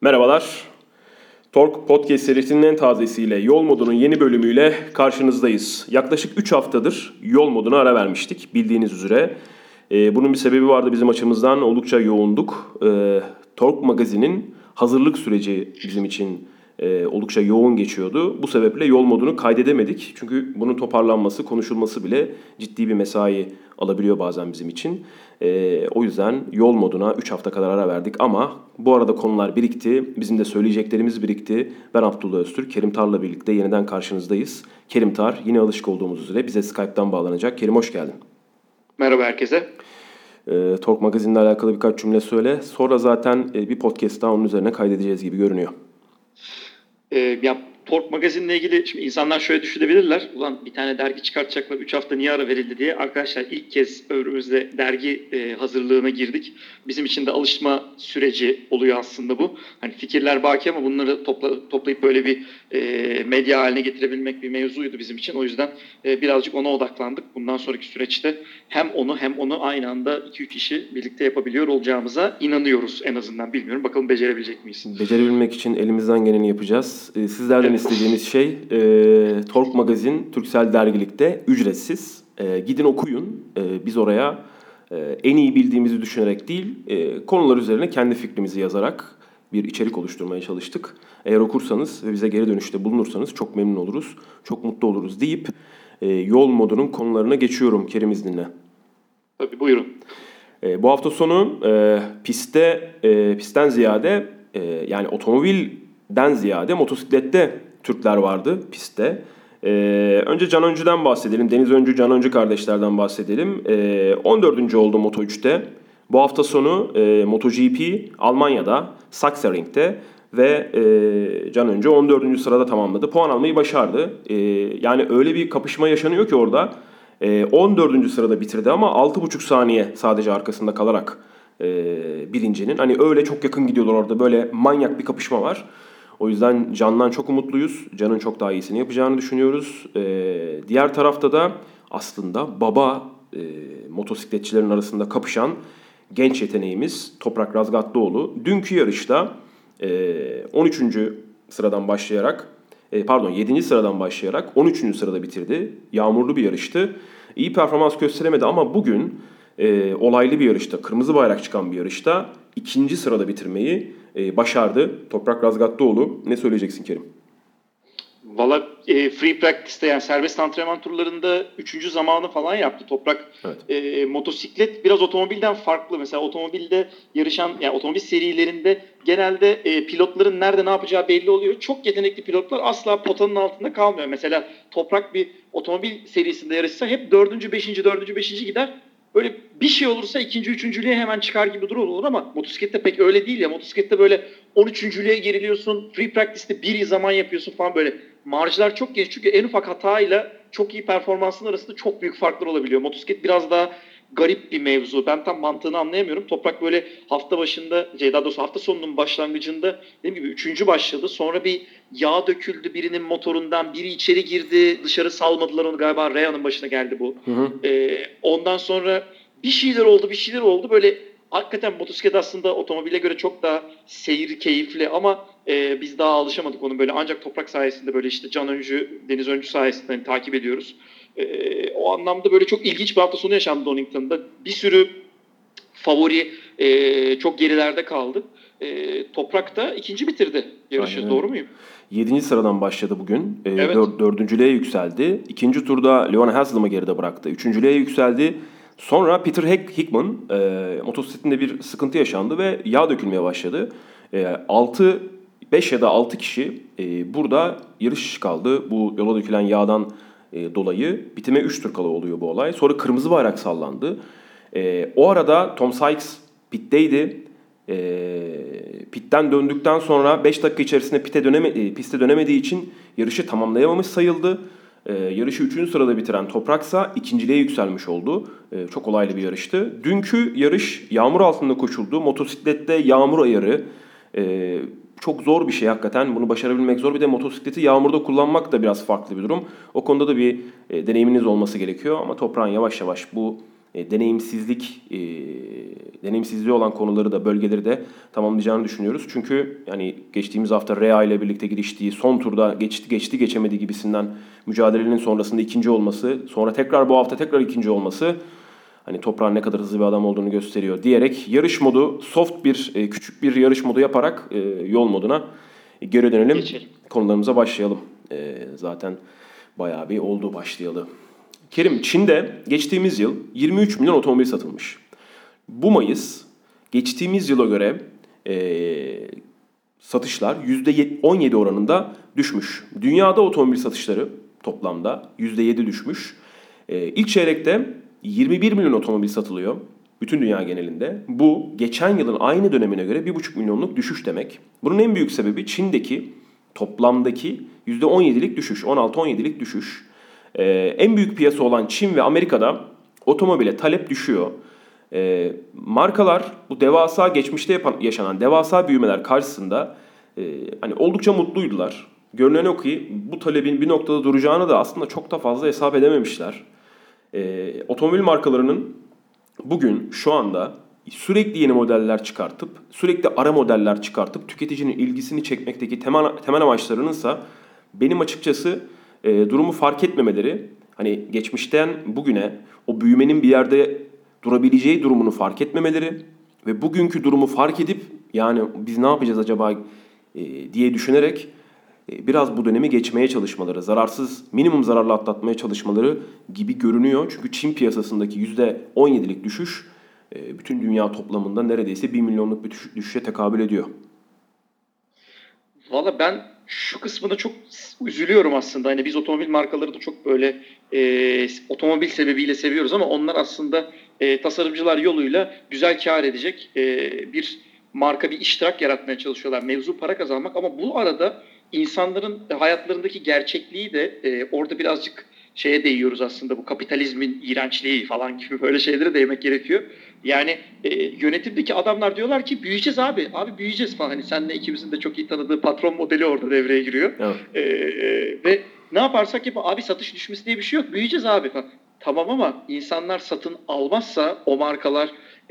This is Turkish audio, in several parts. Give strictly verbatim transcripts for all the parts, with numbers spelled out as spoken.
Merhabalar. Tork Podcast serisinin en tazesiyle Yol Modu'nun yeni bölümüyle karşınızdayız. Yaklaşık üç haftadır Yol Modu'na ara vermiştik bildiğiniz üzere. Ee, bunun bir sebebi vardı, bizim açımızdan oldukça yoğunduk. Ee, Tork Magazin'in hazırlık süreci bizim için e, oldukça yoğun geçiyordu. Bu sebeple Yol Modu'nu kaydedemedik. Çünkü bunun toparlanması, konuşulması bile ciddi bir mesai alabiliyor bazen bizim için. Ee, o yüzden Yol Modu'na üç hafta kadar ara verdik ama bu arada konular birikti. Bizim de söyleyeceklerimiz birikti. Ben Abdullah Öztürk, Kerim Tar'la birlikte yeniden karşınızdayız. Kerim Tar yine alışık olduğumuz üzere bize Skype'tan bağlanacak. Kerim, hoş geldin. Merhaba herkese. Ee, Tork Magazin'le alakalı birkaç cümle söyle. Sonra zaten e, bir podcast daha onun üzerine kaydedeceğiz gibi görünüyor. Ee, ya Tork Magazin'le ilgili şimdi insanlar şöyle düşünebilirler. Ulan bir tane dergi çıkartacaklar, üç hafta niye ara verildi diye. Arkadaşlar ilk kez ömrümüzde dergi e, hazırlığına girdik. Bizim için de alışma süreci oluyor aslında bu. Hani fikirler baki ama bunları topla, toplayıp böyle bir e, medya haline getirebilmek bir mevzuydu bizim için. O yüzden e, birazcık ona odaklandık. Bundan sonraki süreçte hem onu hem onu aynı anda iki üç kişi birlikte yapabiliyor olacağımıza inanıyoruz en azından. Bilmiyorum, bakalım becerebilecek miyiz? Becerebilmek için elimizden geleni yapacağız. Ee, sizlerden evet. istediğimiz şey e, Tork Magazin Türksel Dergilik'te ücretsiz. E, gidin okuyun. E, biz oraya e, en iyi bildiğimizi düşünerek değil, e, konular üzerine kendi fikrimizi yazarak bir içerik oluşturmaya çalıştık. Eğer okursanız ve bize geri dönüşte bulunursanız çok memnun oluruz, çok mutlu oluruz deyip e, Yol Modu'nun konularına geçiyorum Kerim izninle. Tabii, buyurun. E, bu hafta sonu e, pistte e, pistten ziyade e, yani otomobilden ziyade motosiklette Türkler vardı pistte. E, önce Can Öncü'den bahsedelim. Deniz Öncü, Can Öncü kardeşlerden bahsedelim. E, on dördüncü oldu Moto üçte. Bu hafta sonu e, MotoGP Almanya'da, Sachsenring'de ve e, Can Öncü on dördüncü sırada tamamladı. Puan almayı başardı. E, yani öyle bir kapışma yaşanıyor ki orada. E, on dördüncü sırada bitirdi ama altı buçuk saniye sadece arkasında kalarak e, birincinin. Hani öyle çok yakın gidiyorlar orada. Böyle manyak bir kapışma var. O yüzden Can'dan çok umutluyuz. Can'ın çok daha iyisini yapacağını düşünüyoruz. E, diğer tarafta da aslında baba e, motosikletçilerin arasında kapışan genç yeteneğimiz Toprak Razgatlıoğlu. Dünkü yarışta e, on üçüncü sıradan başlayarak e, pardon yedinci sıradan başlayarak on üçüncü sırada bitirdi. Yağmurlu bir yarıştı. İyi performans gösteremedi ama bugün e, olaylı bir yarışta, kırmızı bayrak çıkan bir yarışta ikinci sırada bitirmeyi e, başardı Toprak Razgatlıoğlu. Ne söyleyeceksin Kerim? Valla e, free practice'te, yani serbest antrenman turlarında üçüncü zamanı falan yaptı Toprak. Evet. E, motosiklet biraz otomobilden farklı. Mesela otomobilde yarışan, yani otomobil serilerinde genelde e, pilotların nerede ne yapacağı belli oluyor. Çok yetenekli pilotlar asla potanın altında kalmıyor. Mesela Toprak bir otomobil serisinde yarışsa hep dördüncü, beşinci, dördüncü, beşinci gider. Böyle bir şey olursa ikinci, üçüncülüğe hemen çıkar gibi durum olur ama motosiklette pek öyle değil ya. Motosiklette böyle on üçüncülüğe geriliyorsun, free practice'te bir zaman yapıyorsun falan, böyle marjlar çok geniş. Çünkü en ufak hatayla çok iyi performansın arasında çok büyük farklar olabiliyor. Motosiklet biraz daha garip bir mevzu. Ben tam mantığını anlayamıyorum. Toprak böyle hafta başında, daha doğrusu hafta sonunun başlangıcında dediğim gibi üçüncü başladı. Sonra bir yağ döküldü birinin motorundan. Biri içeri girdi, dışarı salmadılar onu, galiba Reya'nın başına geldi bu. Hı hı. Ee, ondan sonra bir şeyler oldu, bir şeyler oldu. Böyle hakikaten motosiklet aslında otomobile göre çok daha seyir keyifli ama e, biz daha alışamadık onun böyle, ancak Toprak sayesinde, böyle işte Can Öncü, Deniz Öncü sayesinde hani takip ediyoruz. E, o anlamda böyle çok ilginç bir hafta sonu yaşandı Donington'da. Bir sürü favori e, çok gerilerde kaldı. E, Toprak da ikinci bitirdi yarışı. Aynen. Doğru muyum? yedinci sıradan başladı bugün. E, evet. dör, dördüncülüğe yükseldi. İkinci turda Leon Haslam'ı geride bıraktı. Üçüncülüğe yükseldi. Sonra Peter Hickman e, motosikletinde bir sıkıntı yaşandı ve yağ dökülmeye başladı. E, altı, beş ya da altı kişi e, burada yarış kaldı. Bu yola dökülen yağdan e, dolayı bitime üç tur kala oluyor bu olay. Sonra kırmızı bayrak sallandı. E, o arada Tom Sykes pitteydi. E, pitten döndükten sonra beş dakika içerisinde pite döneme, e, piste dönemediği için yarışı tamamlayamamış sayıldı. Ee, yarışı üçüncü sırada bitiren Topraksa ikinciliğe yükselmiş oldu. Ee, çok olaylı bir yarıştı. Dünkü yarış yağmur altında koşuldu. Motosiklette yağmur ayarı e, çok zor bir şey hakikaten. Bunu başarabilmek zor. Bir de motosikleti yağmurda kullanmak da biraz farklı bir durum. O konuda da bir e, deneyiminiz olması gerekiyor. Ama Toprağın yavaş yavaş bu e, deneyimsizlik e, deneyimsizliği olan konuları da bölgeleri de tamamlayacağını düşünüyoruz. Çünkü yani geçtiğimiz hafta Rea ile birlikte giriştiği son turda geçti geçti geçemedi gibisinden mücadelenin sonrasında ikinci olması, sonra tekrar bu hafta tekrar ikinci olması hani Toprağın ne kadar hızlı bir adam olduğunu gösteriyor diyerek yarış modu soft bir e, küçük bir yarış modu yaparak e, yol moduna e, geri dönelim. Geçelim. Konularımıza başlayalım. E, zaten bayağı bir oldu başlayalı. Kerim, Çin'de geçtiğimiz yıl yirmi üç milyon otomobil satılmış. Bu Mayıs geçtiğimiz yıla göre e, satışlar yüzde on yedi oranında düşmüş. Dünyada otomobil satışları toplamda yüzde yedi düşmüş. E, ilk çeyrekte yirmi bir milyon otomobil satılıyor bütün dünya genelinde. Bu geçen yılın aynı dönemine göre bir buçuk milyonluk düşüş demek. Bunun en büyük sebebi Çin'deki toplamdaki yüzde on yedilik düşüş, on altı on yedilik düşüş. Ee, en büyük piyasa olan Çin ve Amerika'da otomobile talep düşüyor. Ee, markalar bu devasa geçmişte yapan, yaşanan devasa büyümeler karşısında e, hani oldukça mutluydular. Görünen o ki bu talebin bir noktada duracağını da aslında çok da fazla hesap edememişler. Ee, otomobil markalarının bugün şu anda sürekli yeni modeller çıkartıp, sürekli ara modeller çıkartıp tüketicinin ilgisini çekmekteki temel, temel amaçlarınınsa benim açıkçası e, durumu fark etmemeleri, hani geçmişten bugüne o büyümenin bir yerde durabileceği durumunu fark etmemeleri ve bugünkü durumu fark edip yani biz ne yapacağız acaba e, diye düşünerek e, biraz bu dönemi geçmeye çalışmaları, zararsız, minimum zararla atlatmaya çalışmaları gibi görünüyor. Çünkü Çin piyasasındaki yüzde on yedilik düşüş e, bütün dünya toplamında neredeyse bir milyonluk bir düşüşe tekabül ediyor. Valla ben şu kısmında çok üzülüyorum aslında. Hani biz otomobil markaları da çok böyle e, otomobil sebebiyle seviyoruz ama onlar aslında e, tasarımcılar yoluyla güzel kar edecek e, bir marka, bir iştirak yaratmaya çalışıyorlar. Mevzu para kazanmak ama bu arada insanların hayatlarındaki gerçekliği de e, orada birazcık şeye değiyoruz aslında, bu kapitalizmin iğrençliği falan gibi böyle şeylere değmek gerekiyor. Yani e, yönetimdeki adamlar diyorlar ki büyüyeceğiz abi, abi büyüyeceğiz falan. Hani senle ikimizin de çok iyi tanıdığı patron modeli orada devreye giriyor. Evet. E, e, ve ne yaparsak yap abi satış düşmesi diye bir şey yok, büyüyeceğiz abi falan. Tamam ama insanlar satın almazsa o markalar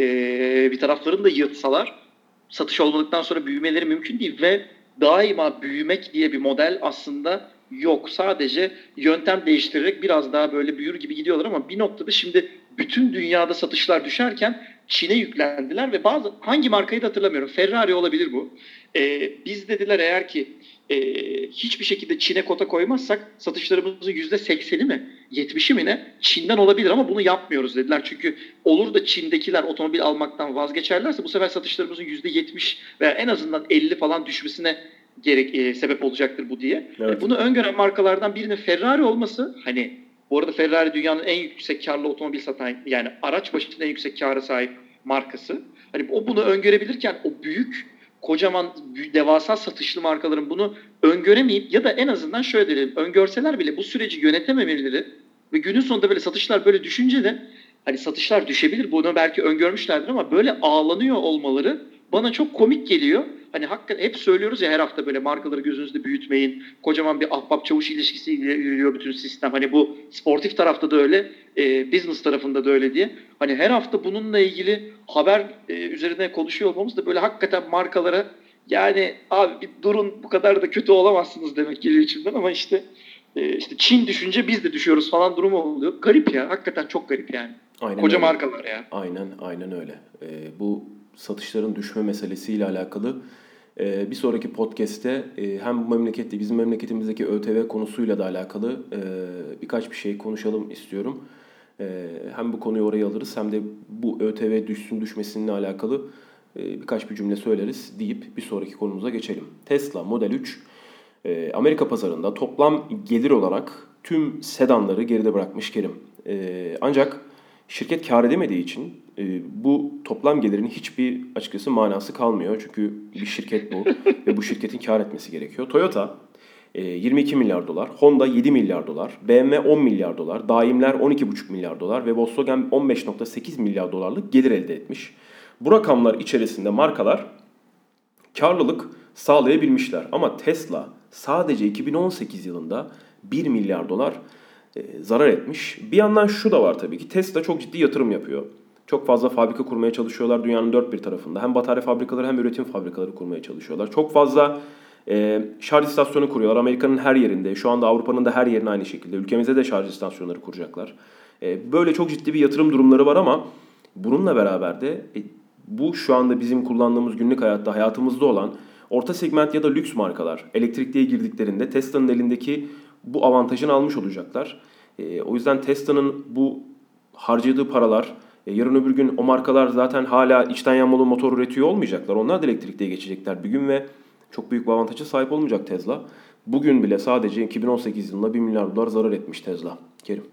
e, bir taraflarını da yırtsalar satış olmadıktan sonra büyümeleri mümkün değil ve daima büyümek diye bir model aslında yok. Sadece yöntem değiştirerek biraz daha böyle büyür gibi gidiyorlar ama bir noktada şimdi bütün dünyada satışlar düşerken Çin'e yüklendiler ve bazı hangi markayı da hatırlamıyorum. Ferrari olabilir bu. Ee, biz dediler eğer ki e, hiçbir şekilde Çin'e kota koymazsak satışlarımızın yüzde sekseni mi yetmişi mi ne Çin'den olabilir ama bunu yapmıyoruz dediler. Çünkü olur da Çin'dekiler otomobil almaktan vazgeçerlerse bu sefer satışlarımızın yüzde yetmiş veya en azından elli falan düşmesine gerek e, sebep olacaktır bu diye. Evet. Bunu öngören markalardan birinin Ferrari olması, hani bu arada Ferrari dünyanın en yüksek karlı otomobil satan, yani araç başına en yüksek kâra sahip markası. Hani o bunu öngörebilirken o büyük, kocaman, devasa satışlı markaların bunu öngöremeyip ya da en azından şöyle diyelim, öngörseler bile bu süreci yönetememeleri ve günün sonunda böyle satışlar böyle düşünce de hani satışlar düşebilir, bunu belki öngörmüşlerdir ama böyle ağlanıyor olmaları bana çok komik geliyor. Hani hakikaten hep söylüyoruz ya her hafta böyle markaları gözünüzde büyütmeyin. Kocaman bir ahbap çavuş ilişkisiyle yürüyor bütün sistem. Hani bu sportif tarafta da öyle, e, business tarafında da öyle diye. Hani her hafta bununla ilgili haber e, üzerine konuşuyor olmamız da böyle hakikaten markalara yani abi bir durun, bu kadar da kötü olamazsınız demek geliyor içimden ama işte e, işte Çin düşünce biz de düşüyoruz falan durumu oluyor. Garip ya, hakikaten çok garip yani. Aynen Koca öyle. Markalar ya. Aynen aynen öyle. Ee, bu satışların düşme meselesiyle alakalı e, bir sonraki podcast'te e, hem bu memlekette, bizim memleketimizdeki ÖTV konusuyla da alakalı e, birkaç bir şey konuşalım istiyorum. E, hem bu konuyu oraya alırız hem de bu ÖTV düşsün düşmesinle alakalı e, birkaç bir cümle söyleriz deyip bir sonraki konumuza geçelim. Tesla Model üç e, Amerika pazarında toplam gelir olarak tüm sedanları geride bırakmış Kerim. E, ancak şirket kar edemediği için e, bu toplam gelirin hiçbir açıkçası manası kalmıyor. Çünkü bir şirket bu ve bu şirketin kar etmesi gerekiyor. Toyota e, yirmi iki milyar dolar, Honda yedi milyar dolar, B M W on milyar dolar, Daimler on iki buçuk milyar dolar ve Volkswagen on beş virgül sekiz milyar dolarlık gelir elde etmiş. Bu rakamlar içerisinde markalar karlılık sağlayabilmişler. Ama Tesla sadece iki bin on sekiz yılında bir milyar dolar e, zarar etmiş. Bir yandan şu da var tabii ki, Tesla çok ciddi yatırım yapıyor. Çok fazla fabrika kurmaya çalışıyorlar dünyanın dört bir tarafında. Hem batarya fabrikaları hem üretim fabrikaları kurmaya çalışıyorlar. Çok fazla e, şarj istasyonu kuruyorlar. Amerika'nın her yerinde, şu anda Avrupa'nın da her yerine aynı şekilde. Ülkemizde de şarj istasyonları kuracaklar. E, böyle çok ciddi bir yatırım durumları var ama bununla beraber de e, bu şu anda bizim kullandığımız günlük hayatta, hayatımızda olan orta segment ya da lüks markalar elektrikliğe girdiklerinde Tesla'nın elindeki bu avantajını almış olacaklar. E, o yüzden Tesla'nın bu harcadığı paralar, e, yarın öbür gün o markalar zaten hala içten yanmalı motor üretiyor olmayacaklar. Onlar da elektrikliğe geçecekler bir gün ve çok büyük bir avantaja sahip olmayacak Tesla. Bugün bile sadece iki bin on sekiz yılında bir milyar dolar zarar etmiş Tesla. Kerim.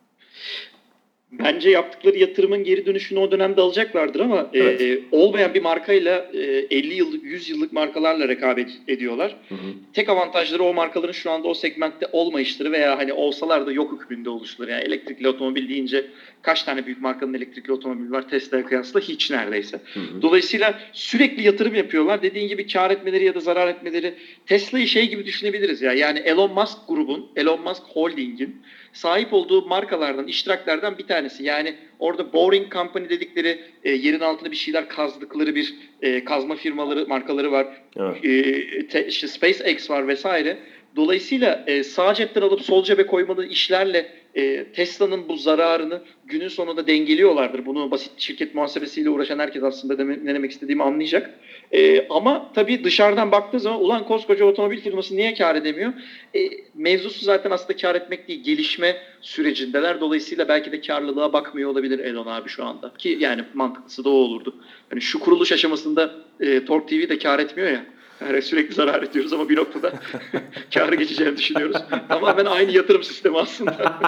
Bence yaptıkları yatırımın geri dönüşünü o dönemde alacaklardır ama evet. e, olmayan bir markayla e, elli yıllık, yüz yıllık markalarla rekabet ediyorlar. Hı hı. Tek avantajları o markaların şu anda o segmentte olmayışları veya hani olsalar da yok hükmünde oluşları. Yani elektrikli otomobil deyince kaç tane büyük markanın elektrikli otomobili var Tesla'ya kıyasla? Hiç neredeyse. Hı hı. Dolayısıyla sürekli yatırım yapıyorlar. Dediğin gibi kar etmeleri ya da zarar etmeleri. Tesla'yı şey gibi düşünebiliriz ya. Yani Elon Musk grubun, Elon Musk Holding'in sahip olduğu markalardan, iştiraklerden bir tanesi. Yani orada Boring Company dedikleri e, yerin altında bir şeyler kazdıkları bir e, kazma firmaları, markaları var. Evet. E, te, işte SpaceX var vesaire. Dolayısıyla e, sağ cepten alıp sol cebe koymalı işlerle e, Tesla'nın bu zararını günün sonunda dengeliyorlardır. Bunu basit şirket muhasebesiyle uğraşan herkes aslında deme, ne demek istediğimi anlayacak. E, ama tabii dışarıdan baktığı zaman ulan koskoca otomobil firması niye kar edemiyor? E, mevzusu zaten aslında kar etmek değil, gelişme sürecindeler. Dolayısıyla belki de karlılığa bakmıyor olabilir Elon abi şu anda. Ki yani mantıklısı da o olurdu. Yani şu kuruluş aşamasında e, Tork T V de kar etmiyor ya. Yani sürekli zarar ediyoruz ama bir noktada kârı geçeceğini düşünüyoruz. Tamamen aynı yatırım sistemi aslında.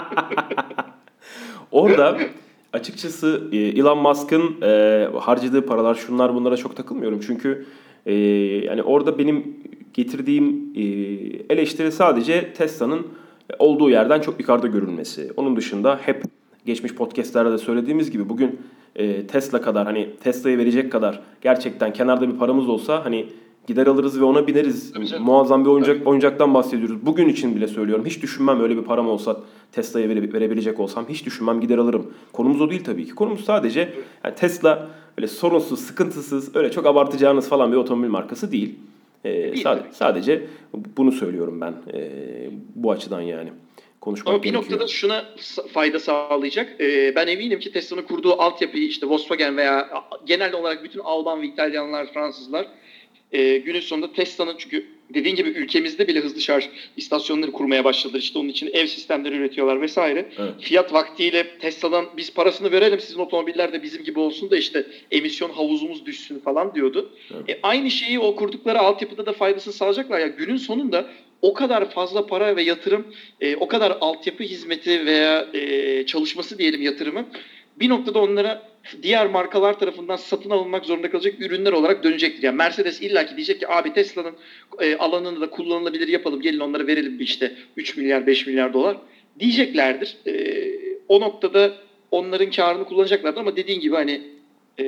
Orada açıkçası Elon Musk'ın e, harcadığı paralar, şunlar bunlara çok takılmıyorum. Çünkü e, yani orada benim getirdiğim e, eleştiri sadece Tesla'nın olduğu yerden çok yukarıda görülmesi. Onun dışında hep geçmiş podcastlerde de söylediğimiz gibi bugün e, Tesla kadar, hani Tesla'ya verecek kadar gerçekten kenarda bir paramız olsa hani gider alırız ve ona bineriz. Muazzam bir oyuncak, oyuncaktan bahsediyoruz. Bugün için bile söylüyorum. Hiç düşünmem, öyle bir param olsa Tesla'ya vere, verebilecek olsam hiç düşünmem, gider alırım. Konumuz o değil tabii ki. Konumuz sadece yani Tesla öyle sorunsuz, sıkıntısız, öyle çok abartacağınız falan bir otomobil markası değil. Ee, değil sadece, sadece bunu söylüyorum ben. Ee, bu açıdan yani. Konuşmak Ama bir gerekiyor. Noktada şuna fayda sağlayacak. Ee, ben eminim ki Tesla'nın kurduğu altyapıyı işte Volkswagen veya genel olarak bütün Alman ve İtalyanlar, Fransızlar E, günün sonunda Tesla'nın, çünkü dediğin gibi ülkemizde bile hızlı şarj istasyonları kurmaya başladılar. İşte onun için ev sistemleri üretiyorlar vesaire. Evet. Fiyat vaktiyle Tesla'dan biz parasını verelim, sizin otomobiller de bizim gibi olsun da işte emisyon havuzumuz düşsün falan diyordu. Evet. E, aynı şeyi o kurdukları altyapıda da faydasını sağlayacaklar. Yani günün sonunda o kadar fazla para ve yatırım, e, o kadar altyapı hizmeti veya e, çalışması diyelim yatırımı bir noktada onlara diğer markalar tarafından satın alınmak zorunda kalacak ürünler olarak dönecektir. Yani Mercedes illaki diyecek ki abi Tesla'nın e, alanını da kullanılabilir yapalım, gelin onlara verelim bir işte üç milyar beş milyar dolar diyeceklerdir. E, o noktada onların karını kullanacaklardır ama dediğin gibi hani e,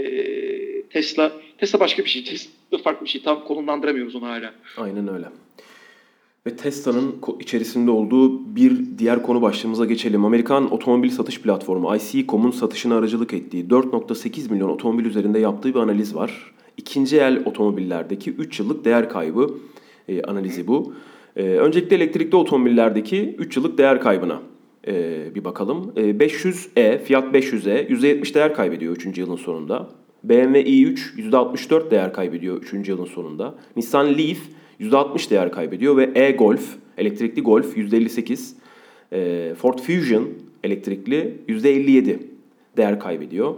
Tesla Tesla başka bir şey, Tesla farklı bir şey, tam konumlandıramıyoruz onu hala. Aynen öyle. Ve Tesla'nın içerisinde olduğu bir diğer konu başlığımıza geçelim. Amerikan otomobil satış platformu I C nokta com'un satışına aracılık ettiği dört virgül sekiz milyon otomobil üzerinde yaptığı bir analiz var. İkinci el otomobillerdeki üç yıllık değer kaybı e, analizi bu. E, öncelikle elektrikli otomobillerdeki üç yıllık değer kaybına e, bir bakalım. E, beş yüz E, Fiat beş yüz E yüzde yetmiş değer kaybediyor üçüncü yılın sonunda. B M W i üç yüzde altmış dört değer kaybediyor üçüncü yılın sonunda. Nissan Leaf yüzde altmış değer kaybediyor ve e-Golf, elektrikli Golf yüzde elli sekiz, e, Ford Fusion elektrikli yüzde elli yedi değer kaybediyor.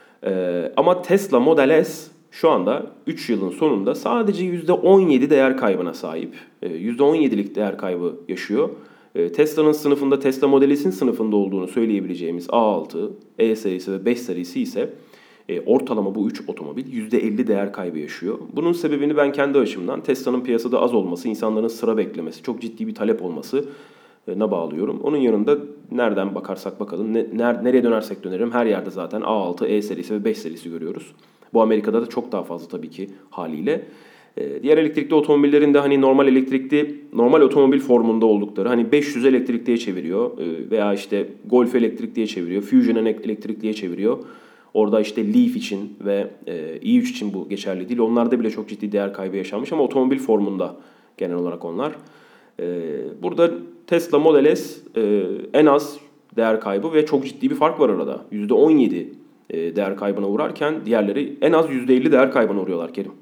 E, ama Tesla Model S şu anda üç yılın sonunda sadece yüzde on yedi değer kaybına sahip. E, yüzde on yedilik değer kaybı yaşıyor. E, Tesla'nın sınıfında, Tesla Model S'in sınıfında olduğunu söyleyebileceğimiz A altı, E serisi ve beş serisi ise E, ortalama bu üç otomobil yüzde elli değer kaybı yaşıyor. Bunun sebebini ben kendi açımdan Tesla'nın piyasada az olması, insanların sıra beklemesi, çok ciddi bir talep olmasına bağlıyorum. Onun yanında nereden bakarsak bakalım, ne, ner, nereye dönersek dönerim her yerde zaten A altı, E serisi ve beş serisi görüyoruz. Bu Amerika'da da çok daha fazla tabii ki haliyle. E, diğer elektrikli otomobillerin de hani normal elektrikli, normal otomobil formunda oldukları, hani beş yüz elektrikliye çeviriyor e, veya işte Golf elektrikliye çeviriyor, Fusion elektrikliye çeviriyor. Orada işte Leaf için ve e, i üç için bu geçerli değil. Onlarda bile çok ciddi değer kaybı yaşanmış ama otomobil formunda genel olarak onlar. E, burada Tesla Model S e, en az değer kaybı ve çok ciddi bir fark var arada. yüzde on yedi e, değer kaybına uğrarken diğerleri en az yüzde elli değer kaybına uğruyorlar Kerim.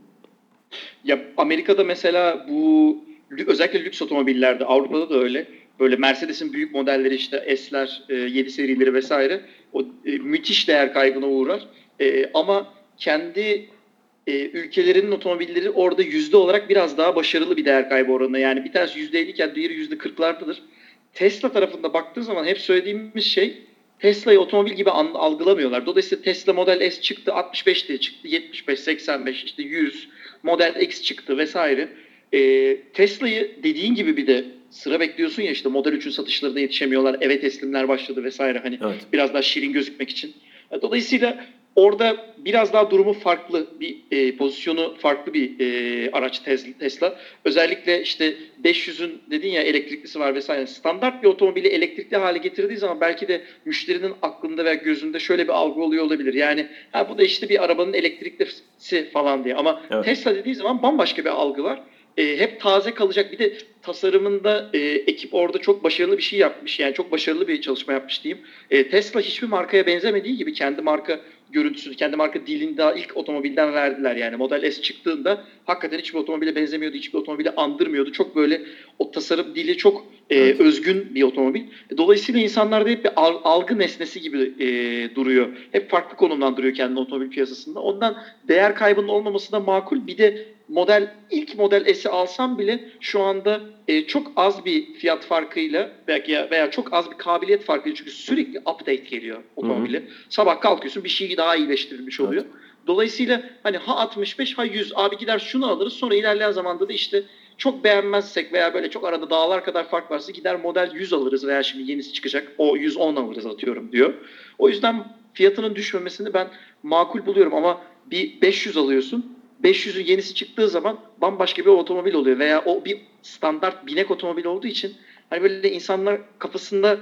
Ya Amerika'da mesela bu özellikle lüks otomobillerde, Avrupa'da da öyle. Böyle Mercedes'in büyük modelleri işte S'ler, yedi serileri vesaire o e, müthiş değer kaybına uğrar. E, ama kendi e, ülkelerinin otomobilleri orada yüzde olarak biraz daha başarılı bir değer kaybı oranına. Yani bir tanesi yüzde elli iken diğeri yüzde kırklardadır. Tesla tarafında baktığın zaman hep söylediğimiz şey, Tesla'yı otomobil gibi algılamıyorlar. Dolayısıyla Tesla Model S çıktı, altmış beş diye çıktı, yetmiş beş, seksen beş, işte yüz, Model X çıktı vesaire. Ee, Tesla'yı dediğin gibi bir de sıra bekliyorsun ya, işte Model üçün satışlarına yetişemiyorlar, eve teslimler başladı vesaire, hani evet, biraz daha şirin gözükmek için. Dolayısıyla orada biraz daha durumu farklı, bir e, pozisyonu farklı bir e, araç Tesla. Özellikle işte beş yüzün dedin ya, elektriklisi var vesaire. Standart bir otomobili elektrikli hale getirdiği zaman belki de müşterinin aklında veya gözünde şöyle bir algı oluyor olabilir. Yani ha, bu da işte bir arabanın elektriklisi falan diye. Ama evet, Tesla dediği zaman bambaşka bir algı var. E, hep taze kalacak. Bir de tasarımında e, ekip orada çok başarılı bir şey yapmış. Yani çok başarılı bir çalışma yapmış diyeyim. E, Tesla hiçbir markaya benzemediği gibi kendi marka görüntüsünü, kendi marka dilini daha ilk otomobilden verdiler. Yani Model S çıktığında hakikaten hiçbir otomobile benzemiyordu, hiçbir otomobile andırmıyordu. Çok böyle o tasarım dili çok e, evet, özgün bir otomobil. Dolayısıyla insanlarda hep bir algı nesnesi gibi e, duruyor. Hep farklı konumlandırıyor kendini otomobil piyasasında. Ondan değer kaybının olmaması da makul. Bir de model ilk Model S'i alsam bile şu anda e, çok az bir fiyat farkıyla belki veya çok az bir kabiliyet farkıyla, çünkü sürekli update geliyor otomobile. Hı hı. Sabah kalkıyorsun, bir şey daha iyileştirilmiş oluyor. Evet. Dolayısıyla hani ha altmış beş ha yüz, abi gider şunu alırız, sonra ilerleyen zamanda da işte çok beğenmezsek veya böyle çok arada dağlar kadar fark varsa gider Model yüz alırız veya şimdi yenisi çıkacak o yüz on alırız atıyorum diyor. O yüzden fiyatının düşmemesini ben makul buluyorum ama bir beş yüz alıyorsun, beş yüzün yenisi çıktığı zaman bambaşka bir otomobil oluyor veya o bir standart binek otomobil olduğu için hani böyle insanlar kafasında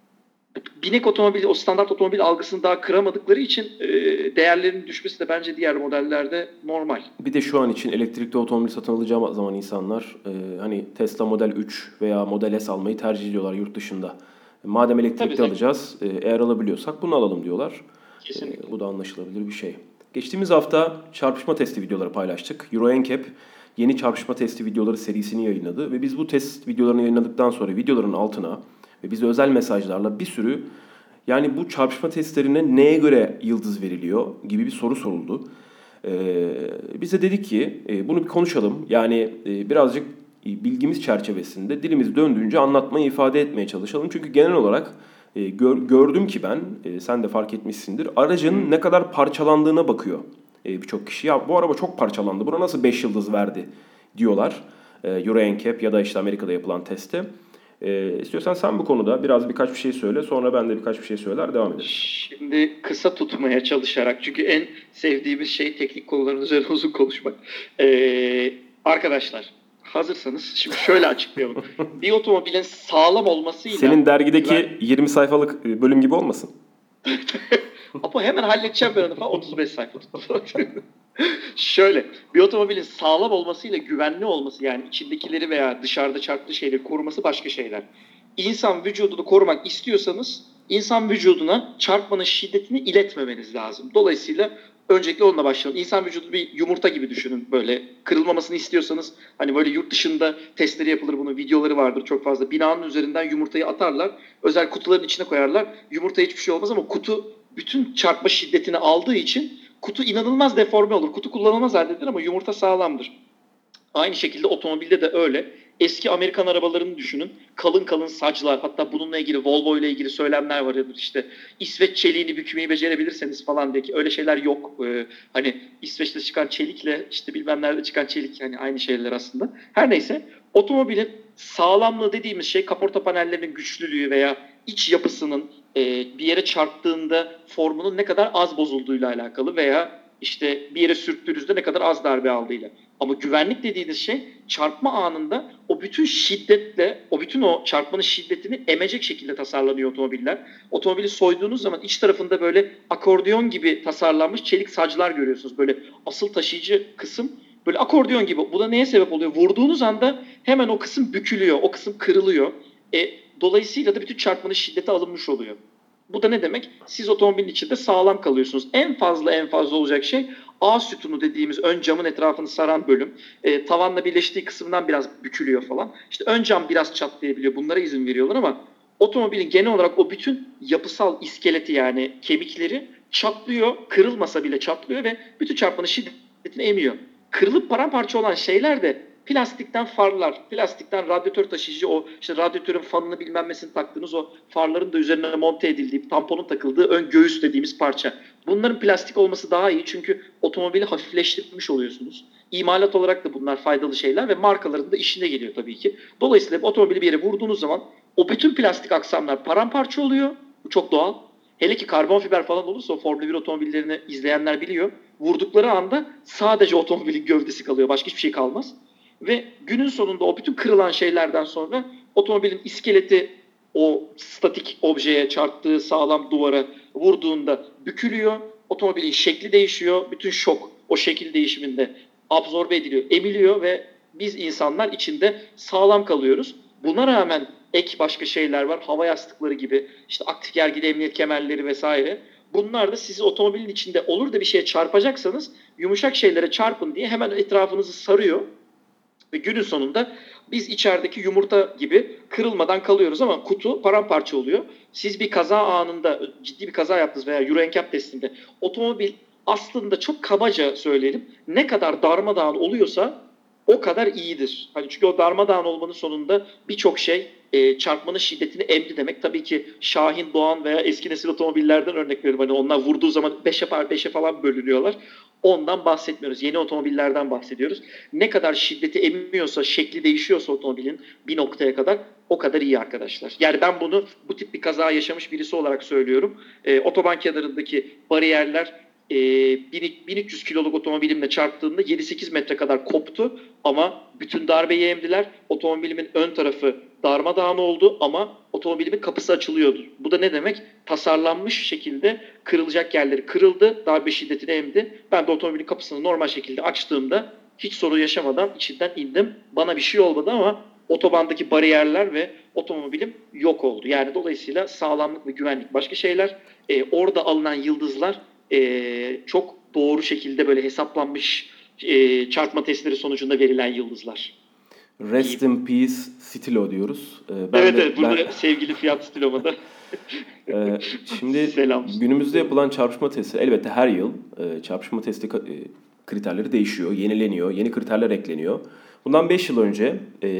binek otomobil, o standart otomobil algısını daha kıramadıkları için e, değerlerinin düşmesi de bence diğer modellerde normal. Bir de şu an için elektrikli otomobil satın alacağı zaman insanlar e, hani Tesla Model üç veya Model S almayı tercih ediyorlar yurt dışında. Madem elektrikli tabii, tabii. alacağız, e, eğer alabiliyorsak bunu alalım diyorlar. Kesinlikle. E, bu da anlaşılabilir bir şey. Geçtiğimiz hafta çarpışma testi videoları paylaştık. Euro NCAP yeni çarpışma testi videoları serisini yayınladı ve biz bu test videolarını yayınladıktan sonra videoların altına ve bize özel mesajlarla bir sürü, yani bu çarpışma testlerine neye göre yıldız veriliyor gibi bir soru soruldu. Ee, biz de dedik ki e, bunu bir konuşalım. Yani e, birazcık bilgimiz çerçevesinde dilimiz döndüğünce anlatmayı, ifade etmeye çalışalım. Çünkü genel olarak e, gör, gördüm ki ben, e, sen de fark etmişsindir, aracın ne kadar parçalandığına bakıyor e, birçok kişi. Ya bu araba çok parçalandı, buna nasıl beş yıldız verdi diyorlar. E, Euro NCAP ya da işte Amerika'da yapılan testte. E, istiyorsan sen bu konuda biraz birkaç bir şey söyle, sonra ben de birkaç bir şey söyler devam ederiz. Şimdi kısa tutmaya çalışarak, çünkü en sevdiğimiz şey teknik konuların üzerine uzun konuşmak. Ee, arkadaşlar hazırsanız şimdi şöyle açıklayalım. Bir otomobilin sağlam olmasıyla... Senin dergideki güven... yirmi sayfalık bölüm gibi olmasın? Apo hemen halledeceğim ben onu falan, otuz beş sayfa tuttu. Şöyle, bir otomobilin sağlam olmasıyla güvenli olması, yani içindekileri veya dışarıda çarptığı şeyleri koruması başka şeyler. İnsan vücudunu korumak istiyorsanız insan vücuduna çarpmanın şiddetini iletmemeniz lazım. Dolayısıyla öncelikle onunla başlayalım. İnsan vücudu bir yumurta gibi düşünün, böyle kırılmamasını istiyorsanız hani böyle yurt dışında testleri yapılır, bunun videoları vardır çok fazla. Binanın üzerinden yumurtayı atarlar, özel kutuların içine koyarlar. Yumurtaya hiçbir şey olmaz ama kutu bütün çarpma şiddetini aldığı için kutu inanılmaz deforme olur. Kutu kullanılmaz haldedir ama yumurta sağlamdır. Aynı şekilde otomobilde de öyle. Eski Amerikan arabalarını düşünün. Kalın kalın saçlar, hatta bununla ilgili Volvo ile ilgili söylemler var. İşte İsveç çeliğini bükmeyi becerebilirseniz falan diye ki öyle şeyler yok. Ee, hani İsveç'te çıkan çelikle işte bilmem nerede çıkan çelik, yani aynı şeyler aslında. Her neyse, otomobilin sağlamlığı dediğimiz şey kaporta panellerinin güçlülüğü veya iç yapısının e, bir yere çarptığında formunun ne kadar az bozulduğuyla alakalı veya işte bir yere sürttüğünüzde ne kadar az darbe aldığıyla. Ama güvenlik dediğiniz şey çarpma anında o bütün şiddetle, o bütün o çarpmanın şiddetini emecek şekilde tasarlanıyor otomobiller. Otomobili soyduğunuz zaman iç tarafında böyle akordeon gibi tasarlanmış çelik saclar görüyorsunuz. Böyle asıl taşıyıcı kısım böyle akordeon gibi. Bu da neye sebep oluyor? Vurduğunuz anda hemen o kısım bükülüyor, o kısım kırılıyor. E, dolayısıyla da bütün çarpmanın şiddeti alınmış oluyor. Bu da ne demek? Siz otomobilin içinde sağlam kalıyorsunuz. En fazla en fazla olacak şey A sütunu dediğimiz ön camın etrafını saran bölüm. E, tavanla birleştiği kısımdan biraz bükülüyor falan. İşte ön cam biraz çatlayabiliyor. Bunlara izin veriyorlar ama otomobilin genel olarak o bütün yapısal iskeleti yani kemikleri çatlıyor. Kırılmasa bile çatlıyor ve bütün çarpmanın şiddetini emiyor. Kırılıp paramparça olan şeyler de plastikten farlar, plastikten radyatör taşıyıcı o işte radyatörün fanını bilmem nesini taktığınız o farların da üzerine monte edildiği, tamponun takıldığı ön göğüs dediğimiz parça. Bunların plastik olması daha iyi çünkü otomobili hafifleştirmiş oluyorsunuz. İmalat olarak da bunlar faydalı şeyler ve markaların da işine geliyor tabii ki. Dolayısıyla otomobili bir yere vurduğunuz zaman o bütün plastik aksamlar paramparça oluyor. Bu çok doğal. Hele ki karbon fiber falan olursa o Formula bir otomobillerini izleyenler biliyor. Vurdukları anda sadece otomobilin gövdesi kalıyor. Başka hiçbir şey kalmaz. Ve günün sonunda o bütün kırılan şeylerden sonra otomobilin iskeleti o statik objeye çarptığı sağlam duvara vurduğunda bükülüyor. Otomobilin şekli değişiyor. Bütün şok o şekil değişiminde absorbe ediliyor, emiliyor ve biz insanlar içinde sağlam kalıyoruz. Buna rağmen ek başka şeyler var. Hava yastıkları gibi, işte aktif gergili emniyet kemerleri vesaire. Bunlar da sizi otomobilin içinde olur da bir şeye çarpacaksanız yumuşak şeylere çarpın diye hemen etrafınızı sarıyor. Ve günün sonunda biz içerideki yumurta gibi kırılmadan kalıyoruz ama kutu paramparça oluyor. Siz bir kaza anında ciddi bir kaza yaptınız veya Euro N C A P testinde otomobil aslında çok kabaca söyleyelim ne kadar darmadağın oluyorsa o kadar iyidir. Hani çünkü o darmadağın olmanın sonunda birçok şey e, çarpmanın şiddetini emdi demek. Tabii ki Şahin, Doğan veya eski nesil otomobillerden örnek veriyorum. Hani onlar vurduğu zaman beşe, beşe falan bölünüyorlar. Ondan bahsetmiyoruz. Yeni otomobillerden bahsediyoruz. Ne kadar şiddeti emiyorsa, şekli değişiyorsa otomobilin bir noktaya kadar o kadar iyi arkadaşlar. Yani ben bunu bu tip bir kaza yaşamış birisi olarak söylüyorum. E, otoban kenarındaki bariyerler e, bin üç yüz kiloluk otomobilimle çarptığında yedi sekiz metre kadar koptu ama bütün darbeyi emdiler. Otomobilimin ön tarafı darmadağın oldu ama otomobilimin kapısı açılıyordu. Bu da ne demek? Tasarlanmış şekilde kırılacak yerleri kırıldı, darbe şiddetini emdi. Ben de otomobilin kapısını normal şekilde açtığımda hiç sorun yaşamadan içinden indim. Bana bir şey olmadı ama otobandaki bariyerler ve otomobilim yok oldu. Yani dolayısıyla sağlamlık ve güvenlik başka şeyler. Ee, orada alınan yıldızlar e, çok doğru şekilde böyle hesaplanmış e, çarpma testleri sonucunda verilen yıldızlar. Rest in peace Stilo diyoruz. Ee, ben evet de, evet burada ben... sevgili Fiat Stilo'ma da ee, şimdi selam. Günümüzde yapılan çarpışma testi elbette her yıl e, çarpışma testi e, kriterleri değişiyor, yenileniyor, yeni kriterler ekleniyor. Bundan beş yıl önce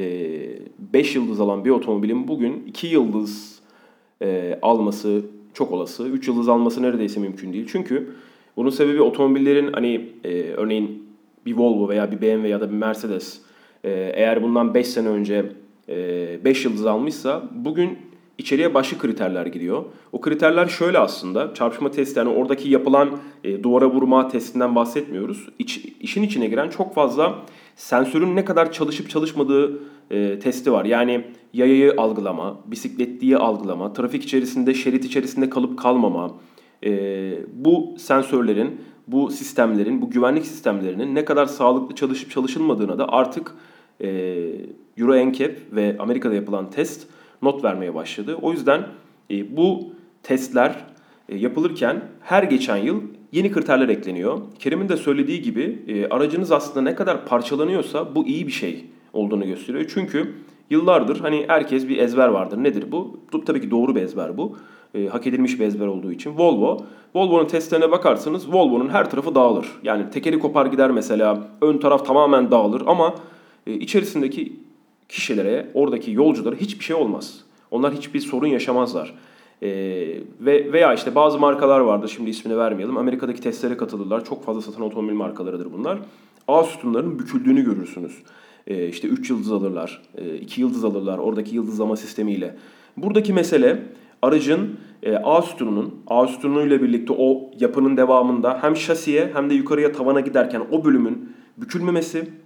beş e, yıldız alan bir otomobilin bugün iki yıldız e, alması çok olası. üç yıldız alması neredeyse mümkün değil. Çünkü bunun sebebi otomobillerin hani e, örneğin bir Volvo veya bir B M W ya da bir Mercedes e, eğer bundan beş sene önce beş e, yıldız almışsa bugün içeriye başka kriterler giriyor. O kriterler şöyle aslında çarpışma testi yani oradaki yapılan e, duvara vurma testinden bahsetmiyoruz. İç, işin içine giren çok fazla sensörün ne kadar çalışıp çalışmadığı e, testi var. Yani yayayı algılama, bisikletliği algılama, trafik içerisinde, şerit içerisinde kalıp kalmama, e, bu sensörlerin, bu sistemlerin, bu güvenlik sistemlerinin ne kadar sağlıklı çalışıp çalışılmadığına da artık e, Euro N C A P ve Amerika'da yapılan test not vermeye başladı. O yüzden e, bu testler e, yapılırken her geçen yıl yeni kriterler ekleniyor. Kerim'in de söylediği gibi e, aracınız aslında ne kadar parçalanıyorsa bu iyi bir şey olduğunu gösteriyor. Çünkü yıllardır hani herkes bir ezber vardır. Nedir bu? Tabii ki doğru bir ezber bu. E, hak edilmiş bir ezber olduğu için. Volvo. Volvo'nun testlerine bakarsanız Volvo'nun her tarafı dağılır. Yani tekeri kopar gider mesela. Ön taraf tamamen dağılır ama e, içerisindeki kişilere, oradaki yolculara hiçbir şey olmaz. Onlar hiçbir sorun yaşamazlar. Ee, ve veya işte bazı markalar vardır, şimdi ismini vermeyelim. Amerika'daki testlere katılırlar. Çok fazla satan otomobil markalarıdır bunlar. A sütunlarının büküldüğünü görürsünüz. Ee, işte üç yıldız alırlar, iki yıldız alırlar oradaki yıldızlama sistemiyle. Buradaki mesele aracın e, A sütununun, A sütunuyla birlikte o yapının devamında hem şasiye hem de yukarıya tavana giderken o bölümün bükülmemesi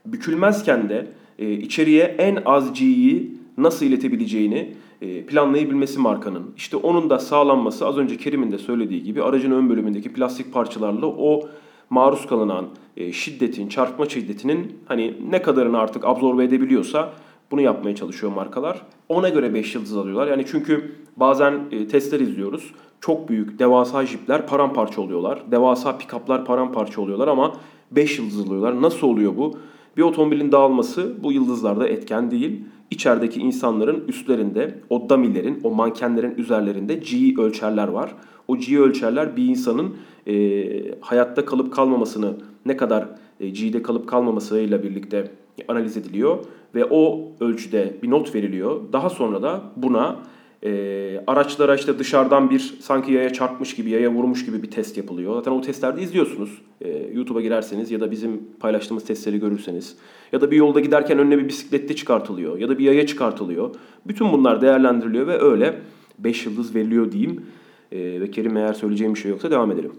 bükülmezken de e, içeriye en az G'yi nasıl iletebileceğini e, planlayabilmesi markanın. İşte onun da sağlanması az önce Kerim'in de söylediği gibi aracın ön bölümündeki plastik parçalarla o maruz kalınan e, şiddetin, çarpma şiddetinin hani ne kadarını artık absorbe edebiliyorsa bunu yapmaya çalışıyor markalar. Ona göre beş yıldız alıyorlar. Yani çünkü bazen e, testler izliyoruz. Çok büyük, devasa jipler paramparça oluyorlar. Devasa pick-up'lar paramparça oluyorlar ama beş yıldız alıyorlar. Nasıl oluyor bu? Bir otomobilin dağılması bu yıldızlarda etken değil. İçerideki insanların üstlerinde, o dummy'lerin, o mankenlerin üzerlerinde G ölçerler var. O G ölçerler bir insanın e, hayatta kalıp kalmamasını, ne kadar e, G'de kalıp kalmamasıyla birlikte analiz ediliyor. Ve o ölçüde bir not veriliyor. Daha sonra da buna e, araçlara işte dışarıdan bir sanki yaya çarpmış gibi, yaya vurmuş gibi bir test yapılıyor. Zaten o testlerde izliyorsunuz. E, YouTube'a girerseniz ya da bizim paylaştığımız testleri görürseniz. Ya da bir yolda giderken önüne bir bisikletli çıkartılıyor. Ya da bir yaya çıkartılıyor. Bütün bunlar değerlendiriliyor ve öyle beş yıldız veriliyor diyeyim. E, ve Kerim eğer söyleyeceğim bir şey yoksa devam edelim.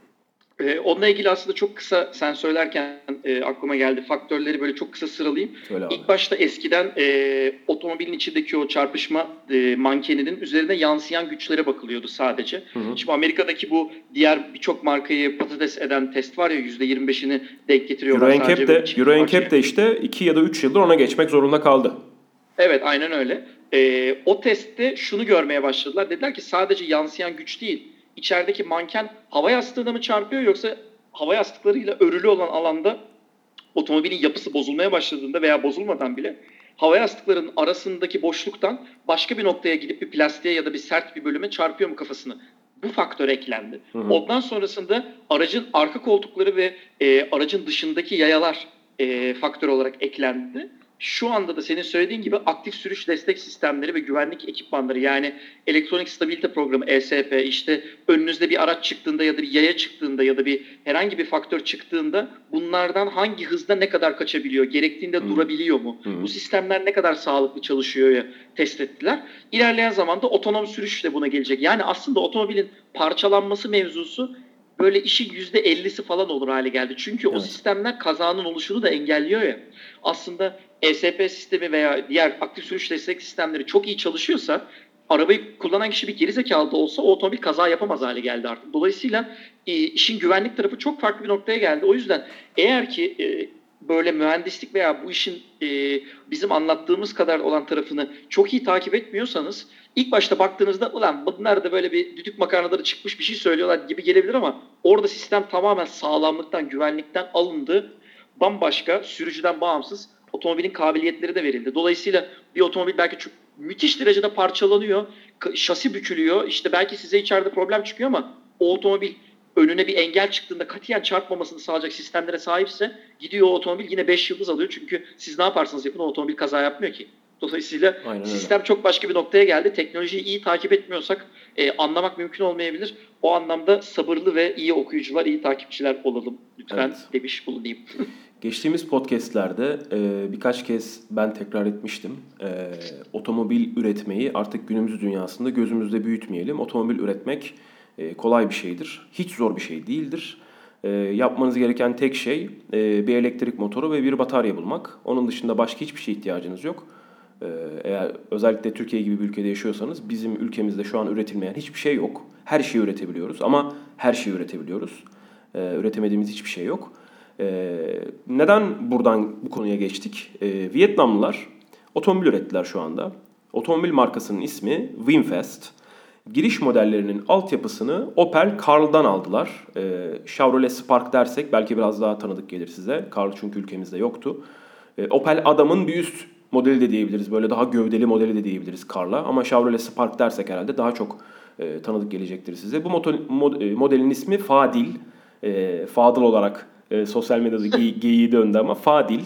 Ee, onunla ilgili aslında çok kısa sen söylerken e, aklıma geldi. Faktörleri böyle çok kısa sıralayayım. İlk başta eskiden e, otomobilin içindeki o çarpışma e, mankeninin üzerine yansıyan güçlere bakılıyordu sadece. Hı hı. Şimdi Amerika'daki bu diğer birçok markayı patates eden test var ya yüzde yirmi beşini denk getiriyorlar. Euro N C A P de, Euro N C A P de işte iki ya da üç yıldır ona geçmek zorunda kaldı. Evet, aynen öyle. E, o testte şunu görmeye başladılar. Dediler ki sadece yansıyan güç değil. İçerideki manken hava yastığına mı çarpıyor yoksa hava yastıklarıyla örülü olan alanda otomobilin yapısı bozulmaya başladığında veya bozulmadan bile hava yastıklarının arasındaki boşluktan başka bir noktaya gidip bir plastiğe ya da bir sert bir bölüme çarpıyor mu kafasını? Bu faktör eklendi. Hı hı. Ondan sonrasında aracın arka koltukları ve e, aracın dışındaki yayalar e, faktör olarak eklendi. Şu anda da senin söylediğin gibi aktif sürüş destek sistemleri ve güvenlik ekipmanları yani elektronik stabilite programı E S P işte önünüzde bir araç çıktığında ya da bir yaya çıktığında ya da bir herhangi bir faktör çıktığında bunlardan hangi hızda ne kadar kaçabiliyor, gerektiğinde hmm. durabiliyor mu? Hmm. Bu sistemler ne kadar sağlıklı çalışıyor ya test ettiler. İlerleyen zamanda otonom sürüş de buna gelecek. Yani aslında otomobilin parçalanması mevzusu böyle işin yüzde ellisi falan olur hale geldi. Çünkü evet. O sistemler kazanın oluşunu da engelliyor ya. Aslında E S P sistemi veya diğer aktif sürüş destek sistemleri çok iyi çalışıyorsa arabayı kullanan kişi bir gerizekalı da olsa o otomobil kaza yapamaz hale geldi artık. Dolayısıyla e, işin güvenlik tarafı çok farklı bir noktaya geldi. O yüzden eğer ki e, böyle mühendislik veya bu işin e, bizim anlattığımız kadar olan tarafını çok iyi takip etmiyorsanız ilk başta baktığınızda ulan bunlar da böyle bir düdük makarnaları çıkmış bir şey söylüyorlar gibi gelebilir ama orada sistem tamamen sağlamlıktan, güvenlikten alındı. Bambaşka, sürücüden bağımsız otomobilin kabiliyetleri de verildi. Dolayısıyla bir otomobil belki çok müthiş derecede parçalanıyor, şasi bükülüyor. İşte belki size içeride problem çıkıyor ama o otomobil önüne bir engel çıktığında katiyen çarpmamasını sağlayacak sistemlere sahipse gidiyor o otomobil yine beş yıldız alıyor. Çünkü siz ne yaparsanız yapın o otomobil kaza yapmıyor ki. Dolayısıyla aynen sistem öyle. Çok başka bir noktaya geldi. Teknolojiyi iyi takip etmiyorsak e, anlamak mümkün olmayabilir. O anlamda sabırlı ve iyi okuyucular, iyi takipçiler olalım. Lütfen evet. Demiş bulunayım. Geçtiğimiz podcastlerde e, birkaç kez ben tekrar etmiştim. E, otomobil üretmeyi artık günümüz dünyasında gözümüzde büyütmeyelim. Otomobil üretmek e, kolay bir şeydir. Hiç zor bir şey değildir. E, yapmanız gereken tek şey e, bir elektrik motoru ve bir batarya bulmak. Onun dışında başka hiçbir şeye ihtiyacınız yok. E, eğer özellikle Türkiye gibi bir ülkede yaşıyorsanız bizim ülkemizde şu an üretilmeyen hiçbir şey yok. Her şeyi üretebiliyoruz ama her şeyi üretebiliyoruz. E, üretemediğimiz hiçbir şey yok. Ee, neden buradan bu konuya geçtik? Ee, Vietnamlılar otomobil ürettiler şu anda. Otomobil markasının ismi Winfast. Giriş modellerinin altyapısını Opel Karl'dan aldılar. Ee, Chevrolet Spark dersek belki biraz daha tanıdık gelir size. Karl çünkü ülkemizde yoktu. Ee, Opel Adam'ın bir üst modeli de diyebiliriz. Böyle daha gövdeli modeli de diyebiliriz Karl'a. Ama Chevrolet Spark dersek herhalde daha çok e, tanıdık gelecektir size. Bu moto, mod, e, modelin ismi Fadil. E, Fadıl olarak E, sosyal medyada ge- geyiği döndü ama Fadil.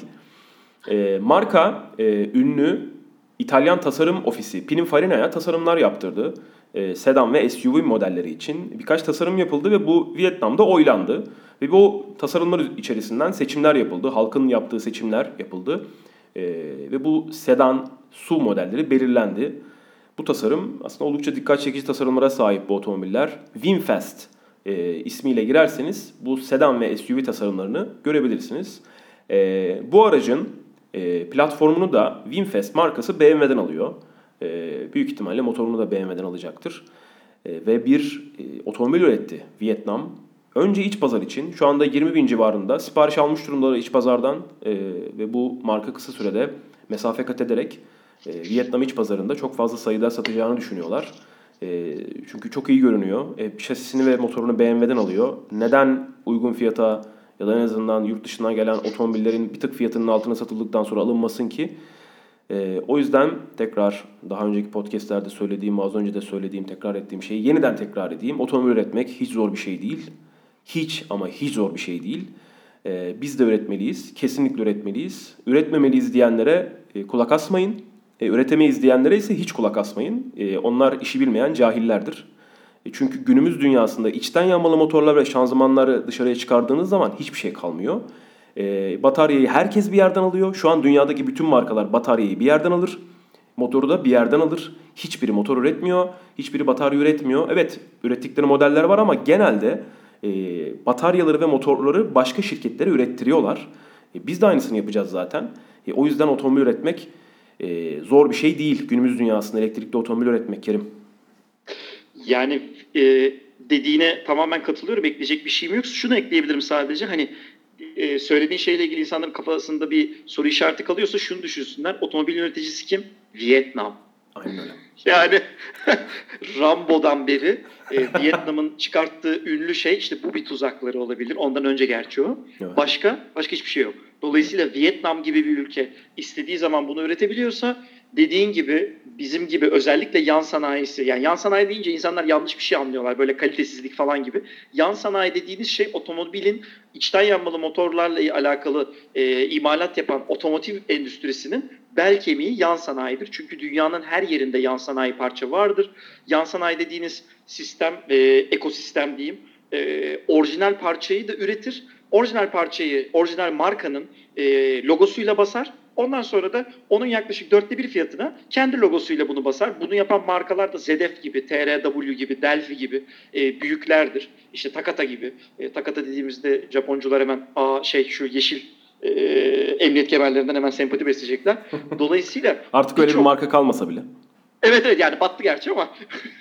E, marka e, ünlü İtalyan tasarım ofisi Pininfarina'ya tasarımlar yaptırdı. E, sedan ve S U V modelleri için birkaç tasarım yapıldı ve bu Vietnam'da oylandı. Ve bu tasarımlar içerisinden seçimler yapıldı. Halkın yaptığı seçimler yapıldı. E, ve bu sedan, S U V modelleri belirlendi. Bu tasarım aslında oldukça dikkat çekici tasarımlara sahip bu otomobiller. Winfast E, ismiyle girerseniz bu sedan ve S U V tasarımlarını görebilirsiniz. E, bu aracın e, platformunu da VinFast markası B M W'den alıyor. E, büyük ihtimalle motorunu da B M W'den alacaktır. E, ve bir e, otomobil üretti Vietnam. Önce iç pazar için şu anda yirmi bin civarında sipariş almış durumdalar iç pazardan e, ve bu marka kısa sürede mesafe kat ederek e, Vietnam iç pazarında çok fazla sayıda satacağını düşünüyorlar. E, çünkü çok iyi görünüyor. E, şasisini ve motorunu B M W'den alıyor. Neden uygun fiyata ya da en azından yurt dışından gelen otomobillerin bir tık fiyatının altına satıldıktan sonra alınmasın ki? E, o yüzden tekrar daha önceki podcastlerde söylediğim, az önce de söylediğim, tekrar ettiğim şeyi yeniden tekrar edeyim. Otomobil üretmek hiç zor bir şey değil. Hiç ama hiç zor bir şey değil. Ee, biz de üretmeliyiz. Kesinlikle üretmeliyiz. Üretmemeliyiz diyenlere e, kulak asmayın. E, üretemeyiz diyenlere ise hiç kulak asmayın. E, onlar işi bilmeyen cahillerdir. E, çünkü günümüz dünyasında içten yanmalı motorlar ve şanzımanları dışarıya çıkardığınız zaman hiçbir şey kalmıyor. E, bataryayı herkes bir yerden alıyor. Şu an dünyadaki bütün markalar bataryayı bir yerden alır. Motoru da bir yerden alır. Hiçbiri motor üretmiyor. Hiçbiri batarya üretmiyor. Evet, ürettikleri modeller var ama genelde E, bataryaları ve motorları başka şirketlere ürettiriyorlar. E, biz de aynısını yapacağız zaten. E, o yüzden otomobil üretmek e, zor bir şey değil. Günümüz dünyasında elektrikli otomobil üretmek Kerim. Yani e, dediğine tamamen katılıyorum. Ekleyecek bir şeyim yok. Şunu ekleyebilirim sadece. Hani e, söylediğin şeyle ilgili insanların kafasında bir soru işareti kalıyorsa şunu düşünsünler. Otomobil üreticisi kim? Vietnam. Aynen öyle. Yani Rambo'dan beri e, Vietnam'ın çıkarttığı ünlü şey işte bu bir tuzakları olabilir. Ondan önce gerçi o. Evet. Başka başka hiçbir şey yok. Dolayısıyla Vietnam gibi bir ülke istediği zaman bunu üretebiliyorsa dediğin gibi bizim gibi özellikle yan sanayisi, yani yan sanayi deyince insanlar yanlış bir şey anlıyorlar. Böyle kalitesizlik falan gibi. Yan sanayi dediğiniz şey otomobilin içten yanmalı motorlarla alakalı e, imalat yapan otomotiv endüstrisinin bel kemiği yan sanayidir. Çünkü dünyanın her yerinde yan sanayi parça vardır. Yan sanayi dediğiniz sistem, e, ekosistem diyeyim, e, orijinal parçayı da üretir. Orijinal parçayı, orijinal markanın e, logosuyla basar. Ondan sonra da onun yaklaşık dörtte bir fiyatına kendi logosuyla bunu basar. Bunu yapan markalar da Z F gibi, T R W gibi, Delphi gibi e, büyüklerdir. İşte Takata gibi. E, Takata dediğimizde Japoncular hemen aa şey şu yeşil e, emniyet kemerlerinden hemen sempati besleyecekler. Dolayısıyla artık öyle bir, bir marka kalmasa bile. Evet evet yani battı gerçi ama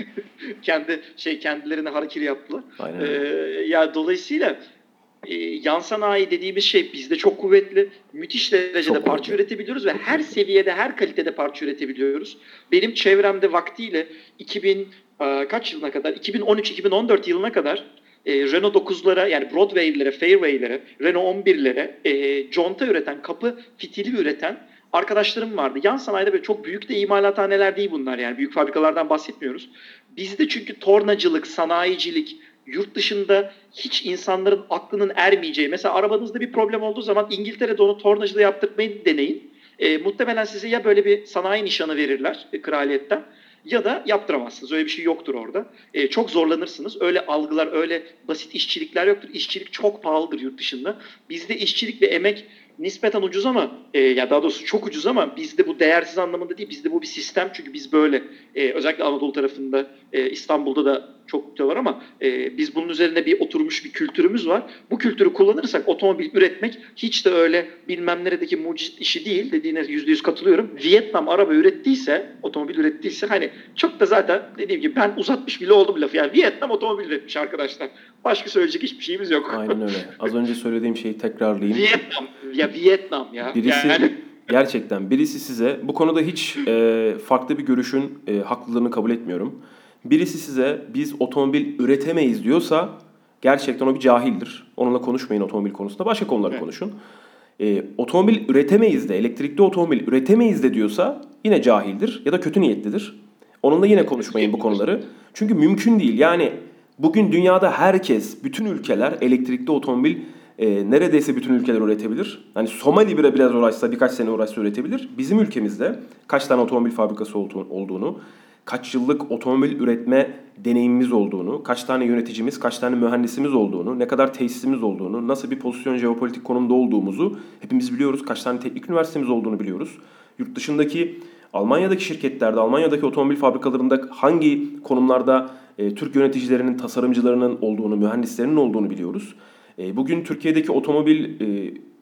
kendi şey kendilerine harakiri yaptılar. Aynen. Ee, yani dolayısıyla e, yan sanayi dediğimiz şey bizde çok kuvvetli. Müthiş derecede çok parça kuvvetli. Üretebiliyoruz ve her seviyede, her kalitede parça üretebiliyoruz. Benim çevremde vaktiyle iki bin e, kaç yılına kadar? iki bin on üç iki bin on dört yılına kadar e, Renault dokuzlara yani Broadway'lere, Fairway'lere, Renault on birlere e, conta üreten, kapı fitili üreten arkadaşlarım vardı. Yan sanayide böyle çok büyük de imalathaneler değil bunlar, yani büyük fabrikalardan bahsetmiyoruz. Bizde çünkü tornacılık, sanayicilik, yurt dışında hiç insanların aklının ermeyeceği, mesela arabanızda bir problem olduğu zaman İngiltere'de onu tornacılığı yaptırmayı deneyin. E, muhtemelen size ya böyle bir sanayi nişanı verirler e, kraliyetten ya da yaptıramazsınız. Öyle bir şey yoktur orada. E, çok zorlanırsınız. Öyle algılar, öyle basit işçilikler yoktur. İşçilik çok pahalıdır yurt dışında. Bizde işçilik ve emek nispeten ucuz ama e, ya daha doğrusu çok ucuz ama bizde bu değersiz anlamında değil. Bizde bu bir sistem, çünkü biz böyle e, özellikle Anadolu tarafında, e, İstanbul'da da çok var ama e, biz bunun üzerine bir oturmuş bir kültürümüz var. Bu kültürü kullanırsak otomobil üretmek hiç de öyle bilmem neredeki mucit işi değil. Dediğine yüzde yüz katılıyorum. Vietnam araba ürettiyse, otomobil ürettiyse, hani çok da zaten dediğim gibi ben uzatmış bile oldum lafı. Yani Vietnam otomobil üretmiş arkadaşlar. Başka söyleyecek hiçbir şeyimiz yok. Aynen öyle. Az önce söylediğim şeyi tekrarlayayım. Vietnam ya Vietnam ya. Birisi yani. gerçekten birisi size bu konuda hiç e, farklı bir görüşün e, haklılığını kabul etmiyorum. Birisi size biz otomobil üretemeyiz diyorsa gerçekten o bir cahildir. Onunla konuşmayın otomobil konusunda. Başka konuları evet. konuşun. E, otomobil üretemeyiz de, elektrikli otomobil üretemeyiz de diyorsa yine cahildir ya da kötü niyetlidir. Onunla yine konuşmayın bu konuları. Çünkü mümkün değil. Yani bugün dünyada herkes, bütün ülkeler elektrikli otomobil e, neredeyse bütün ülkeler üretebilir. Yani Somali bile biraz uğraşsa, birkaç sene uğraşsa üretebilir. Bizim ülkemizde kaç tane otomobil fabrikası olduğunu, kaç yıllık otomobil üretme deneyimimiz olduğunu, kaç tane yöneticimiz, kaç tane mühendisimiz olduğunu, ne kadar tesisimiz olduğunu, nasıl bir pozisyon jeopolitik konumda olduğumuzu hepimiz biliyoruz. Kaç tane teknik üniversitemiz olduğunu biliyoruz. Yurt dışındaki, Almanya'daki şirketlerde, Almanya'daki otomobil fabrikalarında hangi konumlarda e, Türk yöneticilerinin, tasarımcılarının olduğunu, mühendislerinin olduğunu biliyoruz. E, bugün Türkiye'deki otomobil e,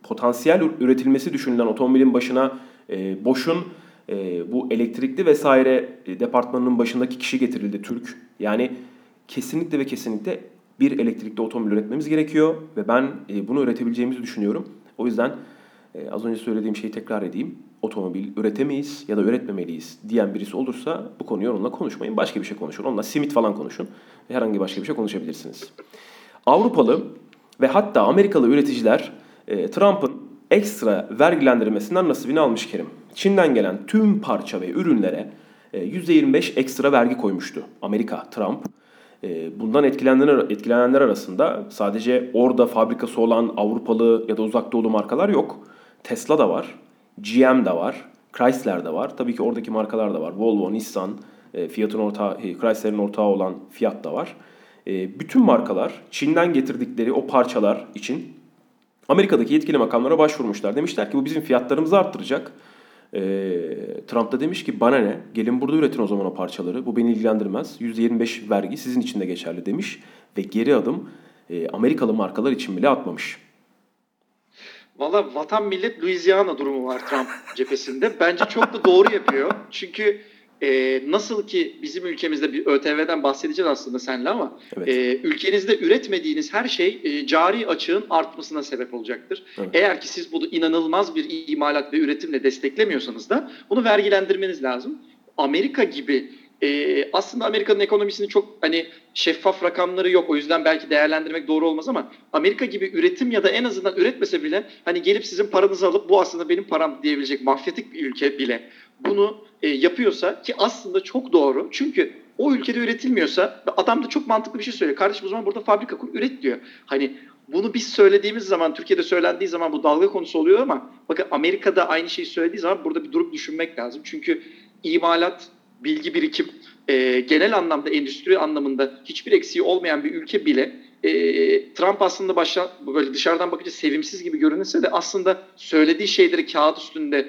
potansiyel üretilmesi düşünülen otomobilin başına e, Bosch'un e, bu elektrikli vesaire e, departmanının başındaki kişi getirildi, Türk. Yani kesinlikle ve kesinlikle bir elektrikli otomobil üretmemiz gerekiyor ve ben e, bunu üretebileceğimizi düşünüyorum. O yüzden e, az önce söylediğim şeyi tekrar edeyim. Otomobil üretemeyiz ya da üretmemeliyiz diyen birisi olursa bu konuyu onunla konuşmayın. Başka bir şey konuşun. Onunla simit falan konuşun. Herhangi başka bir şey konuşabilirsiniz. Avrupalı ve hatta Amerikalı üreticiler e, Trump'ın ekstra vergilendirmesinden nasibini almış Kerim. Çin'den gelen tüm parça ve ürünlere e, yüzde yirmi beş ekstra vergi koymuştu Amerika, Trump. E, bundan etkilenenler, etkilenenler arasında sadece orada fabrikası olan Avrupalı ya da Uzak Doğulu markalar yok. Tesla da var, G M de var, Chrysler de var. Tabii ki oradaki markalar da var. Volvo, Nissan, e, Fiat'ın ortağı, Chrysler'in ortağı olan Fiat da var. E, bütün markalar Çin'den getirdikleri o parçalar için Amerika'daki yetkili makamlara başvurmuşlar. Demişler ki bu bizim fiyatlarımızı arttıracak. E, Trump da demiş ki bana ne? Gelin burada üretin o zaman o parçaları. Bu beni ilgilendirmez. yüzde yirmi beş vergi sizin için de geçerli demiş. Ve geri adım e, Amerikalı markalar için bile atmamış. Valla vatan millet Louisiana durumu var Trump cephesinde. Bence çok da doğru yapıyor. Çünkü e, nasıl ki bizim ülkemizde bir ÖTV'den bahsedeceğiz aslında seninle ama evet. e, ülkenizde üretmediğiniz her şey e, cari açığın artmasına sebep olacaktır. Evet. Eğer ki siz bunu inanılmaz bir imalat ve üretimle desteklemiyorsanız da bunu vergilendirmeniz lazım. Amerika gibi Ee, aslında Amerika'nın ekonomisinin çok hani şeffaf rakamları yok. O yüzden belki değerlendirmek doğru olmaz ama Amerika gibi üretim ya da en azından üretmese bile hani gelip sizin paranızı alıp bu aslında benim param diyebilecek mafyatik bir ülke bile bunu e, yapıyorsa ki aslında çok doğru. Çünkü o ülkede üretilmiyorsa adam da çok mantıklı bir şey söylüyor. Kardeşim o zaman burada fabrika kur, üret diyor. Hani bunu biz söylediğimiz zaman, Türkiye'de söylendiği zaman bu dalga konusu oluyor ama bakın Amerika'da aynı şeyi söylediği zaman burada bir durup düşünmek lazım. Çünkü imalat, bilgi birikim, e, genel anlamda endüstri anlamında hiçbir eksiği olmayan bir ülke bile e, Trump aslında başta böyle dışarıdan bakınca sevimsiz gibi görünürse de aslında söylediği şeyleri kağıt üstünde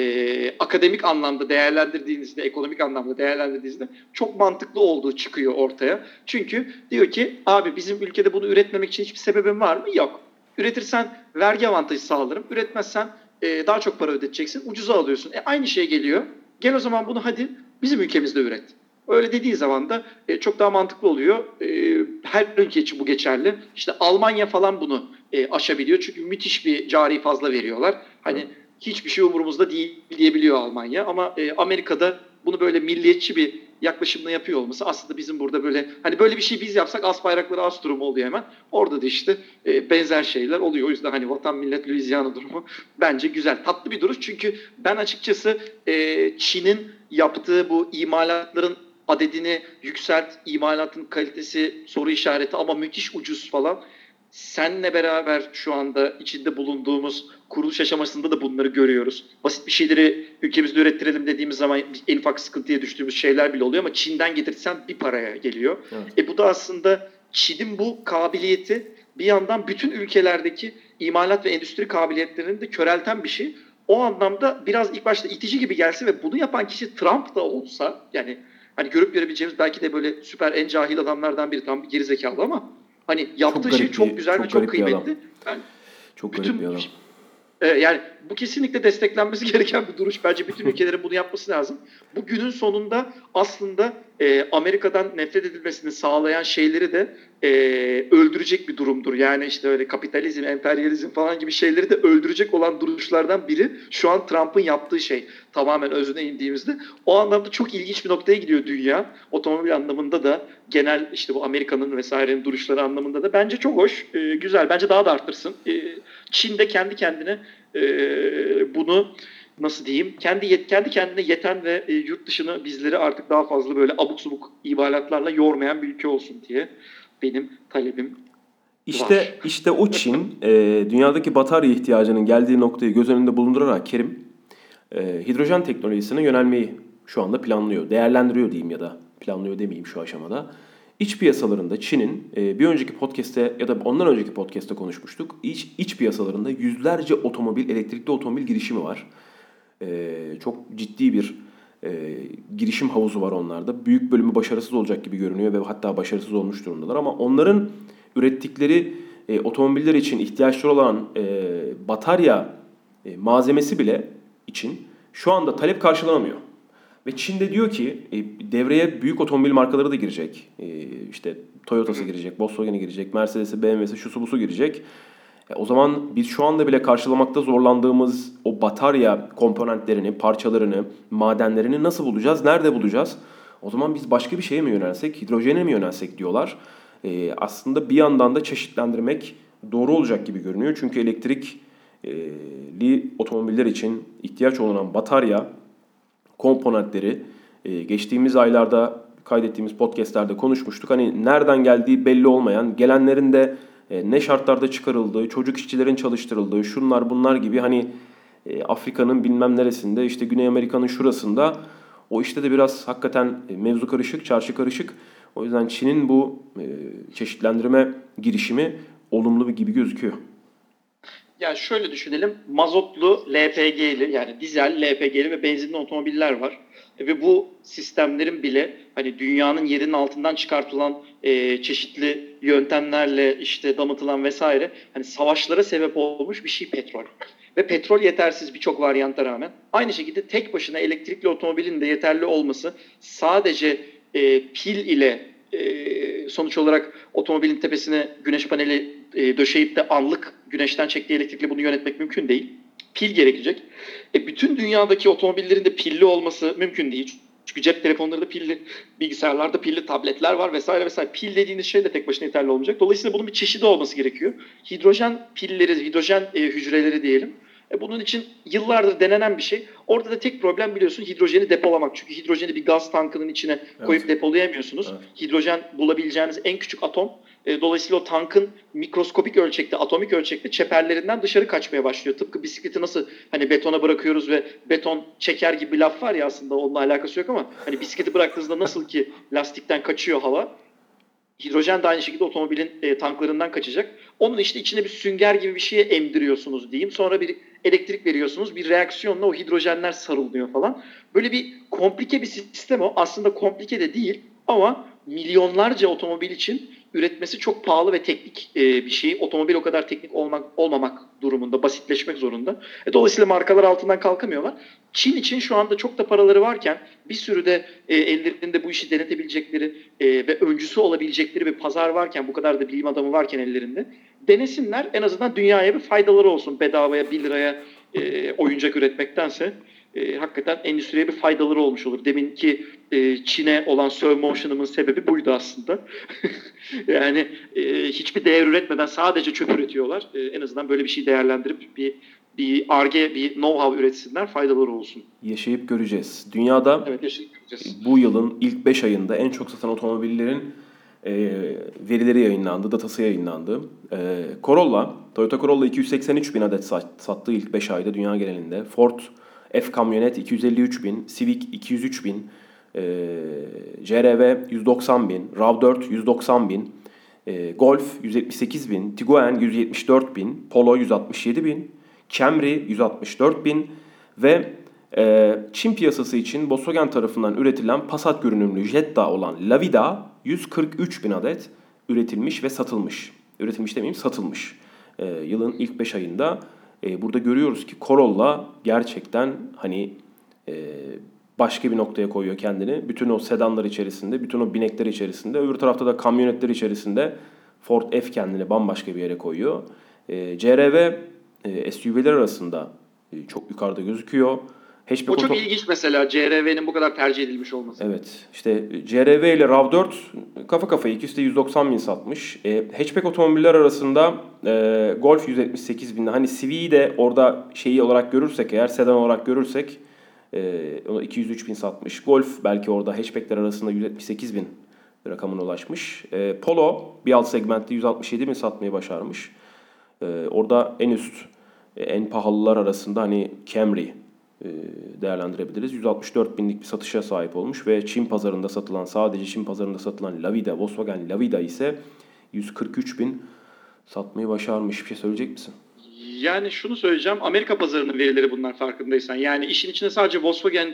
e, akademik anlamda değerlendirdiğinizde, ekonomik anlamda değerlendirdiğinizde çok mantıklı olduğu çıkıyor ortaya. Çünkü diyor ki abi bizim ülkede bunu üretmemek için hiçbir sebebim var mı? Yok. Üretirsen vergi avantajı sağlarım. Üretmezsen e, daha çok para ödeteceksin. Ucuza alıyorsun. E, aynı şey geliyor. Gel o zaman bunu hadi bizim ülkemizde üret. Öyle dediği zaman da e, çok daha mantıklı oluyor. E, her ülke için bu geçerli. İşte Almanya falan bunu e, aşabiliyor. Çünkü müthiş bir cari fazla veriyorlar. Hani hiçbir şey umurumuzda değil diyebiliyor Almanya. Ama e, Amerika'da bunu böyle milliyetçi bir yaklaşımla yapıyor olması aslında bizim burada böyle hani böyle bir şey biz yapsak as bayrakları as durumu oluyor hemen. Orada da işte e, benzer şeyler oluyor. O yüzden hani vatan millet Louisiana durumu bence güzel. Tatlı bir duruş. Çünkü ben açıkçası e, Çin'in yaptığı bu imalatların adedini yükselt, imalatın kalitesi soru işareti ama müthiş ucuz falan. Seninle beraber şu anda içinde bulunduğumuz kuruluş aşamasında da bunları görüyoruz. Basit bir şeyleri ülkemizde ürettirelim dediğimiz zaman en ufak sıkıntıya düştüğümüz şeyler bile oluyor ama Çin'den getirsen bir paraya geliyor. Evet. E bu da aslında Çin'in bu kabiliyeti bir yandan bütün ülkelerdeki imalat ve endüstri kabiliyetlerini de körelten bir şey. O anlamda biraz ilk başta itici gibi gelse ve bunu yapan kişi Trump da olsa yani hani görüp görebileceğimiz belki de böyle süper en cahil adamlardan biri, tam bir gerizekalı ama hani yaptığı çok şey çok güzel çok ve çok kıymetli. Ben çok bütün, garip bir adam. E, yani bu kesinlikle desteklenmesi gereken bir duruş. Bence bütün ülkelerin bunu yapması lazım. Bu günün sonunda aslında e, Amerika'dan nefret edilmesini sağlayan şeyleri de e, öldürecek bir durumdur. Yani işte öyle kapitalizm, emperyalizm falan gibi şeyleri de öldürecek olan duruşlardan biri şu an Trump'ın yaptığı şey. Tamamen özüne indiğimizde. O anlamda çok ilginç bir noktaya gidiyor dünya. Otomobil anlamında da genel işte bu Amerika'nın vesairenin duruşları anlamında da bence çok hoş, e, güzel. Bence daha da arttırsın. E, Çin de kendi kendine e, bunu nasıl diyeyim kendi yet, kendi kendine yeten ve e, yurt dışını bizleri artık daha fazla böyle abuk subuk imalatlarla yormayan bir ülke olsun diye benim talebim işte, var. İşte o Çin e, dünyadaki batarya ihtiyacının geldiği noktayı göz önünde bulundurarak Kerim e, hidrojen teknolojisine yönelmeyi şu anda planlıyor. Değerlendiriyor diyeyim ya da planlıyor demeyeyim şu aşamada. İç piyasalarında Çin'in e, bir önceki podcast'te ya da ondan önceki podcast'te konuşmuştuk. İç, iç piyasalarında yüzlerce otomobil, elektrikli otomobil girişimi var. E, çok ciddi bir e, girişim havuzu var onlarda. Büyük bölümü başarısız olacak gibi görünüyor ve hatta başarısız olmuş durumdalar. Ama onların ürettikleri e, otomobiller için ihtiyaçları olan e, batarya e, malzemesi bile için şu anda talep karşılanamıyor. Ve Çin de diyor ki e, devreye büyük otomobil markaları da girecek. E, işte Toyota'sı girecek, Volkswagen'i girecek, Mercedes'i, B M W'si, şusu busu girecek. E, o zaman biz şu anda bile karşılamakta zorlandığımız o batarya komponentlerini, parçalarını, madenlerini nasıl bulacağız, nerede bulacağız? O zaman biz başka bir şeye mi yönelsek, hidrojene mi yönelsek diyorlar. E, aslında bir yandan da çeşitlendirmek doğru olacak gibi görünüyor. Çünkü elektrikli otomobiller için ihtiyaç olan batarya komponentleri e, geçtiğimiz aylarda kaydettiğimiz podcastlerde konuşmuştuk. Hani nereden geldiği belli olmayan, gelenlerin de e, ne şartlarda çıkarıldığı, çocuk işçilerin çalıştırıldığı, şunlar bunlar gibi hani e, Afrika'nın bilmem neresinde, işte Güney Amerika'nın şurasında, o işte de biraz hakikaten e, mevzu karışık, çarşı karışık. O yüzden Çin'in bu e, çeşitlendirme girişimi olumlu bir gibi gözüküyor. Ya şöyle düşünelim. Mazotlu, L P G'li yani dizel, L P G'li ve benzinli otomobiller var. E, ve bu sistemlerin bile hani dünyanın yerinin altından çıkartılan e, çeşitli yöntemlerle işte damıtılan vesaire hani savaşlara sebep olmuş bir şey petrol. Ve petrol yetersiz birçok varyanta rağmen. Aynı şekilde tek başına elektrikli otomobilin de yeterli olması sadece e, pil ile e, sonuç olarak otomobilin tepesine güneş paneli e, döşeyip de anlık güneşten çektiği elektrikle bunu yönetmek mümkün değil. Pil gerekecek. E, bütün dünyadaki otomobillerin de pilli olması mümkün değil. Çünkü cep telefonlarında pilli, bilgisayarlarda pilli tabletler var vesaire vesaire. Pil dediğiniz şey de tek başına yeterli olmayacak. Dolayısıyla bunun bir çeşidi olması gerekiyor. Hidrojen pilleri, hidrojen e, hücreleri diyelim. E, bunun için yıllardır denenen bir şey. Orada da tek problem biliyorsun hidrojeni depolamak. Çünkü hidrojeni bir gaz tankının içine koyup evet. depolayamıyorsunuz. Evet. Hidrojen bulabileceğiniz en küçük atom. E, dolayısıyla o tankın mikroskopik ölçekte, atomik ölçekte çeperlerinden dışarı kaçmaya başlıyor. Tıpkı bisikleti nasıl hani betona bırakıyoruz ve beton çeker gibi bir laf var ya, aslında onunla alakası yok ama hani bisikleti bıraktığınızda nasıl ki lastikten kaçıyor hava. Hidrojen de aynı şekilde otomobilin e, tanklarından kaçacak. Onun işte içine bir sünger gibi bir şeye emdiriyorsunuz diyeyim. Sonra bir elektrik veriyorsunuz. Bir reaksiyonla o hidrojenler sarılıyor falan. Böyle bir komplike bir sistem o. Aslında komplike de değil ama milyonlarca otomobil için üretmesi çok pahalı ve teknik e, bir şey. Otomobil o kadar teknik olmak olmamak durumunda, basitleşmek zorunda. E, dolayısıyla markalar altından kalkamıyorlar. Çin için şu anda çok da paraları varken bir sürü de e, ellerinde bu işi denetebilecekleri e, ve öncüsü olabilecekleri bir pazar varken, bu kadar da bilim adamı varken ellerinde denesinler. En azından dünyaya bir faydaları olsun. Bedavaya bir liraya e, oyuncak üretmektense e, hakikaten endüstriye bir faydaları olmuş olur. Deminki e, Çin'e olan slow motion'ımın sebebi buydu aslında. Yani e, hiçbir değer üretmeden sadece çöp üretiyorlar. E, en azından böyle bir şey değerlendirip bir bir Ar-Ge, bir know-how üretsinler, faydaları olsun. Yaşayıp göreceğiz. Dünyada evet, yaşayıp göreceğiz. Bu yılın ilk beş ayında en çok satan otomobillerin e, verileri yayınlandı, datası yayınlandı. E, Corolla, Toyota Corolla iki yüz seksen üç bin adet sattığı ilk beş ayda dünya genelinde. Ford F-Kamyonet iki yüz elli üç bin, Civic iki yüz üç bin, e, C R V yüz doksan bin, RAV dört yüz doksan bin, e, Golf yüz yetmiş sekiz bin, Tiguan yüz yetmiş dört bin, Polo yüz altmış yedi bin, Camry yüz altmış dört bin ve e, Çin piyasası için Volkswagen tarafından üretilen Passat görünümlü Jetta olan Lavida yüz kırk üç bin adet üretilmiş ve satılmış. Üretilmiş demeyeyim, satılmış. E, yılın ilk beş ayında e, burada görüyoruz ki Corolla gerçekten hani e, başka bir noktaya koyuyor kendini. Bütün o sedanlar içerisinde, bütün o binekler içerisinde, öbür tarafta da kamyonetler içerisinde Ford F kendini bambaşka bir yere koyuyor. E, C R V e, S U V'ler arasında e, çok yukarıda gözüküyor. Hatchback o çok otom- ilginç mesela C R V'nin bu kadar tercih edilmiş olması. Evet. İşte C R V ile RAV dört kafa kafaya ikisi de yüz doksan bin satmış. E, hatchback otomobiller arasında e, Golf yüz yetmiş sekiz bin. Hani C V'yi de orada şeyi olarak görürsek eğer, sedan olarak görürsek e, iki yüz üç bin satmış. Golf belki orada hatchbackler arasında yüz yetmiş sekiz bin rakamına ulaşmış. E, Polo bir alt segmentte yüz altmış yedi bin satmayı başarmış. E, orada en üst, e, en pahalılar arasında hani Camry değerlendirebiliriz. yüz altmış dört binlik bir satışa sahip olmuş ve Çin pazarında satılan, sadece Çin pazarında satılan Lavida, Volkswagen Lavida ise yüz kırk üç bin satmayı başarmış. Bir şey söyleyecek misin? Yani şunu söyleyeceğim. Amerika pazarının verileri bunlar farkındaysan. Yani işin içine sadece Volkswagen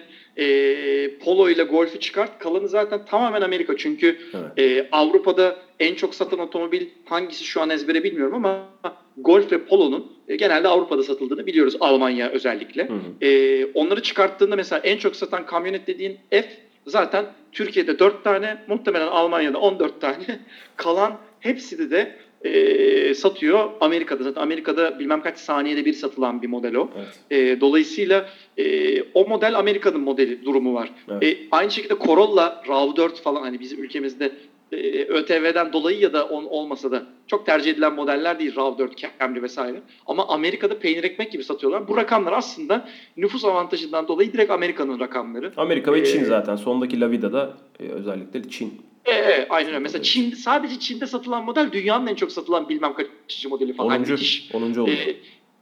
e, Polo ile Golf'ü çıkart. Kalanı zaten tamamen Amerika. Çünkü evet. e, Avrupa'da en çok satan otomobil hangisi şu an ezbere bilmiyorum ama Golf ve Polo'nun e, genelde Avrupa'da satıldığını biliyoruz. Almanya özellikle. Hı hı. E, onları çıkarttığında mesela en çok satan kamyonet dediğin F zaten Türkiye'de dört tane, muhtemelen Almanya'da on dört tane. Kalan hepsi de E, satıyor Amerika'da. Zaten Amerika'da bilmem kaç saniyede bir satılan bir model o. Evet. E, dolayısıyla e, o model Amerika'nın modeli durumu var. Evet. E, aynı şekilde Corolla, RAV dört falan hani bizim ülkemizde e, ÖTV'den dolayı ya da on olmasa da çok tercih edilen modeller değil, RAV dört, Camry vesaire. Ama Amerika'da peynir ekmek gibi satıyorlar. Bu rakamlar aslında nüfus avantajından dolayı direkt Amerika'nın rakamları. Amerika ve ee, Çin zaten. Sondaki Lavida'da e, özellikle Çin. Evet, aynen öyle. Mesela Çin, sadece Çin'de satılan model dünyanın en çok satılan bilmem kaçıncı modeli falan. onuncu. onuncu oluyor. Ee,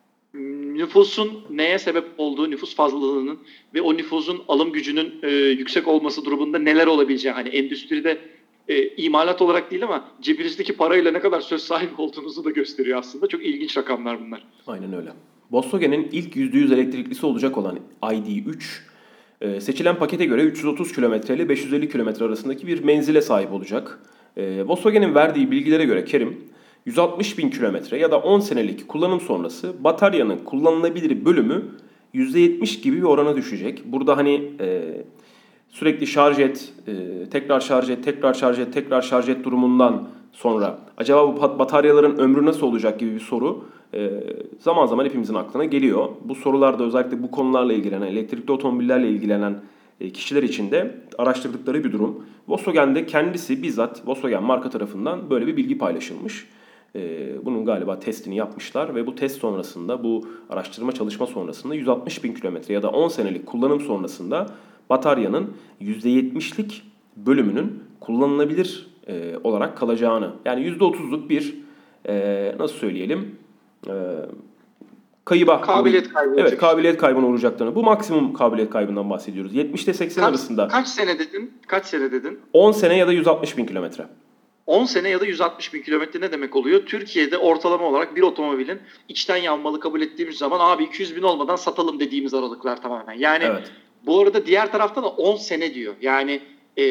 nüfusun neye sebep olduğu, nüfus fazlalığının ve o nüfusun alım gücünün e, yüksek olması durumunda neler olabileceği. Hani endüstride e, imalat olarak değil ama cebinizdeki parayla ne kadar söz sahibi olduğunuzu da gösteriyor aslında. Çok ilginç rakamlar bunlar. Aynen öyle. Volkswagen'in ilk yüzde yüz elektriklisi olacak olan I D üç, seçilen pakete göre üç yüz otuz kilometre ile beş yüz elli kilometre arasındaki bir menzile sahip olacak. Volkswagen'in verdiği bilgilere göre Kerim, yüz altmış bin kilometre ya da on senelik kullanım sonrası bataryanın kullanılabilir bölümü yüzde yetmiş gibi bir orana düşecek. Burada hani e, sürekli şarj et, e, tekrar şarj et, tekrar şarj et, tekrar şarj et durumundan sonra acaba bu bataryaların ömrü nasıl olacak gibi bir soru e, zaman zaman hepimizin aklına geliyor. Bu sorularda özellikle bu konularla ilgilenen, elektrikli otomobillerle ilgilenen e, kişiler için de araştırdıkları bir durum. Volkswagen'de kendisi bizzat Volkswagen marka tarafından böyle bir bilgi paylaşılmış. E, bunun galiba testini yapmışlar ve bu test sonrasında, bu araştırma çalışma sonrasında yüz altmış bin kilometre ya da on senelik kullanım sonrasında bataryanın yüzde yetmişlik bölümünün kullanılabilir e, olarak kalacağını, yani yüzde otuzluk bir e, nasıl söyleyelim e, kayıba, kabiliyet kaybı. Evet, kabiliyet kaybına uğrayacaklarını. Bu maksimum kabiliyet kaybından bahsediyoruz. yetmişte seksen kaç, arasında. Kaç sene dedin? Kaç sene dedin? on sene ya da yüz altmış bin kilometre. on sene ya da yüz altmış bin kilometre ne demek oluyor? Türkiye'de ortalama olarak bir otomobilin içten yanmalı kabul ettiğimiz zaman abi iki yüz bin olmadan satalım dediğimiz aralıklar tamamen. Yani evet. Bu arada diğer tarafta da on sene diyor. Yani e,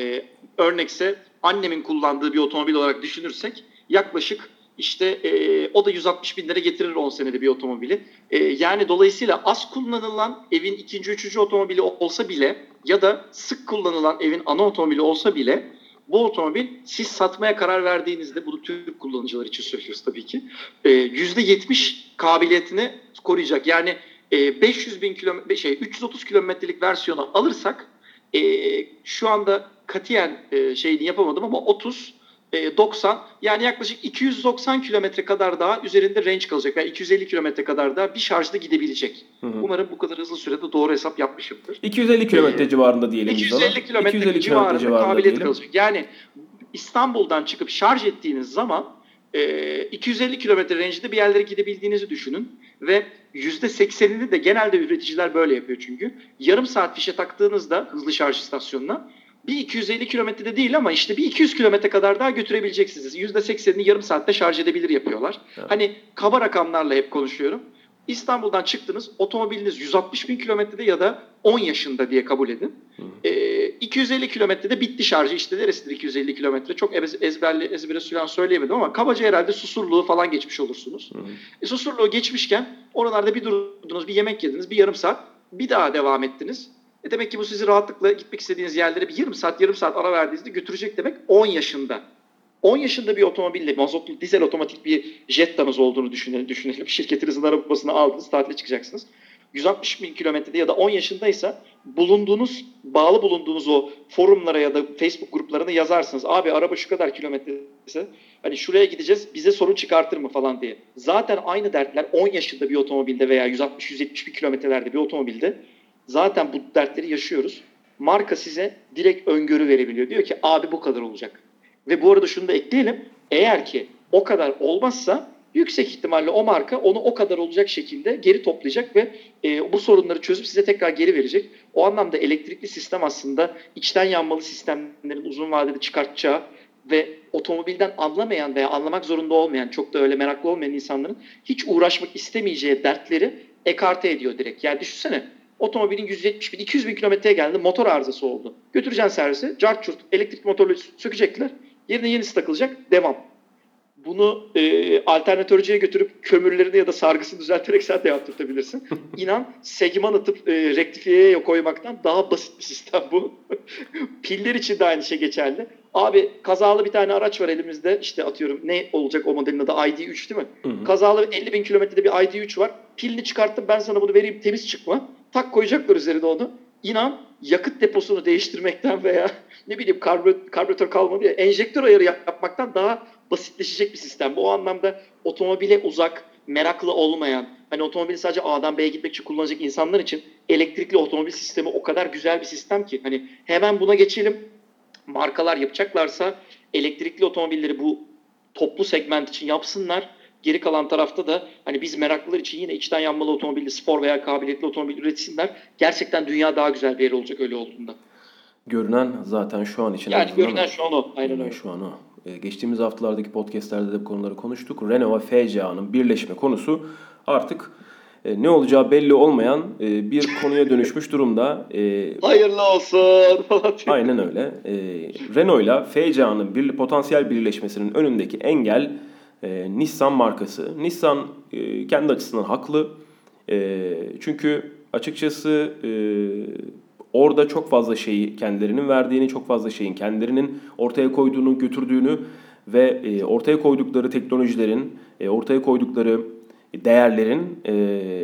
örnekse annemin kullandığı bir otomobil olarak düşünürsek yaklaşık işte e, o da yüz altmış bin lira getirir on senede bir otomobili. E, yani dolayısıyla az kullanılan evin ikinci, üçüncü otomobili olsa bile ya da sık kullanılan evin ana otomobili olsa bile bu otomobil siz satmaya karar verdiğinizde, bunu Türk kullanıcılar için söylüyoruz tabii ki, e, yüzde yetmiş kabiliyetini koruyacak. Yani e, beş yüz bin kilometre, şey üç yüz otuz kilometrelik versiyonu alırsak e, şu anda katiyen e, şeyini yapamadım ama otuz, e, doksan, yani yaklaşık iki yüz doksan kilometre kadar daha üzerinde range kalacak. Yani iki yüz elli kilometre kadar daha bir şarjda gidebilecek. Hı hı. Umarım bu kadar hızlı sürede doğru hesap yapmışımdır. iki yüz elli kilometre ee, civarında diyelim. iki yüz elli kilometre civarında, civarında kabiliyet diyelim. Kalacak. Yani İstanbul'dan çıkıp şarj ettiğiniz zaman e, iki yüz elli kilometre range'de bir yerlere gidebildiğinizi düşünün. Ve yüzde seksenini de genelde üreticiler böyle yapıyor çünkü. Yarım saat fişe taktığınızda hızlı şarj istasyonuna bir iki yüz elli kilometrede değil ama işte bir iki yüz kilometre kadar daha götürebileceksiniz. yüzde seksenini yarım saatte şarj edebilir yapıyorlar. Evet. Hani kaba rakamlarla hep konuşuyorum. İstanbul'dan çıktınız, otomobiliniz yüz altmış bin kilometrede ya da on yaşında diye kabul edin. E, iki yüz elli kilometrede bitti şarjı. İşte neresidir iki yüz elli kilometre? Çok ezberli, ezbere süren söyleyemedim ama kabaca herhalde Susurluğu falan geçmiş olursunuz. Hı hı. E, Susurluğu geçmişken oralarda bir durdunuz, bir yemek yediniz, bir yarım saat, bir daha devam ettiniz. E demek ki bu sizi rahatlıkla gitmek istediğiniz yerlere bir yarım saat, yarım saat ara verdiğinizde götürecek demek on yaşında. on yaşında bir otomobille, mazotlu, dizel otomatik bir Jetta'nız olduğunu düşünelim. düşünelim. Şirketinizin arabasını aldınız, tatile çıkacaksınız. yüz altmış bin kilometrede ya da on yaşındaysa bulunduğunuz, bağlı bulunduğunuz o forumlara ya da Facebook gruplarına yazarsınız. Abi araba şu kadar kilometrese, hani şuraya gideceğiz, bize sorun çıkartır mı falan diye. Zaten aynı dertler on yaşında bir otomobilde veya yüz altmış yüz yetmiş bin kilometrelerde bir otomobilde zaten bu dertleri yaşıyoruz. Marka size direkt öngörü verebiliyor. Diyor ki abi bu kadar olacak. Ve bu arada şunu da ekleyelim. Eğer ki o kadar olmazsa yüksek ihtimalle o marka onu o kadar olacak şekilde geri toplayacak ve e, bu sorunları çözüp size tekrar geri verecek. O anlamda elektrikli sistem aslında içten yanmalı sistemlerin uzun vadede çıkartacağı ve otomobilden anlamayan veya anlamak zorunda olmayan, çok da öyle meraklı olmayan insanların hiç uğraşmak istemeyeceği dertleri ekarte ediyor direkt. Yani düşünsene, otomobilin yüz yetmiş bin, iki yüz bin kilometreye geldi, motor arızası oldu. Götüreceksin servise, cart çurt, elektrik motorlu sökecekler, yerine yenisi takılacak, devam. Bunu e, alternatörcüye götürüp kömürlerini ya da sargısını düzelterek sen de yaptırtabilirsin. İnan, segman atıp e, rektifiyeye koymaktan daha basit bir sistem bu. Piller için de aynı şey geçerli. Abi kazalı bir tane araç var elimizde. İşte atıyorum, ne olacak o modelin adı? I D üç değil mi? Hı hı. Kazalı elli bin kilometrede bir I D üç var. Pilini çıkarttım, ben sana bunu vereyim, temiz çıkma. Tak, koyacaklar üzerine onu. İnan, yakıt deposunu değiştirmekten veya ne bileyim karbüratör, karbüratör kalmadı ya, enjektör ayarı yapmaktan daha basitleşecek bir sistem. Bu anlamda otomobile uzak, meraklı olmayan, hani otomobili sadece A'dan B'ye gitmek için kullanacak insanlar için elektrikli otomobil sistemi o kadar güzel bir sistem ki. Hani hemen buna geçelim. Markalar yapacaklarsa elektrikli otomobilleri bu toplu segment için yapsınlar. Geri kalan tarafta da hani biz meraklılar için yine içten yanmalı otomobilli, spor veya kabiliyetli otomobil üretsinler. Gerçekten dünya daha güzel bir yer olacak öyle olduğunda. Görünen zaten şu an için. Yani görünen şu an o. Aynen öyle. Şu an o. Ee, geçtiğimiz haftalardaki podcastlerde de bu konuları konuştuk. Renault ve F C A'nın birleşme konusu artık e, ne olacağı belli olmayan e, bir konuya dönüşmüş durumda. E, Hayırlı olsun falan. Aynen öyle. E, Renault ile F C A'nın bir, potansiyel birleşmesinin önündeki engel e, Nissan markası. Nissan e, kendi açısından haklı. E, çünkü açıkçası e, orada çok fazla şeyi kendilerinin verdiğini, çok fazla şeyin kendilerinin ortaya koyduğunu, götürdüğünü ve e, ortaya koydukları teknolojilerin, e, ortaya koydukları değerlerin e,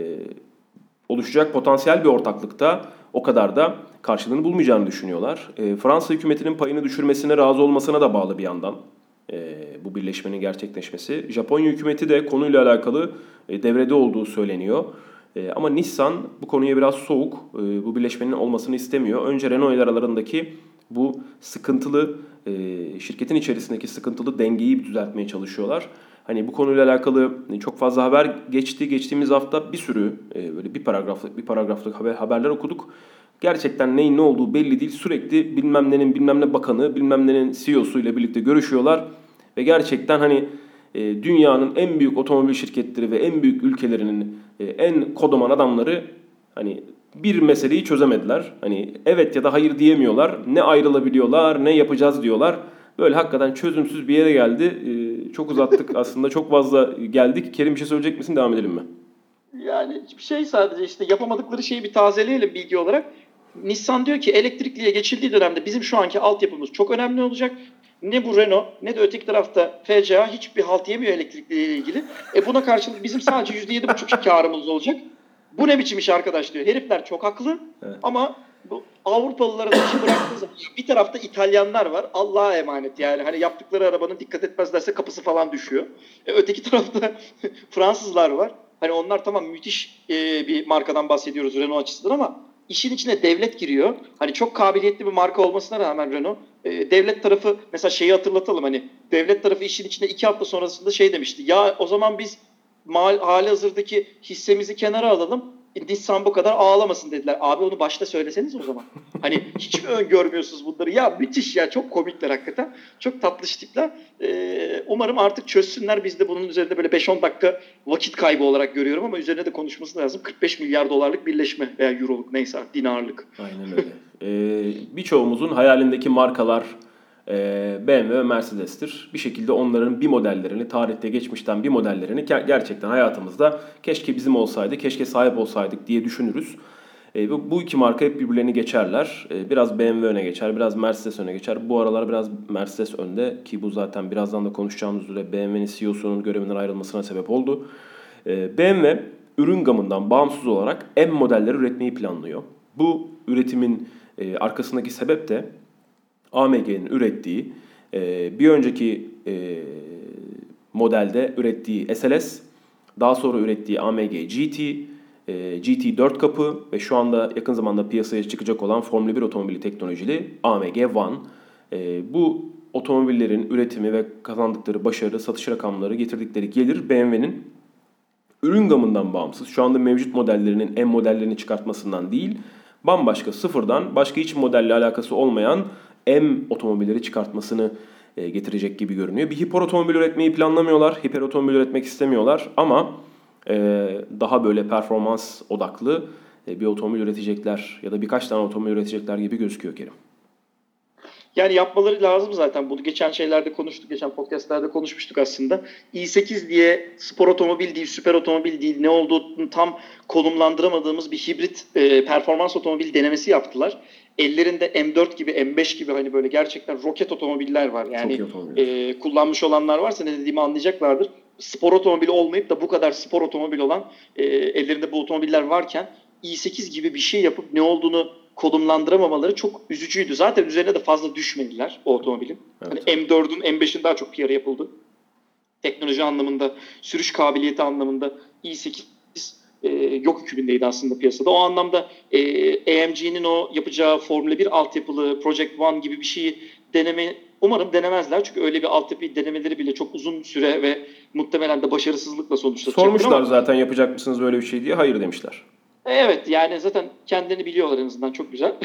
oluşacak potansiyel bir ortaklıkta o kadar da karşılığını bulmayacağını düşünüyorlar. E, Fransa hükümetinin payını düşürmesine razı olmasına da bağlı bir yandan e, bu birleşmenin gerçekleşmesi. Japonya hükümeti de konuyla alakalı e, devrede olduğu söyleniyor. E, ama Nissan bu konuya biraz soğuk, e, bu birleşmenin olmasını istemiyor. Önce Renault ile aralarındaki bu sıkıntılı, e, şirketin içerisindeki sıkıntılı dengeyi bir düzeltmeye çalışıyorlar. Hani bu konuyla alakalı çok fazla haber geçti. Geçtiğimiz hafta bir sürü e, böyle bir paragraflık bir paragraflık haber, haberler okuduk. Gerçekten neyin ne olduğu belli değil. Sürekli bilmem nenin bilmem ne bakanı, bilmem nenin C E O'su ile birlikte görüşüyorlar. Ve gerçekten hani e, dünyanın en büyük otomobil şirketleri ve en büyük ülkelerinin e, en kodoman adamları hani bir meseleyi çözemediler. Hani evet ya da hayır diyemiyorlar. Ne ayrılabiliyorlar, ne yapacağız diyorlar. Böyle hakikaten çözümsüz bir yere geldi. Ee, çok uzattık aslında. Çok fazla geldik. Kerim bir şey söyleyecek misin? Devam edelim mi? Yani bir şey, sadece işte yapamadıkları şeyi bir tazeleyelim bilgi olarak. Nissan diyor ki elektrikliye geçildiği dönemde bizim şu anki altyapımız çok önemli olacak. Ne bu Renault ne de öteki tarafta F C A hiçbir halt yemiyor elektrikliyle ilgili. E buna karşılık bizim sadece yüzde yedi buçuk karımız olacak. Bu ne biçim iş arkadaş diyor. Herifler çok haklı, evet. Ama bu Avrupalılara da işi bıraktığı zaman bir tarafta İtalyanlar var. Allah'a emanet yani. Hani yaptıkları arabanın dikkat etmezlerse kapısı falan düşüyor. E, öteki tarafta Fransızlar var. Hani onlar tamam müthiş e, bir markadan bahsediyoruz Renault açısından ama işin içine devlet giriyor. Hani çok kabiliyetli bir marka olmasına rağmen Renault, e, devlet tarafı mesela şeyi hatırlatalım, hani devlet tarafı işin içinde iki hafta sonrasında şey demişti. Ya o zaman biz mal, hali hazırdaki hissemizi kenara alalım. Nissan bu kadar ağlamasın dediler. Abi onu başta söyleseniz o zaman. Hani hiç mi öngörmüyorsunuz bunları? Ya müthiş ya, çok komikler hakikaten. Çok tatlış tipler. Ee, umarım artık çözsünler. Biz de bunun üzerinde böyle beş on dakika vakit kaybı olarak görüyorum ama üzerine de konuşması lazım. kırk beş milyar dolarlık birleşme veya euroluk neyse dinarlık. Aynen öyle. ee, birçoğumuzun hayalindeki markalar B M W ve Mercedes'tir. Bir şekilde onların bir modellerini, tarihte geçmişten bir modellerini gerçekten hayatımızda keşke bizim olsaydı, keşke sahip olsaydık diye düşünürüz. E, bu iki marka hep birbirlerini geçerler. E, biraz B M W öne geçer, biraz Mercedes öne geçer. Bu aralar biraz Mercedes önde ki bu zaten birazdan da konuşacağımız üzere B M W'nin C E O'sunun görevinden ayrılmasına sebep oldu. E, B M W ürün gamından bağımsız olarak M modelleri üretmeyi planlıyor. Bu üretimin e, arkasındaki sebep de A M G'nin ürettiği, bir önceki modelde ürettiği S L S, daha sonra ürettiği A M G G T, G T dört kapı ve şu anda yakın zamanda piyasaya çıkacak olan Formula bir otomobili teknolojili A M G One. Bu otomobillerin üretimi ve kazandıkları başarı, satış rakamları, getirdikleri gelir B M W'nin ürün gamından bağımsız. Şu anda mevcut modellerinin M modellerini çıkartmasından değil, bambaşka sıfırdan başka hiç modelle alakası olmayan M otomobilleri çıkartmasını e, getirecek gibi görünüyor. Bir hiper otomobil üretmeyi planlamıyorlar. Hiper otomobil üretmek istemiyorlar ama e, daha böyle performans odaklı e, bir otomobil üretecekler ya da birkaç tane otomobil üretecekler gibi gözüküyor Kerim. Yani yapmaları lazım zaten. Bunu geçen şeylerde konuştuk, geçen podcastlerde konuşmuştuk aslında. i sekiz diye spor otomobil değil, süper otomobil değil, ne olduğunu tam konumlandıramadığımız bir hibrit e, performans otomobil denemesi yaptılar. Ellerinde M dört gibi, M beş gibi hani böyle gerçekten roket otomobiller var. Yani e, kullanmış olanlar varsa ne dediğimi anlayacaklardır. Spor otomobili olmayıp da bu kadar spor otomobil olan e, ellerinde bu otomobiller varken i sekiz gibi bir şey yapıp ne olduğunu konumlandıramamaları çok üzücüydü. Zaten üzerine de fazla düşmediler o otomobilin. Evet. Hani M dördün, M beşin daha çok P R yapıldı. Teknoloji anlamında, sürüş kabiliyeti anlamında i sekiz e, yok hükmündeydi aslında piyasada. O anlamda e, A M G'nin o yapacağı Formula bir altyapılı Project One gibi bir şeyi deneme, umarım denemezler. Çünkü öyle bir altyapı denemeleri bile çok uzun süre ve muhtemelen de başarısızlıkla sonuçlanacak. Sormuşlar ama zaten yapacak mısınız böyle bir şey diye. Hayır demişler. Evet, yani zaten kendilerini biliyorlar en azından, çok güzel.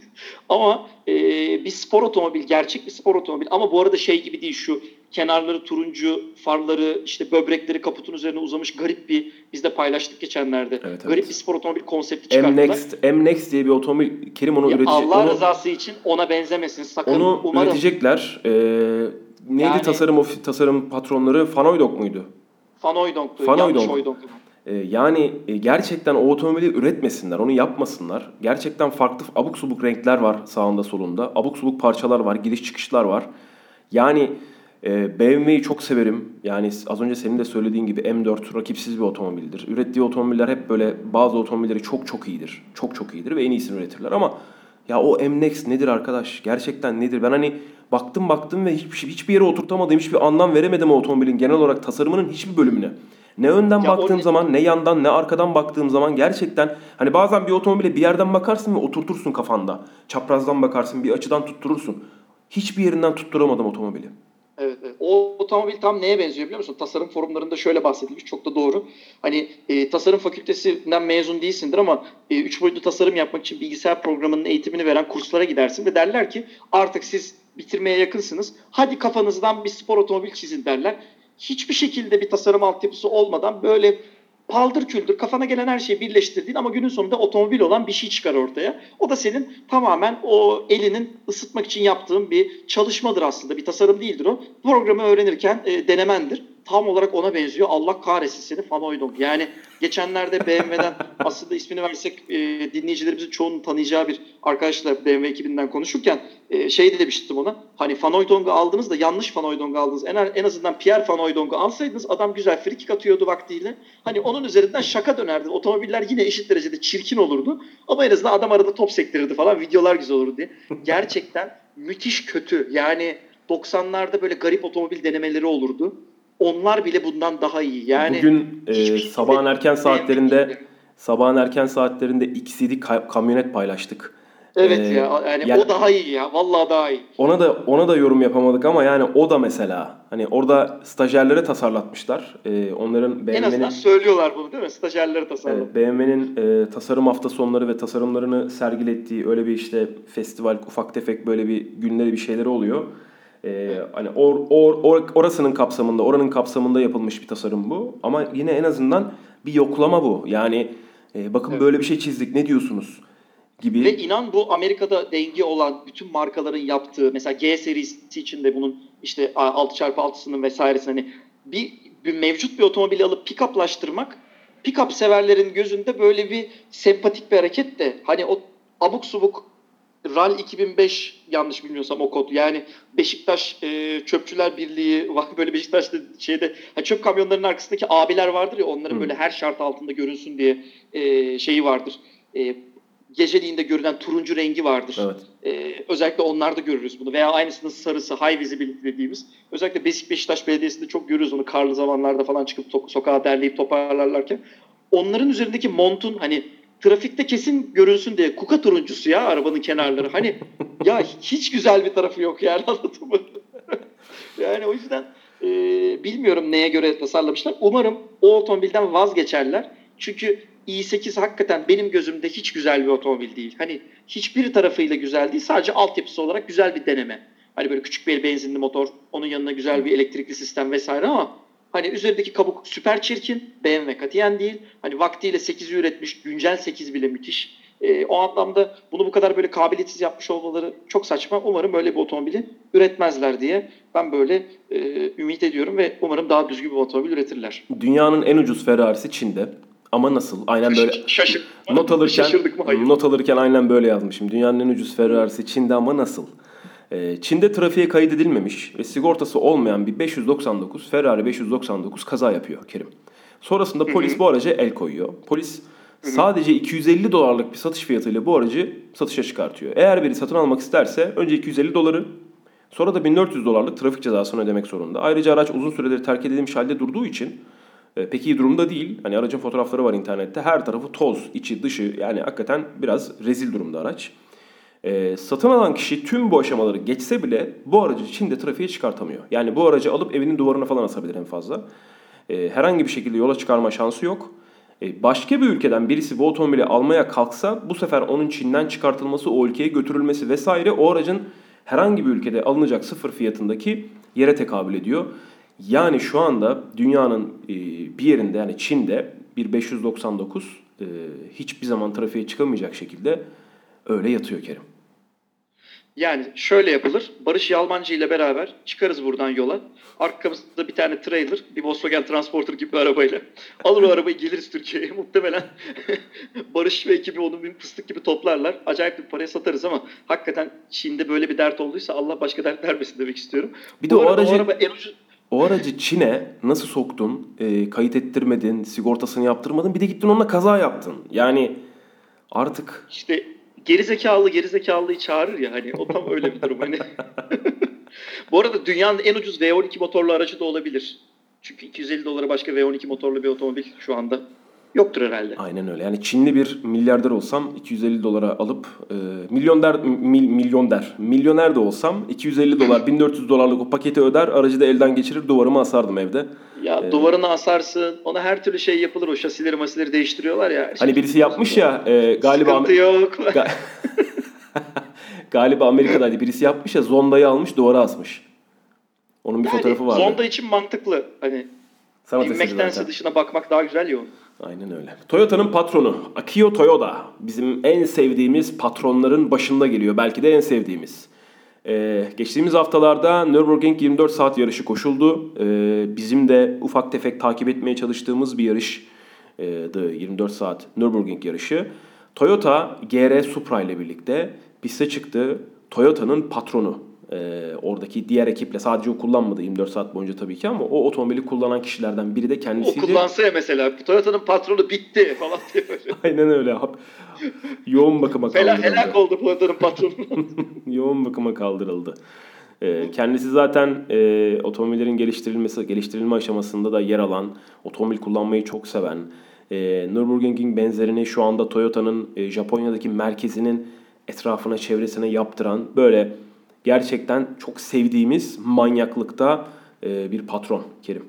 Ama e, bir spor otomobil, gerçek bir spor otomobil ama bu arada şey gibi değil, şu kenarları turuncu, farları işte böbrekleri kaputun üzerine uzamış garip bir, biz de paylaştık geçenlerde. Evet, evet. Garip bir spor otomobil konsepti çıkarttılar. M-Next, M-Next diye bir otomobil, Kerim onu üretecek. Allah onu, rızası için ona benzemesin sakın. Onu umarım. üretecekler. Ee, neydi yani, tasarım of, tasarım patronları? Fanoydonk muydu? Fanoydonk. Yanlış Oydonk. Yani gerçekten o otomobili üretmesinler, onu yapmasınlar. Gerçekten farklı abuk subuk renkler var sağında solunda. Abuk subuk parçalar var, giriş çıkışlar var. Yani e, B M W'yi çok severim. Yani az önce senin de söylediğin gibi M dört rakipsiz bir otomobildir. Ürettiği otomobiller hep böyle, bazı otomobilleri çok çok iyidir. Çok çok iyidir ve en iyisini üretirler ama ya o M-Next nedir arkadaş? Gerçekten nedir? Ben hani baktım baktım ve hiçbir, hiçbir yere oturtamadım, hiçbir anlam veremedim o otomobilin genel olarak tasarımının hiçbir bölümüne. Ne önden ya baktığım ne... zaman, ne yandan, ne arkadan baktığım zaman gerçekten hani bazen bir otomobile bir yerden bakarsın ve oturtursun kafanda. Çaprazdan bakarsın, bir açıdan tutturursun. Hiçbir yerinden tutturamadım otomobili. Evet, evet. O otomobil tam neye benziyor biliyor musun? Tasarım forumlarında şöyle bahsedilmiş, çok da doğru. Hani e, tasarım fakültesinden mezun değilsindir ama e, üç boyutlu tasarım yapmak için bilgisayar programının eğitimini veren kurslara gidersin ve derler ki artık siz bitirmeye yakınsınız. Hadi kafanızdan bir spor otomobil çizin derler. Hiçbir şekilde bir tasarım altyapısı olmadan böyle paldır küldür kafana gelen her şeyi birleştirdiğin ama günün sonunda otomobil olan bir şey çıkar ortaya. O da senin tamamen o elinin ısıtmak için yaptığın bir çalışmadır aslında. Bir tasarım değildir o. Programı öğrenirken e, denemendir. Tam olarak ona benziyor. Allah kahretsin seni Fanoydonk. Yani geçenlerde B M W'den aslında ismini versek e, dinleyicilerimizin çoğunun tanıyacağı bir arkadaşla B M W ekibinden konuşurken e, şey demiştim ona. Hani Fanoydonk'u aldınız da yanlış Fanoydonk aldınız. En, en azından Pierre Fanoydonk'u alsaydınız adam güzel frikik atıyordu vaktiyle. Hani onun üzerinden şaka dönerdi. Otomobiller yine eşit derecede çirkin olurdu. Ama en azından adam arada top sektirirdi falan. Videolar güzel olurdu diye. Gerçekten müthiş kötü. Yani doksanlarda böyle garip otomobil denemeleri olurdu. Onlar bile bundan daha iyi. Yani bugün e, sabahın erken saatlerinde sabahın erken saatlerinde X yedi ka- kamyonet paylaştık. Evet ee, ya yani, yani o daha iyi ya. Vallahi daha iyi. Ona da ona da yorum yapamadık ama yani o da mesela hani orada stajyerlere tasarlatmışlar. Ee, onların B M W'nin, en azından söylüyorlar bunu değil mi? Stajyerlere tasarlatmışlar. Evet, B M W'nin e, tasarım hafta sonları ve tasarımlarını sergilettiği öyle bir işte festival, ufak tefek böyle bir günleri, bir şeyleri oluyor. Ee, hani or, or, or, orasının kapsamında, oranın kapsamında yapılmış bir tasarım bu. Ama yine en azından bir yoklama bu. Yani e, bakın evet, böyle bir şey çizdik, ne diyorsunuz gibi. Ve inan bu Amerika'da dengi olan bütün markaların yaptığı, mesela G serisi için de bunun işte altı çarpı altısının vesairesini hani bir, bir mevcut bir otomobili alıp pick-up'laştırmak, pick-up severlerin gözünde böyle bir sempatik bir hareket de hani o abuk subuk R A L iki bin beş yanlış bilmiyorsam o kod. Yani Beşiktaş e, Çöpçüler Birliği böyle Beşiktaş'ta şeyde hani çöp kamyonlarının arkasındaki abiler vardır ya, onların hmm. böyle her şart altında görünsün diye e, şeyi vardır. E, geceliğinde görülen turuncu rengi vardır. Evet. E, özellikle onlarda görürüz bunu. Veya aynısının sarısı, high visibility dediğimiz. Özellikle Beşik Beşiktaş Belediyesi'nde çok görürüz onu, karlı zamanlarda falan çıkıp to- sokağa derleyip toparlarlarken. Onların üzerindeki montun hani trafikte kesin görünsün diye kuka turuncusu ya arabanın kenarları. Hani ya hiç güzel bir tarafı yok yani, anladın mı? Yani o yüzden e, bilmiyorum neye göre tasarlamışlar. Umarım o otomobilden vazgeçerler. Çünkü i sekiz hakikaten benim gözümde hiç güzel bir otomobil değil. Hani hiçbir tarafıyla güzel değil. Sadece altyapısı olarak güzel bir deneme. Hani böyle küçük bir benzinli motor, onun yanına güzel bir elektrikli sistem vesaire ama hani üzerindeki kabuk süper çirkin. B M W katiyen değil. Hani vaktiyle sekizi üretmiş. Güncel sekiz bile müthiş. E, o anlamda bunu bu kadar böyle kabiliyetsiz yapmış olmaları çok saçma. Umarım böyle bir otomobili üretmezler diye ben böyle e, ümit ediyorum ve umarım daha düzgün bir otomobil üretirler. Dünyanın en ucuz Ferrari'si Çin'de. Ama nasıl? Aynen böyle Şaşırdık mı? not alırken Şaşırdık mı? Hayır. not alırken aynen böyle yazmışım. Dünyanın en ucuz Ferrari'si Çin'de ama nasıl? Ee, Çin'de trafiğe kaydedilmemiş ve sigortası olmayan bir beş yüz doksan dokuz Ferrari beş yüz doksan dokuz kaza yapıyor Kerim. Sonrasında polis hı hı. bu araca el koyuyor. Polis hı hı. sadece iki yüz elli dolarlık bir satış fiyatıyla bu aracı satışa çıkartıyor. Eğer biri satın almak isterse önce iki yüz elli doları, sonra da bin dört yüz dolarlık trafik cezasını ödemek zorunda. Ayrıca araç uzun süredir terk edilmiş halde durduğu için e, pek iyi durumda değil. Hani aracın fotoğrafları var internette. Her tarafı toz, içi, dışı, yani hakikaten biraz rezil durumda araç. E, satın alan kişi tüm bu aşamaları geçse bile bu aracı Çin'de trafiğe çıkartamıyor. Yani bu aracı alıp evinin duvarına falan asabilir en fazla. E, herhangi bir şekilde yola çıkarma şansı yok. E, başka bir ülkeden birisi bu otomobili almaya kalksa bu sefer onun Çin'den çıkartılması, o ülkeye götürülmesi vesaire o aracın herhangi bir ülkede alınacak sıfır fiyatındaki yere tekabül ediyor. Yani şu anda dünyanın e, bir yerinde, yani Çin'de bir beş yüz doksan dokuz e, hiçbir zaman trafiğe çıkamayacak şekilde öyle yatıyor Kerim. Yani şöyle yapılır. Barış Yalmancı ile beraber çıkarız buradan yola. Arkamızda bir tane trailer, bir Volkswagen Transporter gibi bir arabayla. Alır o arabayı, geliriz Türkiye'ye. Muhtemelen Barış ve ekibi onu bir fıstık gibi toplarlar. Acayip bir paraya satarız ama hakikaten Çin'de böyle bir dert olduysa Allah başka dert vermesin demek istiyorum. Bir de o aracı, o, araba en ucu... o aracı Çin'e nasıl soktun, e, kayıt ettirmedin, sigortasını yaptırmadın, bir de gittin onunla kaza yaptın. Yani artık... İşte gerizekalı gerizekalıyı çağırır ya, hani o tam öyle bir durum. Hani. Bu arada dünyanın en ucuz V on iki motorlu aracı da olabilir. Çünkü iki yüz elli dolara başka V on iki motorlu bir otomobil şu anda yoktur herhalde. Aynen öyle. Yani Çinli bir milyarder olsam iki yüz elli dolara alıp e, milyonlar mil, milyonder milyoner de olsam iki yüz elli dolar bin dört yüz dolarlık o paketi öder, aracı da elden geçirir, duvarımı asardım evde. Ya ee, duvarını asarsın. Ona her türlü şey yapılır. O şasileri masileri değiştiriyorlar ya. Hani birisi yapmış ya e, galiba sıkıntı yok. Ga- galiba Amerika'daydı. Birisi yapmış ya, Zonda'yı almış duvara asmış. Onun bir yani, fotoğrafı vardı. Zonda için mantıklı. Hani inmektense dışına bakmak daha güzel ya. Aynen öyle. Toyota'nın patronu Akio Toyoda bizim en sevdiğimiz patronların başında geliyor. Belki de en sevdiğimiz. Ee, geçtiğimiz haftalarda Nürburgring yirmi dört saat yarışı koşuldu. Ee, bizim de ufak tefek takip etmeye çalıştığımız bir yarıştı yirmi dört saat Nürburgring yarışı. Toyota G R Supra ile birlikte piste çıktı. Toyota'nın patronu. Ee, oradaki diğer ekiple sadece o kullanmadı yirmi dört saat boyunca tabii ki, ama o otomobili kullanan kişilerden biri de kendisiydi. O kullansa ya mesela, Toyota'nın patronu bitti falan diye böyle. Aynen öyle. Yoğun bakıma kaldırıldı. Helak oldu Toyota'nın patronu. Yoğun bakıma kaldırıldı. Ee, kendisi zaten e, otomobillerin geliştirilmesi, geliştirilme aşamasında da yer alan, otomobil kullanmayı çok seven, e, Nürburgring'in benzerini şu anda Toyota'nın e, Japonya'daki merkezinin etrafına, çevresine yaptıran, böyle gerçekten çok sevdiğimiz manyaklıkta e, bir patron Kerim.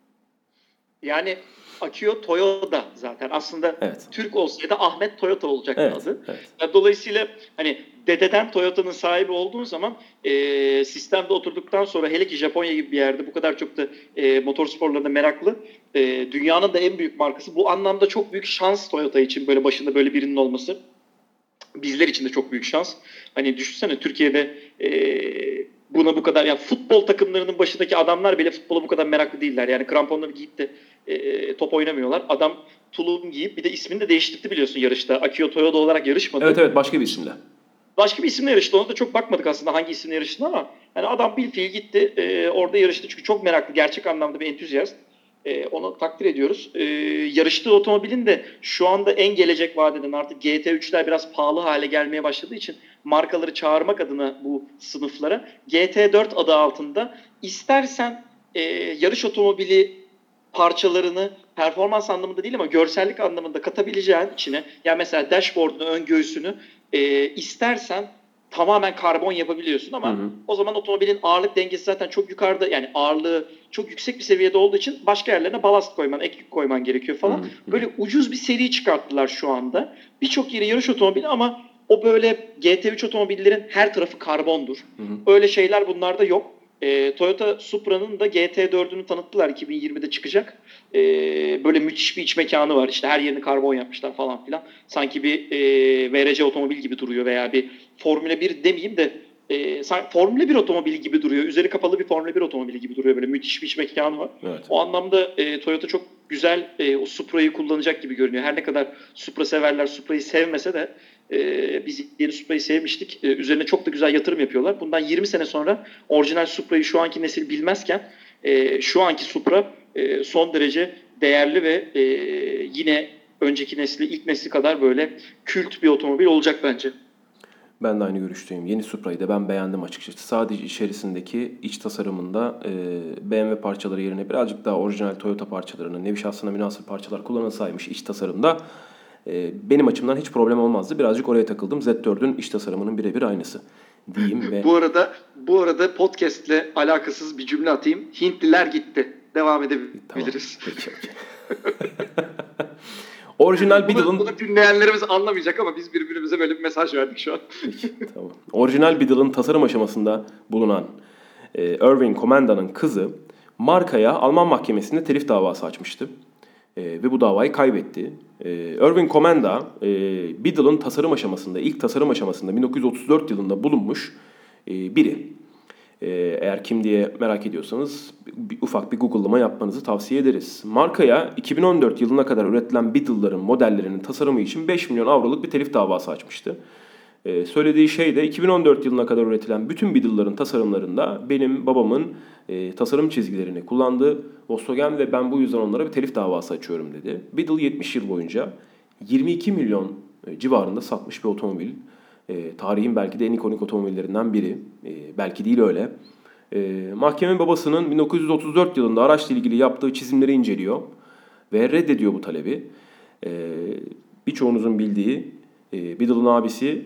Yani Akio Toyoda zaten aslında evet. Türk olsaydı Ahmet Toyota olacaktı evet, adı. Evet. Dolayısıyla hani dededen Toyota'nın sahibi olduğun zaman e, sistemde oturduktan sonra, hele ki Japonya gibi bir yerde bu kadar çok da e, motorsporlarına meraklı, e, dünyanın da en büyük markası. Bu anlamda çok büyük şans Toyota için, böyle başında böyle birinin olması. Bizler için de çok büyük şans. Hani düşünsene Türkiye'de e, buna bu kadar, yani futbol takımlarının başındaki adamlar bile futbola bu kadar meraklı değiller. Yani kramponları giyip de e, top oynamıyorlar. Adam tulum giyip, bir de ismini de değiştirdi biliyorsun yarışta. Akio Toyoda olarak yarışmadı. Evet evet, başka bir isimle. Başka bir isimle yarıştı. Ona da çok bakmadık aslında hangi isimle yarıştığına, ama yani adam bilfiil gitti. E, orada yarıştı çünkü çok meraklı, gerçek anlamda bir entüzyast. E, onu takdir ediyoruz. E, yarıştığı otomobilin de şu anda en gelecek vadeden, artık G T üçler biraz pahalı hale gelmeye başladığı için markaları çağırmak adına bu sınıflara G T dört adı altında istersen e, yarış otomobili parçalarını performans anlamında değil ama görsellik anlamında katabileceğin içine, yani mesela dashboard'unu, ön göğsünü e, istersen tamamen karbon yapabiliyorsun, ama hı hı. o zaman otomobilin ağırlık dengesi zaten çok yukarıda, yani ağırlığı çok yüksek bir seviyede olduğu için başka yerlerine balast koyman, ek yük koyman gerekiyor falan. Hı hı. Böyle ucuz bir seri çıkarttılar şu anda. Birçok yeri yarış otomobili ama o böyle G T üç otomobillerin her tarafı karbondur. Hı hı. Öyle şeyler bunlarda yok. E, Toyota Supra'nın da G T dördünü tanıttılar. iki bin yirmide çıkacak. E, böyle müthiş bir iç mekanı var. İşte her yerini karbon yapmışlar falan filan. Sanki bir e, V R C otomobil gibi duruyor veya bir Formula bir demeyeyim de e, Formula bir otomobili gibi duruyor. Üzeri kapalı bir Formula bir otomobili gibi duruyor. Böyle müthiş bir iç mekanı var. Evet. O anlamda e, Toyota çok güzel e, o Supra'yı kullanacak gibi görünüyor. Her ne kadar Supra severler Supra'yı sevmese de e, biz yeni Supra'yı sevmiştik. E, üzerine çok da güzel yatırım yapıyorlar. Bundan yirmi sene sonra orijinal Supra'yı şu anki nesil bilmezken e, şu anki Supra e, son derece değerli ve e, yine önceki nesli, ilk nesli kadar böyle kült bir otomobil olacak bence. Ben de aynı görüşteyim. Yeni Supra'yı da ben beğendim açıkçası. Sadece içerisindeki iç tasarımında e, B M W parçaları yerine birazcık daha orijinal Toyota parçalarının nevi şahsına münasır parçalar kullanılsaymış iç tasarımda e, benim açımdan hiç problem olmazdı. Birazcık oraya takıldım. Z dördün iç tasarımının birebir aynısı diyeyim ve... bu arada bu arada podcast'le alakasız bir cümle atayım. Hintliler gitti. Devam edebiliriz. Tamam. Peki, peki. Orijinal Beetle'ın... Bunu, bunu dinleyenlerimiz anlamayacak ama biz birbirimize böyle bir mesaj verdik şu an. Peki, tamam. Orijinal Beetle'ın tasarım aşamasında bulunan e, Erwin Kommanda'nın kızı markaya Alman mahkemesinde telif davası açmıştı. E, ve bu davayı kaybetti. E, Erwin Kommanda e, Beetle'ın tasarım aşamasında, ilk tasarım aşamasında bin dokuz yüz otuz dört yılında bulunmuş e, biri. E, eğer kim diye merak ediyorsanız bir, ufak bir Google'lama yapmanızı tavsiye ederiz. Markaya iki bin on dört yılına kadar üretilen Beetle'ların modellerinin tasarımı için beş milyon avroluk bir telif davası açmıştı. Ee, söylediği şey de iki bin on dört yılına kadar üretilen bütün Beetle'ların tasarımlarında benim babamın e, tasarım çizgilerini kullandığı Volkswagen ve ben bu yüzden onlara bir telif davası açıyorum dedi. Beetle yetmiş yıl boyunca yirmi iki milyon civarında satmış bir otomobil. E, tarihin belki de en ikonik otomobillerinden biri. E, belki değil öyle. E, mahkeme babasının bin dokuz yüz otuz dört yılında araçla ilgili yaptığı çizimleri inceliyor ve reddediyor bu talebi. E, birçoğunuzun bildiği e, Beetle'ın abisi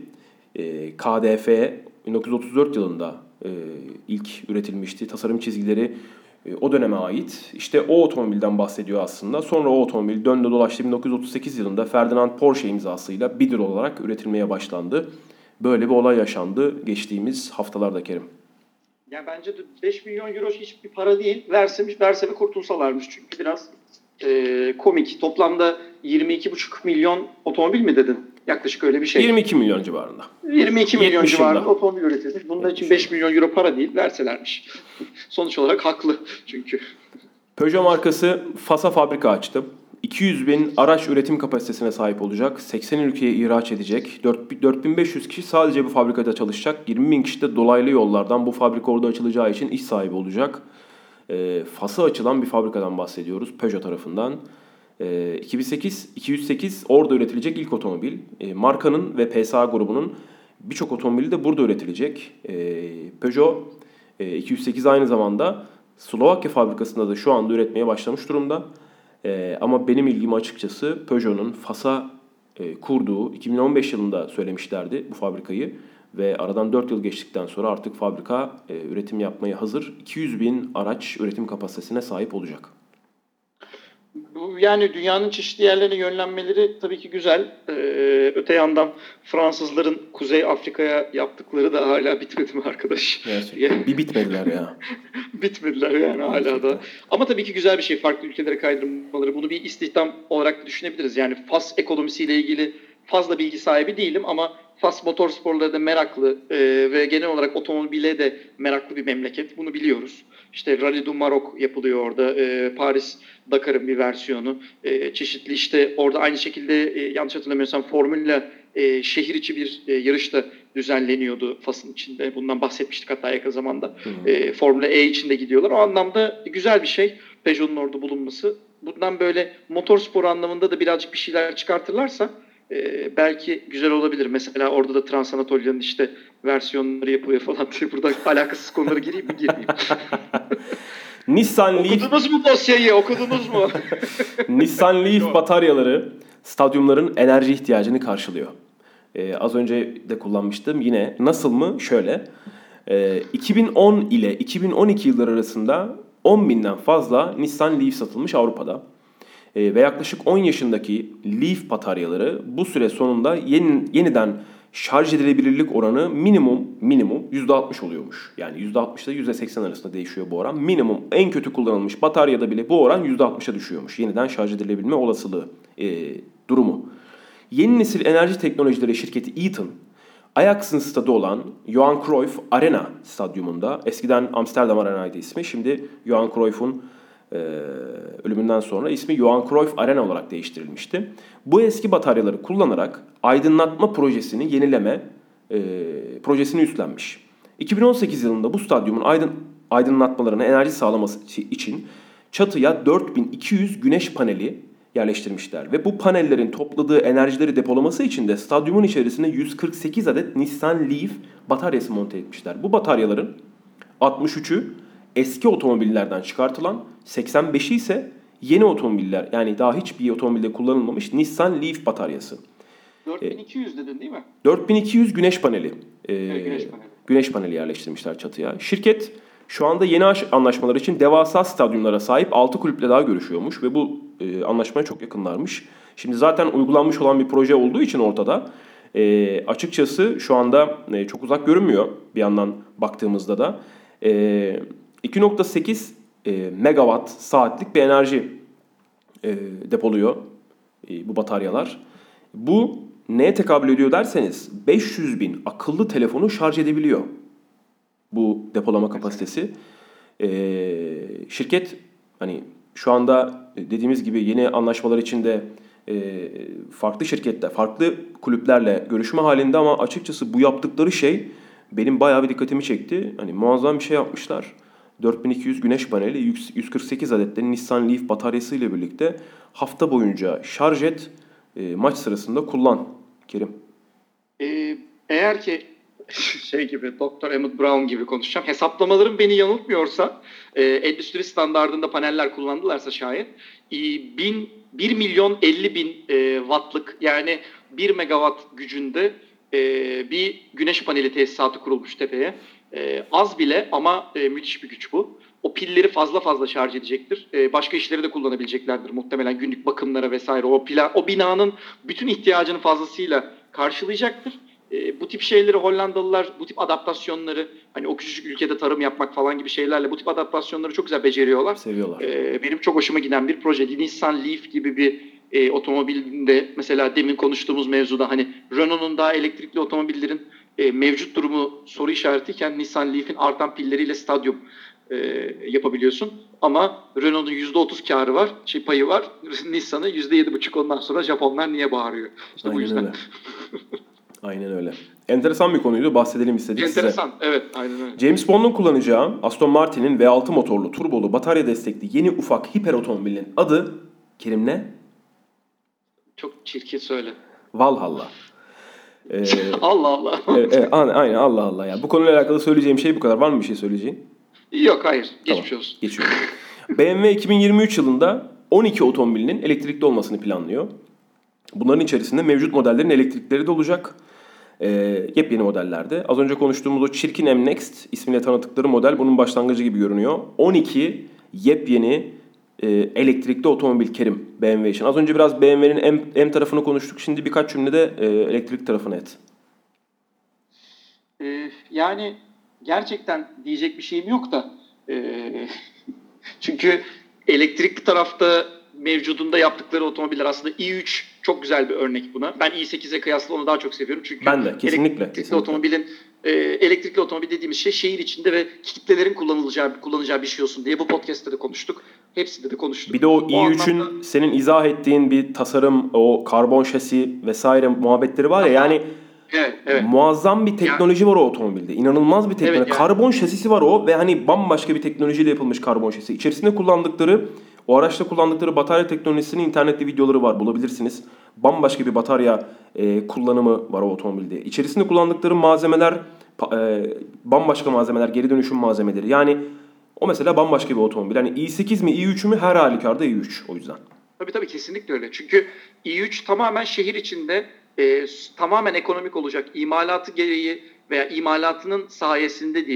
e, K D F bin dokuz yüz otuz dört yılında e, ilk üretilmişti. Tasarım çizgileri e, o döneme ait. İşte o otomobilden bahsediyor aslında. Sonra o otomobil döndü dolaştı bin dokuz yüz otuz sekiz yılında Ferdinand Porsche imzasıyla Beetle olarak üretilmeye başlandı. Böyle bir olay yaşandı geçtiğimiz haftalarda Kerim. Yani bence de beş milyon euro hiçbir para değil. Versemiş, verse bir kurtulsalarmış. Çünkü biraz e, komik. Toplamda yirmi iki buçuk milyon otomobil mi dedin? Yaklaşık öyle bir şey. yirmi iki milyon civarında. yirmi iki milyon civarında otomobil üretilmiş. Bunun için beş milyon euro para değil. Verselermiş. Sonuç olarak haklı çünkü. Peugeot markası Fas'a fabrika açtı. iki yüz bin araç üretim kapasitesine sahip olacak. seksen ülkeye ihraç edecek. dört bin beş yüz kişi sadece bu fabrikada çalışacak. yirmi bin kişi de dolaylı yollardan bu fabrika orada açılacağı için iş sahibi olacak. E, Fas'a açılan bir fabrikadan bahsediyoruz Peugeot tarafından. E, iki bin sekiz, iki yüz sekiz orada üretilecek ilk otomobil. E, markanın ve P S A grubunun birçok otomobili de burada üretilecek. E, Peugeot e, iki yüz sekiz aynı zamanda Slovakya fabrikasında da şu anda üretmeye başlamış durumda. Ee, ama benim ilgimi açıkçası Peugeot'un Fas'a e, kurduğu iki bin on beş yılında söylemişlerdi bu fabrikayı ve aradan dört yıl geçtikten sonra artık fabrika e, üretim yapmaya hazır. iki yüz bin araç üretim kapasitesine sahip olacak. Yani dünyanın çeşitli yerlerine yönlenmeleri tabii ki güzel. Ee, öte yandan Fransızların Kuzey Afrika'ya yaptıkları da hala bitmedi mi arkadaş? Gerçekten. Bir bitmediler ya. Bitmediler yani hala da. Ama tabii ki güzel bir şey farklı ülkelere kaydırmaları. Bunu bir istihdam olarak düşünebiliriz. Yani Fas ekonomisiyle ilgili fazla bilgi sahibi değilim ama Fas motorsporları da meraklı e, ve genel olarak otomobile de meraklı bir memleket. Bunu biliyoruz. İşte Rallye du Maroc yapılıyor orada. E, Paris Dakar'ın bir versiyonu. E, çeşitli işte orada aynı şekilde e, yanlış hatırlamıyorsam Formula e, şehir içi bir e, yarış da düzenleniyordu Fas'ın içinde. Bundan bahsetmiştik hatta yakın zamanda. E, Formula E içinde gidiyorlar. O anlamda güzel bir şey Peugeot'un orada bulunması. Bundan böyle motorspor anlamında da birazcık bir şeyler çıkartırlarsa Ee, belki güzel olabilir. Mesela orada da Transanatolia'nın işte versiyonları yapılıyor falan diye burada alakasız konulara gireyim mi girmeyeyim. Nissan Leaf... Okudunuz mu dosyayı? Okudunuz mu? Nissan Leaf bataryaları stadyumların enerji ihtiyacını karşılıyor. Ee, az önce de kullanmıştım. Yine nasıl mı? Şöyle. Ee, iki bin on ile iki bin on iki yılları arasında on binden fazla Nissan Leaf satılmış Avrupa'da. Ve yaklaşık on yaşındaki Leaf bataryaları bu süre sonunda yeni, yeniden şarj edilebilirlik oranı minimum minimum yüzde altmış oluyormuş. Yani yüzde altmış ile yüzde seksen arasında değişiyor bu oran. Minimum en kötü kullanılmış bataryada bile bu oran yüzde altmışa düşüyormuş. Yeniden şarj edilebilme olasılığı e, durumu. Yeni nesil enerji teknolojileri şirketi Eaton, Ajax'ın stadı olan Johan Cruyff Arena stadyumunda, eskiden Amsterdam Arena'ydı ismi, şimdi Johan Cruyff'un e, ölümünden sonra ismi Johan Cruyff Arena olarak değiştirilmişti. Bu eski bataryaları kullanarak aydınlatma projesini yenileme e, projesini üstlenmiş. iki bin on sekiz yılında bu stadyumun aydın, aydınlatmalarına enerji sağlaması için çatıya dört bin iki yüz güneş paneli yerleştirmişler. Ve bu panellerin topladığı enerjileri depolaması için de stadyumun içerisine yüz kırk sekiz adet Nissan Leaf bataryası monte etmişler. Bu bataryaların altmış üçü eski otomobillerden çıkartılan, seksen beşi ise yeni otomobiller, yani daha hiçbir otomobilde kullanılmamış Nissan Leaf bataryası. dört bin iki yüz dedin değil mi? dört bin iki yüz güneş paneli. Ee, evet, güneş paneli. Güneş paneli yerleştirmişler çatıya. Şirket şu anda yeni anlaşmalar için devasa stadyumlara sahip altı kulüple daha görüşüyormuş ve bu e, anlaşmaya çok yakınlarmış. Şimdi zaten uygulanmış olan bir proje olduğu için ortada. E, açıkçası şu anda e, çok uzak görünmüyor bir yandan baktığımızda da. E, iki nokta sekiz e, megawatt saatlik bir enerji e, depoluyor e, bu bataryalar. Bu neye tekabül ediyor derseniz beş yüz bin akıllı telefonu şarj edebiliyor. Bu depolama kapasitesi. Ee, şirket hani şu anda dediğimiz gibi yeni anlaşmalar içinde e, farklı şirketler, farklı kulüplerle görüşme halinde ama açıkçası bu yaptıkları şey benim bayağı bir dikkatimi çekti. Hani muazzam bir şey yapmışlar. dört bin iki yüz güneş paneli, yüz kırk sekiz adet Nissan Leaf bataryası ile birlikte hafta boyunca şarj et, e, maç sırasında kullan Kerim. Ee, eğer ki şey gibi doktor Emmett Brown gibi konuşacağım. Hesaplamalarım beni yanıltmıyorsa e, endüstri standardında paneller kullandılarsa şayet e, bin, bir milyon elli bin e, wattlık yani bir megawatt gücünde e, bir güneş paneli tesisatı kurulmuş tepeye. E, az bile ama e, müthiş bir güç bu. O pilleri fazla fazla şarj edecektir. E, başka işleri de kullanabileceklerdir. Muhtemelen günlük bakımlara vesaire. O, plan, o binanın bütün ihtiyacını fazlasıyla karşılayacaktır. E, bu tip şeyleri Hollandalılar, bu tip adaptasyonları, hani o küçücük ülkede tarım yapmak falan gibi şeylerle bu tip adaptasyonları çok güzel beceriyorlar. Seviyorlar. E, benim çok hoşuma giden bir proje. Nissan Leaf gibi bir e, otomobilinde mesela demin konuştuğumuz mevzuda hani Renault'un daha elektrikli otomobillerin e, mevcut durumu soru işaretiyken Nissan Leaf'in artan pilleriyle stadyum e, yapabiliyorsun. Ama Renault'un yüzde otuz karı var, şey payı var. Nissan'ın yüzde yedi buçuk ondan sonra Japonlar niye bağırıyor? İşte aynen bu yüzden. Öyle. Aynen öyle. Enteresan bir konuydu. Bahsedelim istedik Enteresan, size. Enteresan. Evet, aynen öyle. James Bond'un kullanacağı Aston Martin'in V altı motorlu, turbolu, batarya destekli yeni ufak hiper otomobilin adı Kerim ne? Çok çirkin söyle. Valhalla. Ee, Allah Allah. evet, evet, aynen Allah Allah ya. Bu konuyla alakalı söyleyeceğim şey bu kadar. Var mı bir şey söyleyeceğin? Yok, hayır. Geçmiş tamam, olsun. Geçiyorum. B M W iki bin yirmi üç yılında on iki otomobilinin elektrikli olmasını planlıyor. Bunların içerisinde mevcut modellerin elektrikleri de olacak. E, yepyeni modellerde. Az önce konuştuğumuz o çirkin M-Next ismiyle tanıttıkları model bunun başlangıcı gibi görünüyor. on iki yepyeni e, elektrikli otomobil Kerim B M W için. Az önce biraz B M W'nin M, M tarafını konuştuk. Şimdi birkaç cümlede e, elektrik tarafını et. Ee, yani gerçekten diyecek bir şeyim yok da e, çünkü elektrikli tarafta mevcudunda yaptıkları otomobiller aslında i üç çok güzel bir örnek buna. Ben i sekize kıyasla onu daha çok seviyorum. Çünkü ben de kesinlikle. Elektrikli kesinlikle. otomobilin e, elektrikli otomobil dediğimiz şey şehir içinde ve kitlelerin kullanılacağı kullanacağı bir şey olsun diye bu podcast'te de konuştuk. Hepsinde de konuştuk. Bir de o i üçün anlamda... senin izah ettiğin bir tasarım, o karbon şasi vesaire muhabbetleri var ya yani evet, evet. muazzam bir teknoloji yani, var o otomobilde. İnanılmaz bir teknoloji. Evet, yani. Karbon şasisi var o ve hani bambaşka bir teknolojiyle yapılmış karbon şasi. İçerisinde kullandıkları, o araçta kullandıkları batarya teknolojisinin internette videoları var, bulabilirsiniz. Bambaşka bir batarya e, kullanımı var o otomobilde. İçerisinde kullandıkları malzemeler e, bambaşka malzemeler, geri dönüşüm malzemeleri. Yani o mesela bambaşka bir otomobil. Yani i sekiz mi i üç mü her halükarda i üç o yüzden. Tabii tabii kesinlikle öyle. Çünkü i üç tamamen şehir içinde e, tamamen ekonomik olacak. İmalatı gereği veya imalatının sayesinde diyelim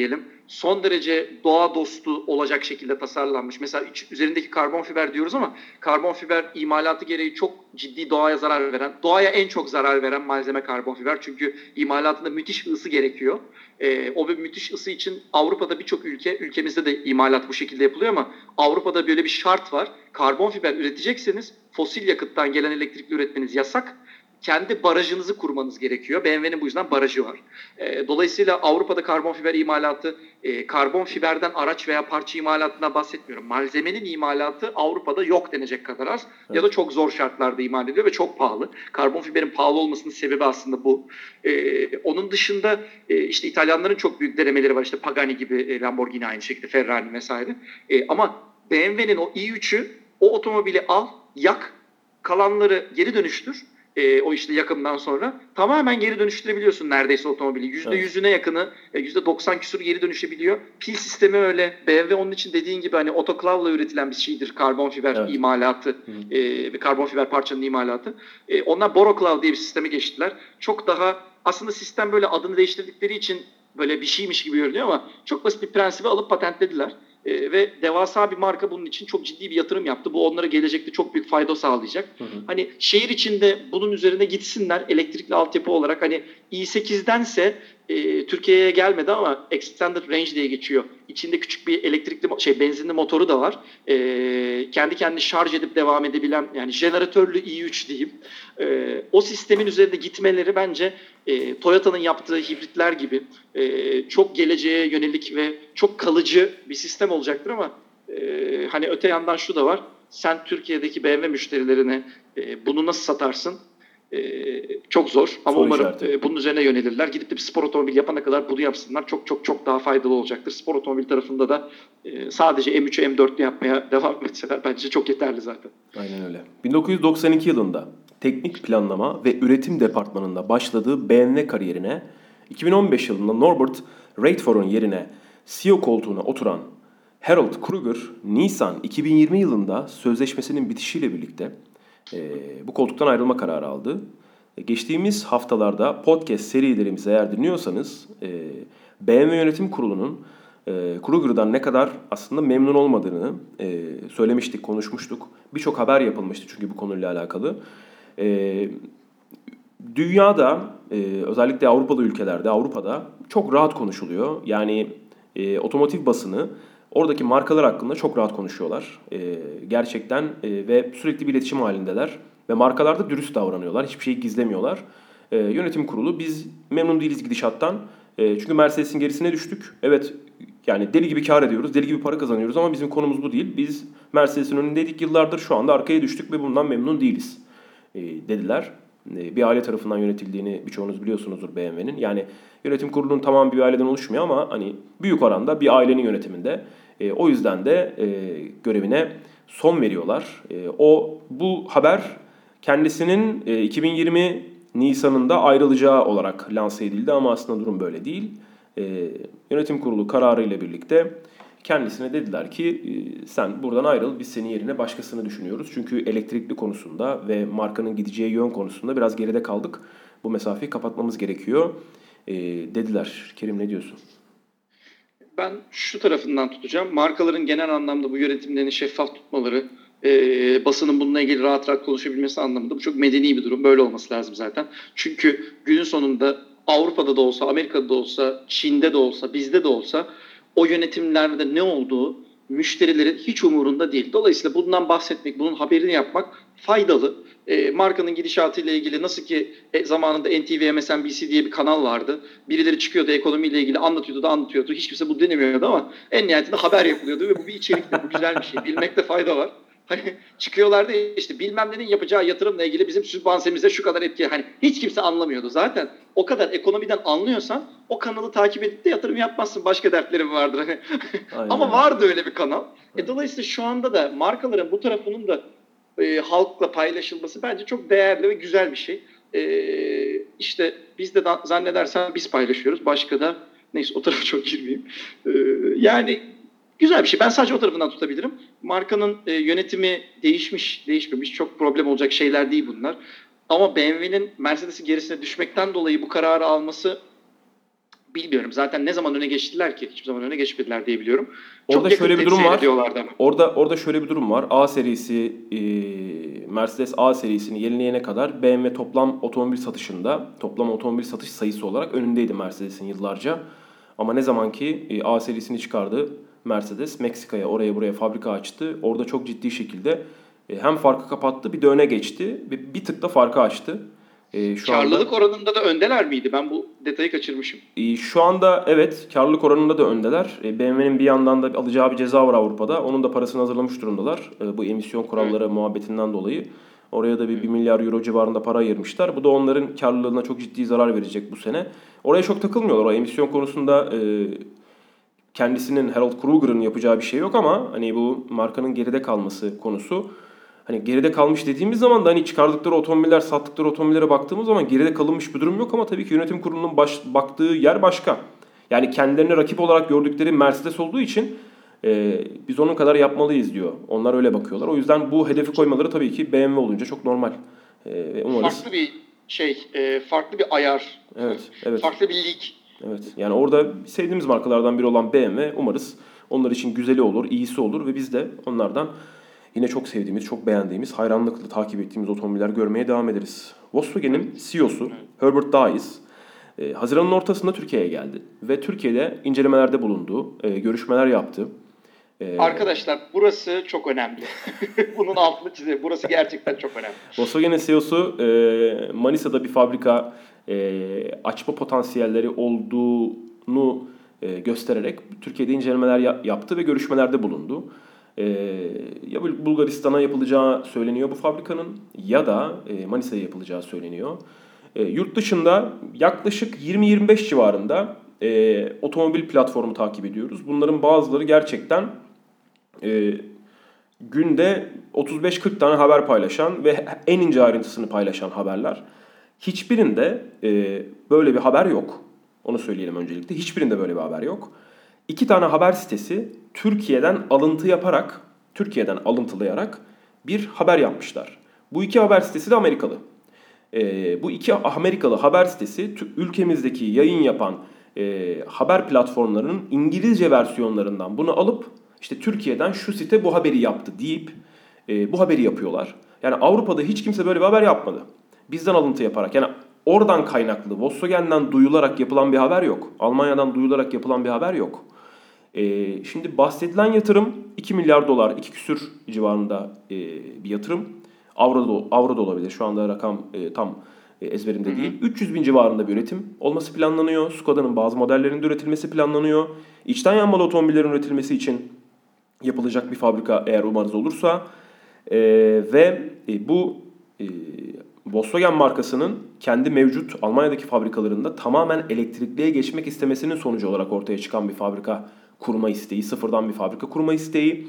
son derece doğa dostu olacak şekilde tasarlanmış. Mesela üzerindeki karbon fiber diyoruz ama karbon fiber imalatı gereği çok ciddi doğaya zarar veren, doğaya en çok zarar veren malzeme karbon fiber. Çünkü imalatında müthiş bir ısı gerekiyor. Ee, o bir müthiş ısı için Avrupa'da birçok ülke, ülkemizde de imalat bu şekilde yapılıyor ama Avrupa'da böyle bir şart var. Karbon fiber üretecekseniz fosil yakıttan gelen elektrikli üretmeniz yasak. Kendi barajınızı kurmanız gerekiyor. B M W'nin bu yüzden barajı var. E, dolayısıyla Avrupa'da karbon fiber imalatı, e, karbon fiberden araç veya parça imalatından bahsetmiyorum. Malzemenin imalatı Avrupa'da yok denecek kadar az. Evet. Ya da çok zor şartlarda imal ediliyor ve çok pahalı. Karbon fiberin pahalı olmasının sebebi aslında bu. E, onun dışında e, işte İtalyanların çok büyük denemeleri var. İşte Pagani gibi, e, Lamborghini aynı şekilde, Ferrari vesaire. E, ama B M W'nin o i üçü, o otomobili al, yak, kalanları geri dönüştür. E, o işte yakımdan sonra tamamen geri dönüştürebiliyorsun neredeyse otomobili. yüzde yüzüne yakını, yüzde doksan küsur geri dönüşebiliyor. Pil sistemi öyle. B M W onun için dediğin gibi hani otoklavla üretilen bir şeydir. Karbon fiber evet. imalatı e, ve karbon fiber parçanın imalatı. E, onlar Boroklav diye bir sisteme geçtiler. Çok daha aslında sistem böyle adını değiştirdikleri için böyle bir şeymiş gibi görünüyor ama çok basit bir prensibi alıp patentlediler. Ee, ve devasa bir marka bunun için çok ciddi bir yatırım yaptı. Bu onlara gelecekte çok büyük fayda sağlayacak. Hı hı. Hani şehir içinde bunun üzerine gitsinler elektrikli altyapı olarak. Hani i sekizdense e, Türkiye'ye gelmedi ama Extended Range diye geçiyor. İçinde küçük bir elektrikli şey benzinli motoru da var. E, kendi kendini şarj edip devam edebilen yani jeneratörlü i üç diyeyim. E, o sistemin üzerinde gitmeleri bence e, Toyota'nın yaptığı hibritler gibi e, çok geleceğe yönelik ve çok kalıcı bir sistem olacaktır ama e, hani öte yandan şu da var. Sen Türkiye'deki B M W müşterilerine e, bunu nasıl satarsın? Ee, çok zor ama Soru umarım e, bunun üzerine yönelirler. Gidip de bir spor otomobil yapana kadar bunu yapsınlar. Çok çok çok daha faydalı olacaktır. Spor otomobil tarafında da e, sadece M üç'ü M dört'lü yapmaya devam etseler bence çok yeterli zaten. Aynen öyle. bin dokuz yüz doksan iki yılında teknik planlama ve üretim departmanında başladığı B M W kariyerine iki bin on beş yılında Norbert Reitfor'un yerine C E O koltuğuna oturan Harald Krüger, Nisan iki bin yirmi yılında sözleşmesinin bitişiyle birlikte e, bu koltuktan ayrılma kararı aldı. E, geçtiğimiz haftalarda podcast serilerimizi eğer dinliyorsanız e, B M W Yönetim Kurulu'nun e, Krüger'dan ne kadar aslında memnun olmadığını e, söylemiştik, konuşmuştuk. Birçok haber yapılmıştı çünkü bu konuyla alakalı. E, dünyada, e, özellikle Avrupalı ülkelerde, Avrupa'da çok rahat konuşuluyor. Yani e, otomotiv basını oradaki markalar hakkında çok rahat konuşuyorlar. E, gerçekten e, ve sürekli bir iletişim halindeler. Ve markalar da dürüst davranıyorlar. Hiçbir şeyi gizlemiyorlar. E, yönetim kurulu biz memnun değiliz gidişattan. E, çünkü Mercedes'in gerisine düştük. Evet yani deli gibi kar ediyoruz, deli gibi para kazanıyoruz ama bizim konumuz bu değil. Biz Mercedes'in önündeydik yıllardır, şu anda arkaya düştük ve bundan memnun değiliz e, dediler. E, bir aile tarafından yönetildiğini birçoğunuz biliyorsunuzdur B M W'nin. Yani yönetim kurulunun tamamı bir aileden oluşmuyor ama hani büyük oranda bir ailenin yönetiminde. E, o yüzden de e, görevine son veriyorlar. E, o bu haber kendisinin e, iki bin yirmi Nisan'ında ayrılacağı olarak lanse edildi ama aslında durum böyle değil. E, yönetim kurulu kararıyla birlikte kendisine dediler ki e, sen buradan ayrıl, biz senin yerine başkasını düşünüyoruz. Çünkü elektrikli konusunda ve markanın gideceği yön konusunda biraz geride kaldık. Bu mesafeyi kapatmamız gerekiyor e, dediler. Kerim ne diyorsun? Ben şu tarafından tutacağım. Markaların genel anlamda bu yönetimlerini şeffaf tutmaları, e, basının bununla ilgili rahat rahat konuşabilmesi anlamında bu çok medeni bir durum. Böyle olması lazım zaten. Çünkü günün sonunda Avrupa'da da olsa, Amerika'da da olsa, Çin'de de olsa, bizde de olsa o yönetimlerde ne olduğu müşterilerin hiç umurunda değil. Dolayısıyla bundan bahsetmek, bunun haberini yapmak faydalı. E, markanın gidişatıyla ilgili nasıl ki e, zamanında N T V, M S N B C diye bir kanal vardı. Birileri çıkıyordu ekonomiyle ilgili anlatıyordu da anlatıyordu. Hiç kimse bu dinlemiyordu ama en nihayetinde haber yapılıyordu ve bu bir içerikti. Bu güzel bir şey. Bilmekte fayda var. Hani çıkıyorlardı işte bilmem nenin yapacağı yatırımla ilgili bizim sübvansiyemize şu kadar etki. Hani hiç kimse anlamıyordu. Zaten o kadar ekonomiden anlıyorsan o kanalı takip edip de yatırım yapmazsın. Başka dertlerim vardır. Hani. Ama vardı öyle bir kanal. E, dolayısıyla şu anda da markaların bu tarafının da e, halkla paylaşılması bence çok değerli ve güzel bir şey. E, işte biz de zannedersen biz paylaşıyoruz. Başka da neyse o tarafa çok girmeyeyim. E, yani güzel bir şey. Ben sadece o tarafından tutabilirim. Markanın e, yönetimi değişmiş, değişmemiş. Çok problem olacak şeyler değil bunlar. Ama B M W'nin Mercedes'in gerisine düşmekten dolayı bu kararı alması bilmiyorum. Zaten ne zaman öne geçtiler ki? Hiçbir zaman öne geçmediler diye biliyorum. Çok Orada şöyle bir durum var. ediyorlardı. Orada orada şöyle bir durum var. A serisi e, Mercedes A serisini yenileyene kadar B M W toplam otomobil satışında, toplam otomobil satış sayısı olarak önündeydi Mercedes'in yıllarca. Ama ne zaman ki e, A serisini çıkardı Mercedes, Meksika'ya, oraya buraya fabrika açtı. Orada çok ciddi şekilde e, hem farkı kapattı, bir de öne geçti. Bir, bir tık da farkı açtı. E, şu Karlılık anda, oranında da öndeler miydi? Ben bu detayı kaçırmışım. E, şu anda evet, karlılık oranında da öndeler. E, B M W'nin bir yandan da alacağı bir ceza var Avrupa'da. Onun da parasını hazırlamış durumdalar. E, bu emisyon kuralları evet. muhabbetinden dolayı. Oraya da bir, bir milyar euro civarında para ayırmışlar. Bu da onların karlılığına çok ciddi zarar verecek bu sene. Oraya çok takılmıyorlar. O emisyon konusunda e, kendisinin, Harald Kruger'ın yapacağı bir şey yok ama hani bu markanın geride kalması konusu. Hani geride kalmış dediğimiz zaman da hani çıkardıkları otomobiller, sattıkları otomobillere baktığımız zaman geride kalınmış bir durum yok ama tabii ki yönetim kurulunun baş, baktığı yer başka. Yani kendilerini rakip olarak gördükleri Mercedes olduğu için e, biz onun kadar yapmalıyız diyor. Onlar öyle bakıyorlar. O yüzden bu hedefi koymaları tabii ki B M W olunca çok normal. E, umarız. Farklı bir şey, e, farklı bir ayar. Evet, evet. Farklı bir lig. Evet. Yani orada sevdiğimiz markalardan biri olan B M W umarız onlar için güzeli olur, iyisi olur ve biz de onlardan yine çok sevdiğimiz, çok beğendiğimiz, hayranlıkla takip ettiğimiz otomobiller görmeye devam ederiz. Volkswagen'in C E O'su Herbert Diess, e, Haziran'ın ortasında Türkiye'ye geldi. Ve Türkiye'de incelemelerde bulundu, e, görüşmeler yaptı. E, Arkadaşlar burası çok önemli. Bunun altını çizelim. Burası gerçekten çok önemli. Volkswagen'in C E O'su e, Manisa'da bir fabrika e, açma potansiyelleri olduğunu e, göstererek Türkiye'de incelemeler ya- yaptı ve görüşmelerde bulundu. Ee, ya Bulgaristan'a yapılacağı söyleniyor bu fabrikanın ya da e, Manisa'ya yapılacağı söyleniyor. E, yurt dışında yaklaşık yirmi yirmi beş civarında e, otomobil platformu takip ediyoruz. Bunların bazıları gerçekten e, günde otuz beş kırk tane haber paylaşan ve en ince ayrıntısını paylaşan haberler. Hiçbirinde e, böyle bir haber yok. Onu söyleyelim öncelikle. Hiçbirinde böyle bir haber yok. İki tane haber sitesi Türkiye'den alıntı yaparak, Türkiye'den alıntılayarak bir haber yapmışlar. Bu iki haber sitesi de Amerikalı. Ee, bu iki Amerikalı haber sitesi ülkemizdeki yayın yapan e, haber platformlarının İngilizce versiyonlarından bunu alıp işte Türkiye'den şu site bu haberi yaptı deyip e, bu haberi yapıyorlar. Yani Avrupa'da hiç kimse böyle bir haber yapmadı. Bizden alıntı yaparak, yani oradan kaynaklı, Volkswagen'den duyularak yapılan bir haber yok. Almanya'dan duyularak yapılan bir haber yok. Ee, şimdi bahsedilen yatırım iki milyar dolar, iki küsür civarında e, bir yatırım. Avro da, avro da olabilir. Şu anda rakam e, tam e, ezberimde hı hı. değil. üç yüz bin civarında bir üretim olması planlanıyor. Skoda'nın bazı modellerinde üretilmesi planlanıyor. İçten yanmalı otomobillerin üretilmesi için yapılacak bir fabrika eğer umarız olursa. E, ve e, bu e, Volkswagen markasının kendi mevcut Almanya'daki fabrikalarında tamamen elektrikliye geçmek istemesinin sonucu olarak ortaya çıkan bir fabrika kurma isteği, sıfırdan bir fabrika kurma isteği.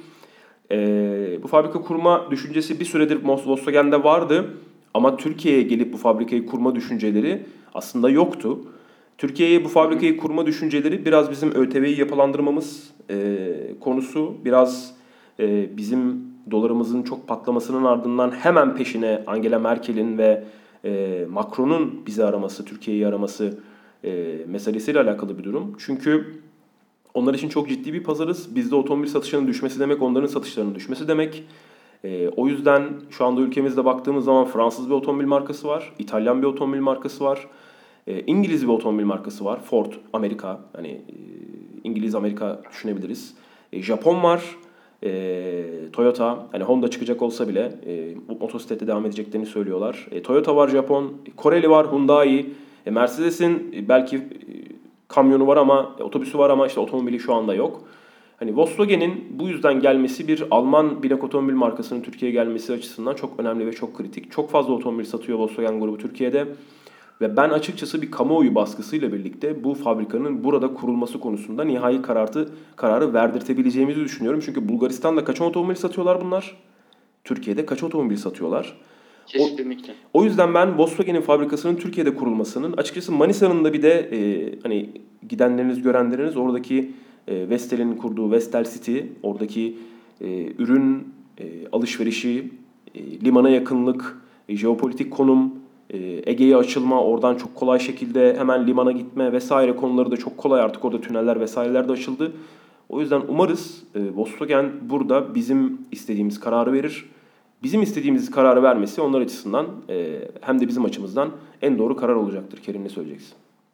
Ee, bu fabrika kurma düşüncesi bir süredir Volkswagen'de vardı ama Türkiye'ye gelip bu fabrikayı kurma düşünceleri aslında yoktu. Türkiye'ye bu fabrikayı kurma düşünceleri biraz bizim ÖTV'yi yapılandırmamız e, konusu, biraz e, bizim dolarımızın çok patlamasının ardından hemen peşine Angela Merkel'in ve e, Macron'un bizi araması, Türkiye'yi araması e, meselesiyle alakalı bir durum. Çünkü onlar için çok ciddi bir pazarız. Bizde otomobil satışlarının düşmesi demek, onların satışlarının düşmesi demek. E, o yüzden şu anda ülkemizde baktığımız zaman Fransız bir otomobil markası var, İtalyan bir otomobil markası var, e, İngiliz bir otomobil markası var, Ford, Amerika, hani e, İngiliz Amerika düşünebiliriz. E, Japon var, e, Toyota, hani Honda çıkacak olsa bile e, motosiklette devam edeceklerini söylüyorlar. E, Toyota var, Japon, Koreli var, Hyundai, e, Mercedes'in e, belki e, kamyonu var ama, e, otobüsü var ama işte otomobili şu anda yok. Hani Volkswagen'in bu yüzden gelmesi, bir Alman binek otomobil markasının Türkiye'ye gelmesi açısından çok önemli ve çok kritik. Çok fazla otomobil satıyor Volkswagen grubu Türkiye'de. Ve ben açıkçası bir kamuoyu baskısıyla birlikte bu fabrikanın burada kurulması konusunda nihai kararı, kararı verdirtebileceğimizi düşünüyorum. Çünkü Bulgaristan'da kaç otomobil satıyorlar bunlar? Türkiye'de kaç otomobil satıyorlar? Kesinlikle. O, o yüzden ben Volkswagen'in fabrikasının Türkiye'de kurulmasının, açıkçası Manisa'nın da bir de e, hani gidenleriniz, görenleriniz oradaki e, Vestel'in kurduğu Vestel City, oradaki e, ürün e, alışverişi, e, limana yakınlık, e, jeopolitik konum, e, Ege'ye açılma, oradan çok kolay şekilde hemen limana gitme vesaire konuları da çok kolay, artık orada tüneller vesaireler de açıldı. O yüzden umarız e, Volkswagen burada bizim istediğimiz kararı verir. Bizim istediğimiz kararı vermesi onlar açısından e, hem de bizim açımızdan en doğru karar olacaktır. Kerim, ne söyleyeceksin?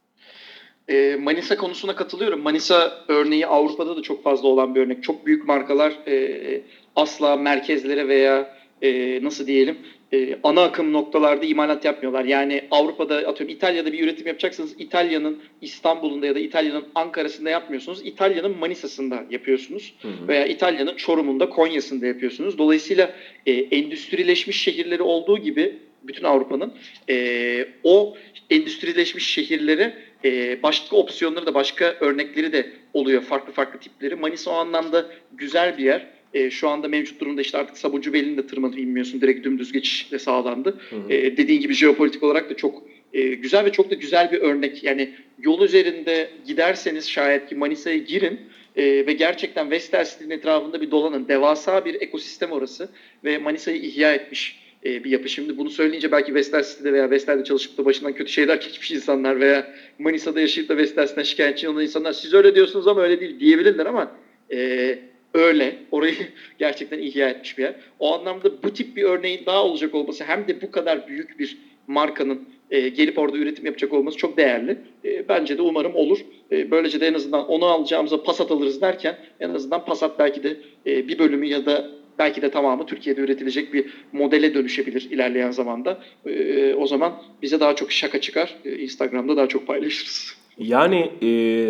E, Manisa konusuna katılıyorum. Manisa örneği Avrupa'da da çok fazla olan bir örnek. Çok büyük markalar e, asla merkezlere veya e, nasıl diyelim e, ana akım noktalarda imalat yapmıyorlar. Yani Avrupa'da, atıyorum İtalya'da bir üretim yapacaksanız İtalya'nın İstanbul'unda ya da İtalya'nın Ankara'sında yapmıyorsunuz. İtalya'nın Manisa'sında yapıyorsunuz. Hı hı. Veya İtalya'nın Çorum'unda, Konya'sında yapıyorsunuz. Dolayısıyla e, endüstrileşmiş şehirleri olduğu gibi bütün Avrupa'nın e, o endüstrileşmiş şehirleri e, başka opsiyonları da, başka örnekleri de oluyor. Farklı farklı tipleri. Manisa o anlamda güzel bir yer. E, şu anda mevcut durumda işte artık Sabuncubeylini de tırmanıp inmiyorsun. Direkt dümdüz geçişle sağlandı. Hı hı. E, dediğin gibi jeopolitik olarak da çok e, güzel ve çok da güzel bir örnek. Yani yol üzerinde giderseniz şayet ki Manisa'ya girin e, ve gerçekten Vestel'in etrafında bir dolanın. Devasa bir ekosistem orası ve Manisa'yı ihya etmiş bir yapı. Şimdi bunu söyleyince belki Vestel City'de veya Vestel'de çalışıp da başından kötü şeyler geçmiş insanlar veya Manisa'da yaşayıp da Vestel City'den şikayetçi olan insanlar, siz öyle diyorsunuz ama öyle değil diyebilirler ama e, öyle. Orayı gerçekten ihya etmiş bir yer. O anlamda bu tip bir örneğin daha olacak olması, hem de bu kadar büyük bir markanın e, gelip orada üretim yapacak olması çok değerli. E, bence de umarım olur. E, böylece de en azından onu alacağımıza Passat alırız derken, en azından Passat belki de e, bir bölümü ya da belki de tamamı Türkiye'de üretilecek bir modele dönüşebilir ilerleyen zamanda. Ee, o zaman bize daha çok şaka çıkar. Ee, Instagram'da daha çok paylaşırız. Yani e,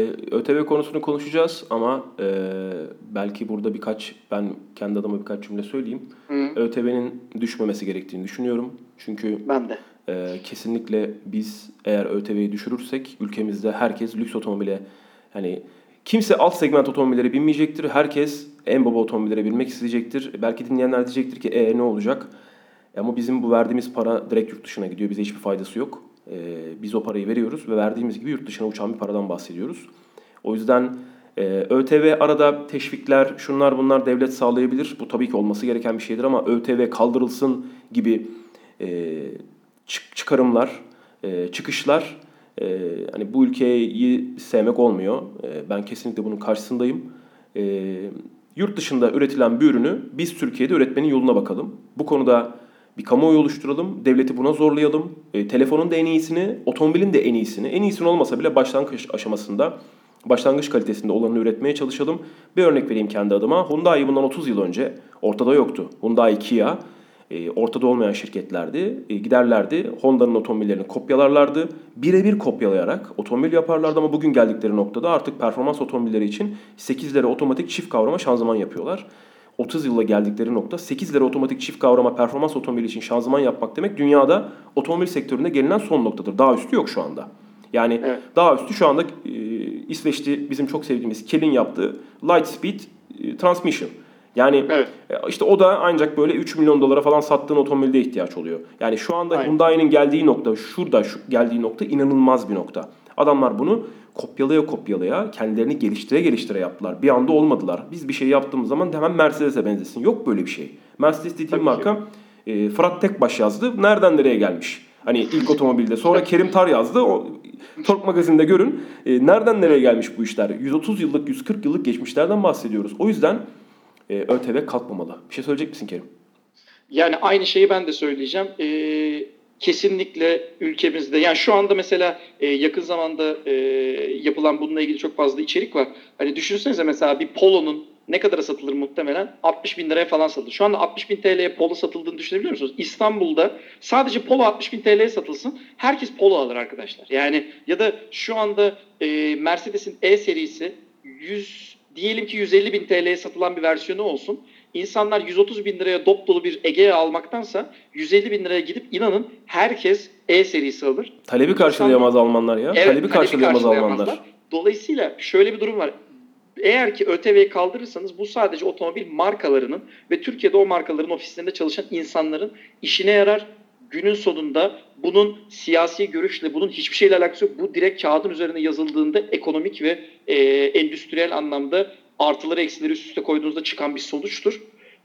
ÖTV konusunu konuşacağız ama e, belki burada birkaç, ben kendi adıma birkaç cümle söyleyeyim. Hı. ÖTV'nin düşmemesi gerektiğini düşünüyorum. Çünkü ben de. E, kesinlikle biz eğer ÖTV'yi düşürürsek ülkemizde herkes lüks otomobile, hani kimse alt segment otomobillere binmeyecektir. Herkes en baba otomobillere binmek isteyecektir. Belki dinleyenler diyecektir ki e ne olacak? Ama bizim bu verdiğimiz para direkt yurt dışına gidiyor. Bize hiçbir faydası yok. Ee, biz o parayı veriyoruz ve verdiğimiz gibi yurt dışına uçan bir paradan bahsediyoruz. O yüzden e, ÖTV arada teşvikler, şunlar bunlar devlet sağlayabilir. Bu tabii ki olması gereken bir şeydir ama ÖTV kaldırılsın gibi e, çık- çıkarımlar, e, çıkışlar e, hani bu ülkeyi sevmek olmuyor. E, ben kesinlikle bunun karşısındayım. E, yurt dışında üretilen bir ürünü biz Türkiye'de üretmenin yoluna bakalım. Bu konuda bir kamuoyu oluşturalım, devleti buna zorlayalım. E, telefonun da en iyisini, otomobilin de en iyisini, en iyisini olmasa bile başlangıç aşamasında, başlangıç kalitesinde olanını üretmeye çalışalım. Bir örnek vereyim kendi adıma. Hyundai bundan otuz yıl önce ortada yoktu. Hyundai, Kia e, ortada olmayan şirketlerdi. E, giderlerdi, Honda'nın otomobillerini kopyalarlardı. Birebir kopyalayarak otomobil yaparlardı ama bugün geldikleri noktada artık performans otomobilleri için sekizlere otomatik çift kavrama şanzıman yapıyorlar. otuz yılla geldikleri nokta, sekizlere otomatik çift kavrama performans otomobili için şanzıman yapmak demek dünyada otomobil sektöründe gelinen son noktadır. Daha üstü yok şu anda. Yani evet. Daha üstü şu anda e, İsveç'te bizim çok sevdiğimiz Kel'in yaptığı Lightspeed e, Transmission. Yani evet. e, işte o da ancak böyle üç milyon dolara falan sattığın otomobilde ihtiyaç oluyor. Yani şu anda Aynen. Hyundai'nin geldiği nokta, şurada şu geldiği nokta inanılmaz bir nokta. Adamlar bunu kopyalaya kopyalaya, kendilerini geliştire geliştire yaptılar. Bir anda olmadılar. Biz bir şey yaptığımız zaman hemen Mercedes'e benzesin. Yok böyle bir şey. Mercedes dediğim marka e, Fırat Tekbaş yazdı. Nereden nereye gelmiş? Hani ilk otomobilde. Sonra Kerim Tar yazdı. O Tork Magazin'de görün. E, nereden nereye gelmiş bu işler? yüz otuz yıllık, yüz kırk yıllık geçmişlerden bahsediyoruz. O yüzden e, ÖTV kalkmamalı. Bir şey söyleyecek misin Kerim? Yani aynı şeyi ben de söyleyeceğim. Eee Kesinlikle ülkemizde, yani şu anda mesela e, yakın zamanda e, yapılan bununla ilgili çok fazla içerik var. Hani düşünsenize mesela bir Polo'nun ne kadara satılır muhtemelen? altmış bin liraya falan satılır. Şu anda altmış bin T L'ye Polo satıldığını düşünebiliyor musunuz? İstanbul'da sadece Polo altmış bin T L'ye satılsın. Herkes Polo alır arkadaşlar. Yani ya da şu anda e, Mercedes'in E serisi yüz diyelim ki yüz elli bin T L'ye satılan bir versiyonu olsun. İnsanlar yüz otuz bin liraya dop dolu bir Egea almaktansa yüz elli bin liraya gidip inanın herkes E serisi alır. Talebi karşılayamaz İnsanlar, Almanlar ya. Evet, talebi karşılayamaz Almanlar. Dolayısıyla şöyle bir durum var. Eğer ki ÖTV'yi kaldırırsanız bu sadece otomobil markalarının ve Türkiye'de o markaların ofislerinde çalışan insanların işine yarar. Günün sonunda bunun siyasi görüşle, bunun hiçbir şeyle alakası yok. Bu direkt kağıdın üzerine yazıldığında ekonomik ve e, endüstriyel anlamda artıları eksileri üst üste koyduğunuzda çıkan bir sonuçtur.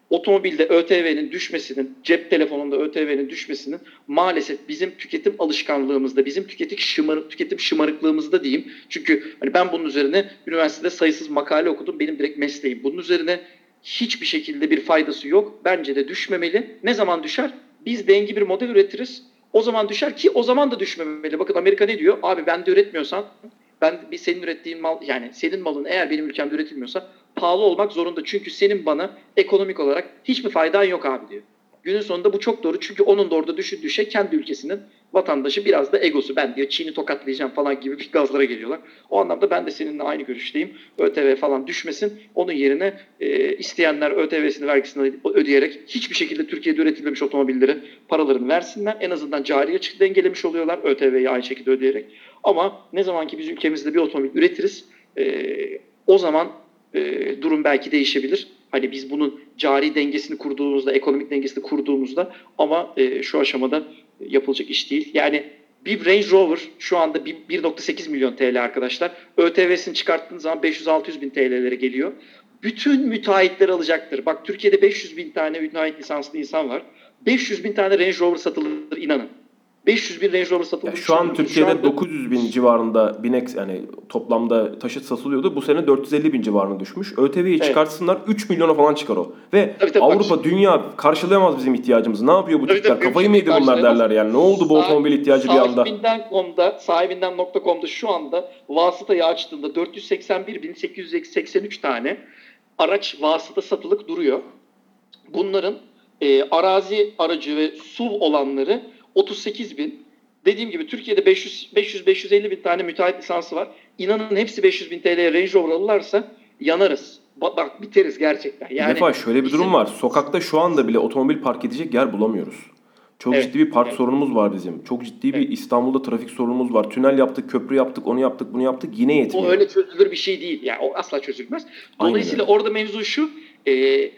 otomobilde ÖTV'nin düşmesinin, cep telefonunda ÖTV'nin düşmesinin maalesef bizim tüketim alışkanlığımızda, bizim tüketim şımarık tüketim şımarıklığımızda diyeyim. Çünkü hani ben bunun üzerine üniversitede sayısız makale okudum. Benim direkt mesleğim. Bunun üzerine hiçbir şekilde bir faydası yok. Bence de düşmemeli. Ne zaman düşer? Biz dengi bir model üretiriz. O zaman düşer ki o zaman da düşmemeli. Bakın Amerika ne diyor? Abi ben de üretmiyorsan, ben bir senin ürettiğin mal, yani senin malın eğer benim ülkemde üretilmiyorsa pahalı olmak zorunda. Çünkü senin bana ekonomik olarak hiçbir faydan yok abi diyor. Günün sonunda bu çok doğru. Çünkü onun da orada düşündüğü şey kendi ülkesinin vatandaşı, biraz da egosu. Ben diyor Çin'i tokatlayacağım falan gibi bir gazlara geliyorlar. O anlamda ben de seninle aynı görüşteyim. ÖTV falan düşmesin. Onun yerine e, isteyenler ÖTV'sini, vergisini ödeyerek hiçbir şekilde Türkiye'de üretilmemiş otomobillere paralarını versinler. En azından cari açık dengelemiş oluyorlar ÖTV'yi aynı şekilde ödeyerek. Ama ne zaman ki biz ülkemizde bir otomobil üretiriz, e, o zaman e, durum belki değişebilir. Hani biz bunun cari dengesini kurduğumuzda, ekonomik dengesini kurduğumuzda, ama e, şu aşamada yapılacak iş değil. Yani bir Range Rover şu anda bir virgül sekiz milyon T L arkadaşlar. ÖTV'sini çıkarttığınız zaman beş yüz altı yüz bin T L'lere geliyor. Bütün müteahhitler alacaktır. Bak Türkiye'de beş yüz bin tane müteahhit lisanslı insan var. beş yüz bin tane Range Rover satılır, inanın. beş yüz bin Range Rover satılır. Ya şu an Türkiye'de şu anda dokuz yüz bin civarında binek, yani toplamda taşıt satılıyordu. Bu sene dört yüz elli bin civarına düşmüş. ÖTV'yi evet. çıkartsınlar üç milyona falan çıkar o. Ve tabii, tabii, Avrupa, bak, dünya karşılayamaz bizim ihtiyacımızı. Ne yapıyor bu tipler? Kafayı mı yedi bunlar derler yani. Ne oldu bu Sahib, otomobil ihtiyacı bir anda? Sahibinden nokta com'da, sahibinden nokta com'da şu anda vasıtayı açtığında dört yüz seksen bir bin sekiz yüz seksen üç tane araç vasıta satılık duruyor. Bunların e, arazi aracı ve S U V olanları otuz sekiz bin. Dediğim gibi Türkiye'de beş yüz beş yüz elli bin tane müteahhit lisansı var. İnanın hepsi beş yüz bin T L'ye Range Rover alırlarsa yanarız. Bak, bak biteriz gerçekten. Yani bir defa şöyle bir durum var. Sokakta şu anda bile otomobil park edecek yer bulamıyoruz. Çok evet, ciddi bir park evet. sorunumuz var bizim. Çok ciddi bir evet. İstanbul'da trafik sorunumuz var. Tünel yaptık, köprü yaptık, onu yaptık, bunu yaptık. Yine yetmiyor. O öyle çözülür bir şey değil. Yani o asla çözülmez. Dolayısıyla orada mevzu şu. E,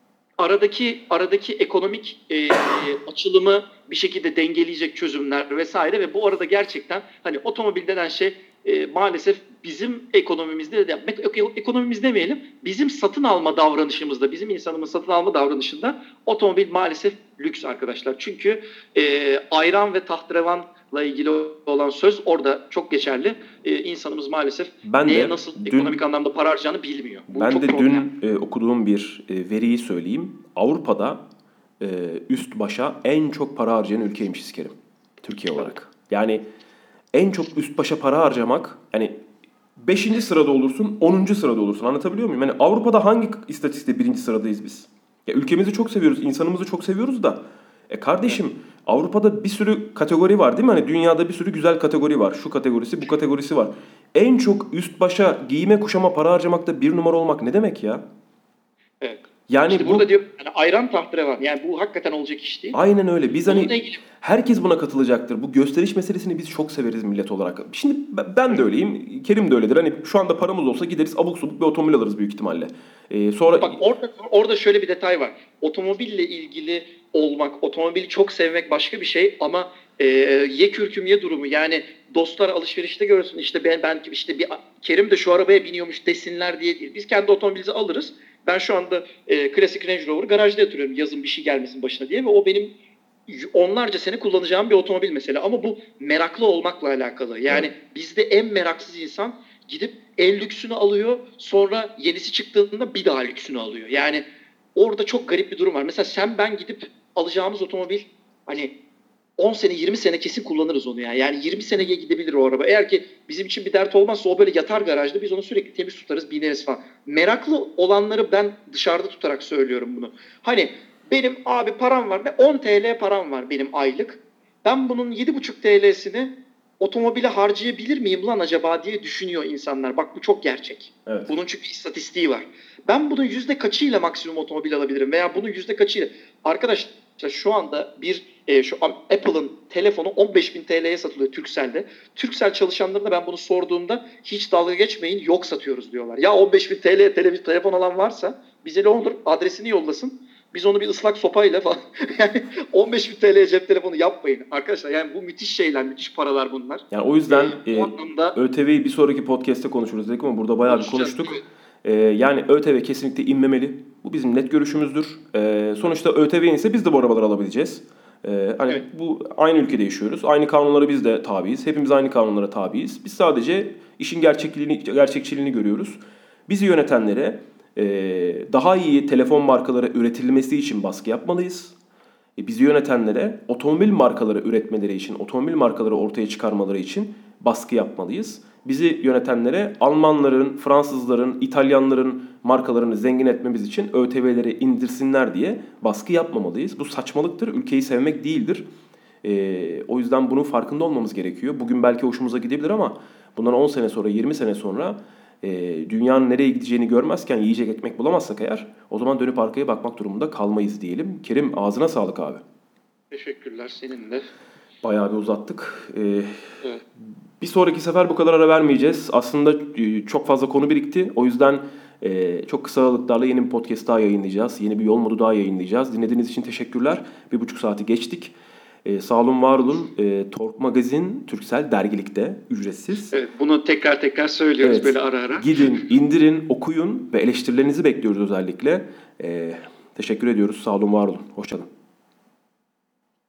aradaki aradaki ekonomik e, açılımı bir şekilde dengeleyecek çözümler vesaire ve bu arada gerçekten hani otomobil denen şey e, maalesef bizim ekonomimizde de ekonomimiz demeyelim, bizim satın alma davranışımızda, bizim insanımız satın alma davranışında otomobil maalesef lüks arkadaşlar. Çünkü e, ayran ve tahterevanla ilgili olan söz orada çok geçerli. E, insanımız maalesef ben neye de nasıl dün, ekonomik anlamda para harcayacağını bilmiyor. Bu ben çok de problem. dün e, okuduğum bir e, veriyi söyleyeyim. Avrupa'da e, üst başa en çok para harcayan ülkeymişiz Kerim. Türkiye olarak. Yani en çok üst başa para harcamak, yani beşinci sırada olursun, onuncu sırada olursun. Anlatabiliyor muyum? Yani Avrupa'da hangi istatistikte birinci sıradayız biz? Ya ülkemizi çok seviyoruz, insanımızı çok seviyoruz da. E kardeşim, Avrupa'da bir sürü kategori var değil mi? Hani dünyada bir sürü güzel kategori var. Şu kategorisi, bu kategorisi var. En çok üst başa giyime kuşama para harcamakta bir numara olmak ne demek ya? Evet. Yani işte bu, burada diyor yani ayran tahterevan. Yani bu hakikaten olacak iş değil. Aynen öyle. Biz hani herkes buna katılacaktır. Bu gösteriş meselesini biz çok severiz millet olarak. Şimdi ben de öyleyim. Kerim de öyledir. Hani şu anda paramız olsa gideriz abuk subuk bir otomobil alırız büyük ihtimalle. Ee, sonra Bak orada orada şöyle bir detay var. Otomobille ilgili olmak, otomobili çok sevmek başka bir şey ama e, ye kürküm ye durumu. Yani dostlar alışverişte görsün işte ben ben işte bir Kerim de şu arabaya biniyormuş desinler diye değil. Biz kendi otomobilimizi alırız. Ben şu anda e, klasik Range Rover garajda yatırıyorum yazın bir şey gelmesin başına diye ve o benim onlarca sene kullanacağım bir otomobil mesela. Ama bu meraklı olmakla alakalı. Yani evet. Bizde en meraksız insan gidip en lüksünü alıyor, sonra yenisi çıktığında bir daha lüksünü alıyor. Yani orada çok garip bir durum var. Mesela sen ben gidip alacağımız otomobil hani on sene yirmi sene kesin kullanırız onu yani. Yani yirmi seneye gidebilir o araba. Eğer ki bizim için bir dert olmazsa o böyle yatar garajda biz onu sürekli temiz tutarız, bineriz falan. Meraklı olanları ben dışarıda tutarak söylüyorum bunu. Hani benim abi param var ve on T L param var benim aylık. Ben bunun yedi buçuk T L'sini otomobile harcayabilir miyim lan acaba diye düşünüyor insanlar. Bak bu çok gerçek. Evet. Bunun çünkü istatistiği var. Ben bunun yüzde kaçıyla maksimum otomobil alabilirim veya bunun yüzde kaçıyla. Arkadaşlar şu anda bir e, şu Apple'ın telefonu on beş bin T L'ye satılıyor Turkcell'de. Turkcell çalışanlarına ben bunu sorduğumda hiç dalga geçmeyin yok satıyoruz diyorlar. Ya on beş bin T L'ye tele- telefon alan varsa bize ne olur adresini yollasın. Biz onu bir ıslak sopayla falan yani on beş bin T L'ye cep telefonu yapmayın. Arkadaşlar yani bu müthiş şeyler, müthiş paralar bunlar. Yani o yüzden ee, e, ÖTV'yi bir sonraki podcast'te konuşuruz dedik ama burada bayağı bir konuştuk. E, yani ÖTV kesinlikle inmemeli. Bu bizim net görüşümüzdür. E, sonuçta ÖTV inse biz de bu arabaları alabileceğiz. E, hani evet. Bu aynı ülkede yaşıyoruz. Aynı kanunlara biz de tabiiz. Hepimiz aynı kanunlara tabiiz. Biz sadece işin gerçekliğini, gerçekçiliğini görüyoruz. Bizi yönetenlere e, daha iyi telefon markaları üretilmesi için baskı yapmalıyız. E, bizi yönetenlere otomobil markaları üretmeleri için, otomobil markaları ortaya çıkarmaları için baskı yapmalıyız. Bizi yönetenlere Almanların, Fransızların, İtalyanların markalarını zengin etmemiz için ÖTV'leri indirsinler diye baskı yapmamalıyız. Bu saçmalıktır, ülkeyi sevmek değildir. Ee, o yüzden bunun farkında olmamız gerekiyor. Bugün belki hoşumuza gidebilir ama bundan on sene sonra, yirmi sene sonra e, dünyanın nereye gideceğini görmezken yiyecek ekmek bulamazsak eğer o zaman dönüp arkaya bakmak durumunda kalmayız diyelim. Kerim, ağzına sağlık abi. Teşekkürler, senin de. Bayağı bir uzattık. Ee, evet. Bir sonraki sefer bu kadar ara vermeyeceğiz. Aslında çok fazla konu birikti. O yüzden e, çok kısa aralıklarla yeni bir podcast daha yayınlayacağız. Yeni bir yol modu daha yayınlayacağız. Dinlediğiniz için teşekkürler. Bir buçuk saati geçtik. E, sağ olun, var olun. E, Tork Magazin Türksel Dergilik'te ücretsiz. Evet, bunu tekrar tekrar söylüyoruz evet. Böyle ara ara. Gidin, indirin, okuyun ve eleştirilerinizi bekliyoruz özellikle. E, teşekkür ediyoruz. Sağ olun, var olun. Hoşça kalın.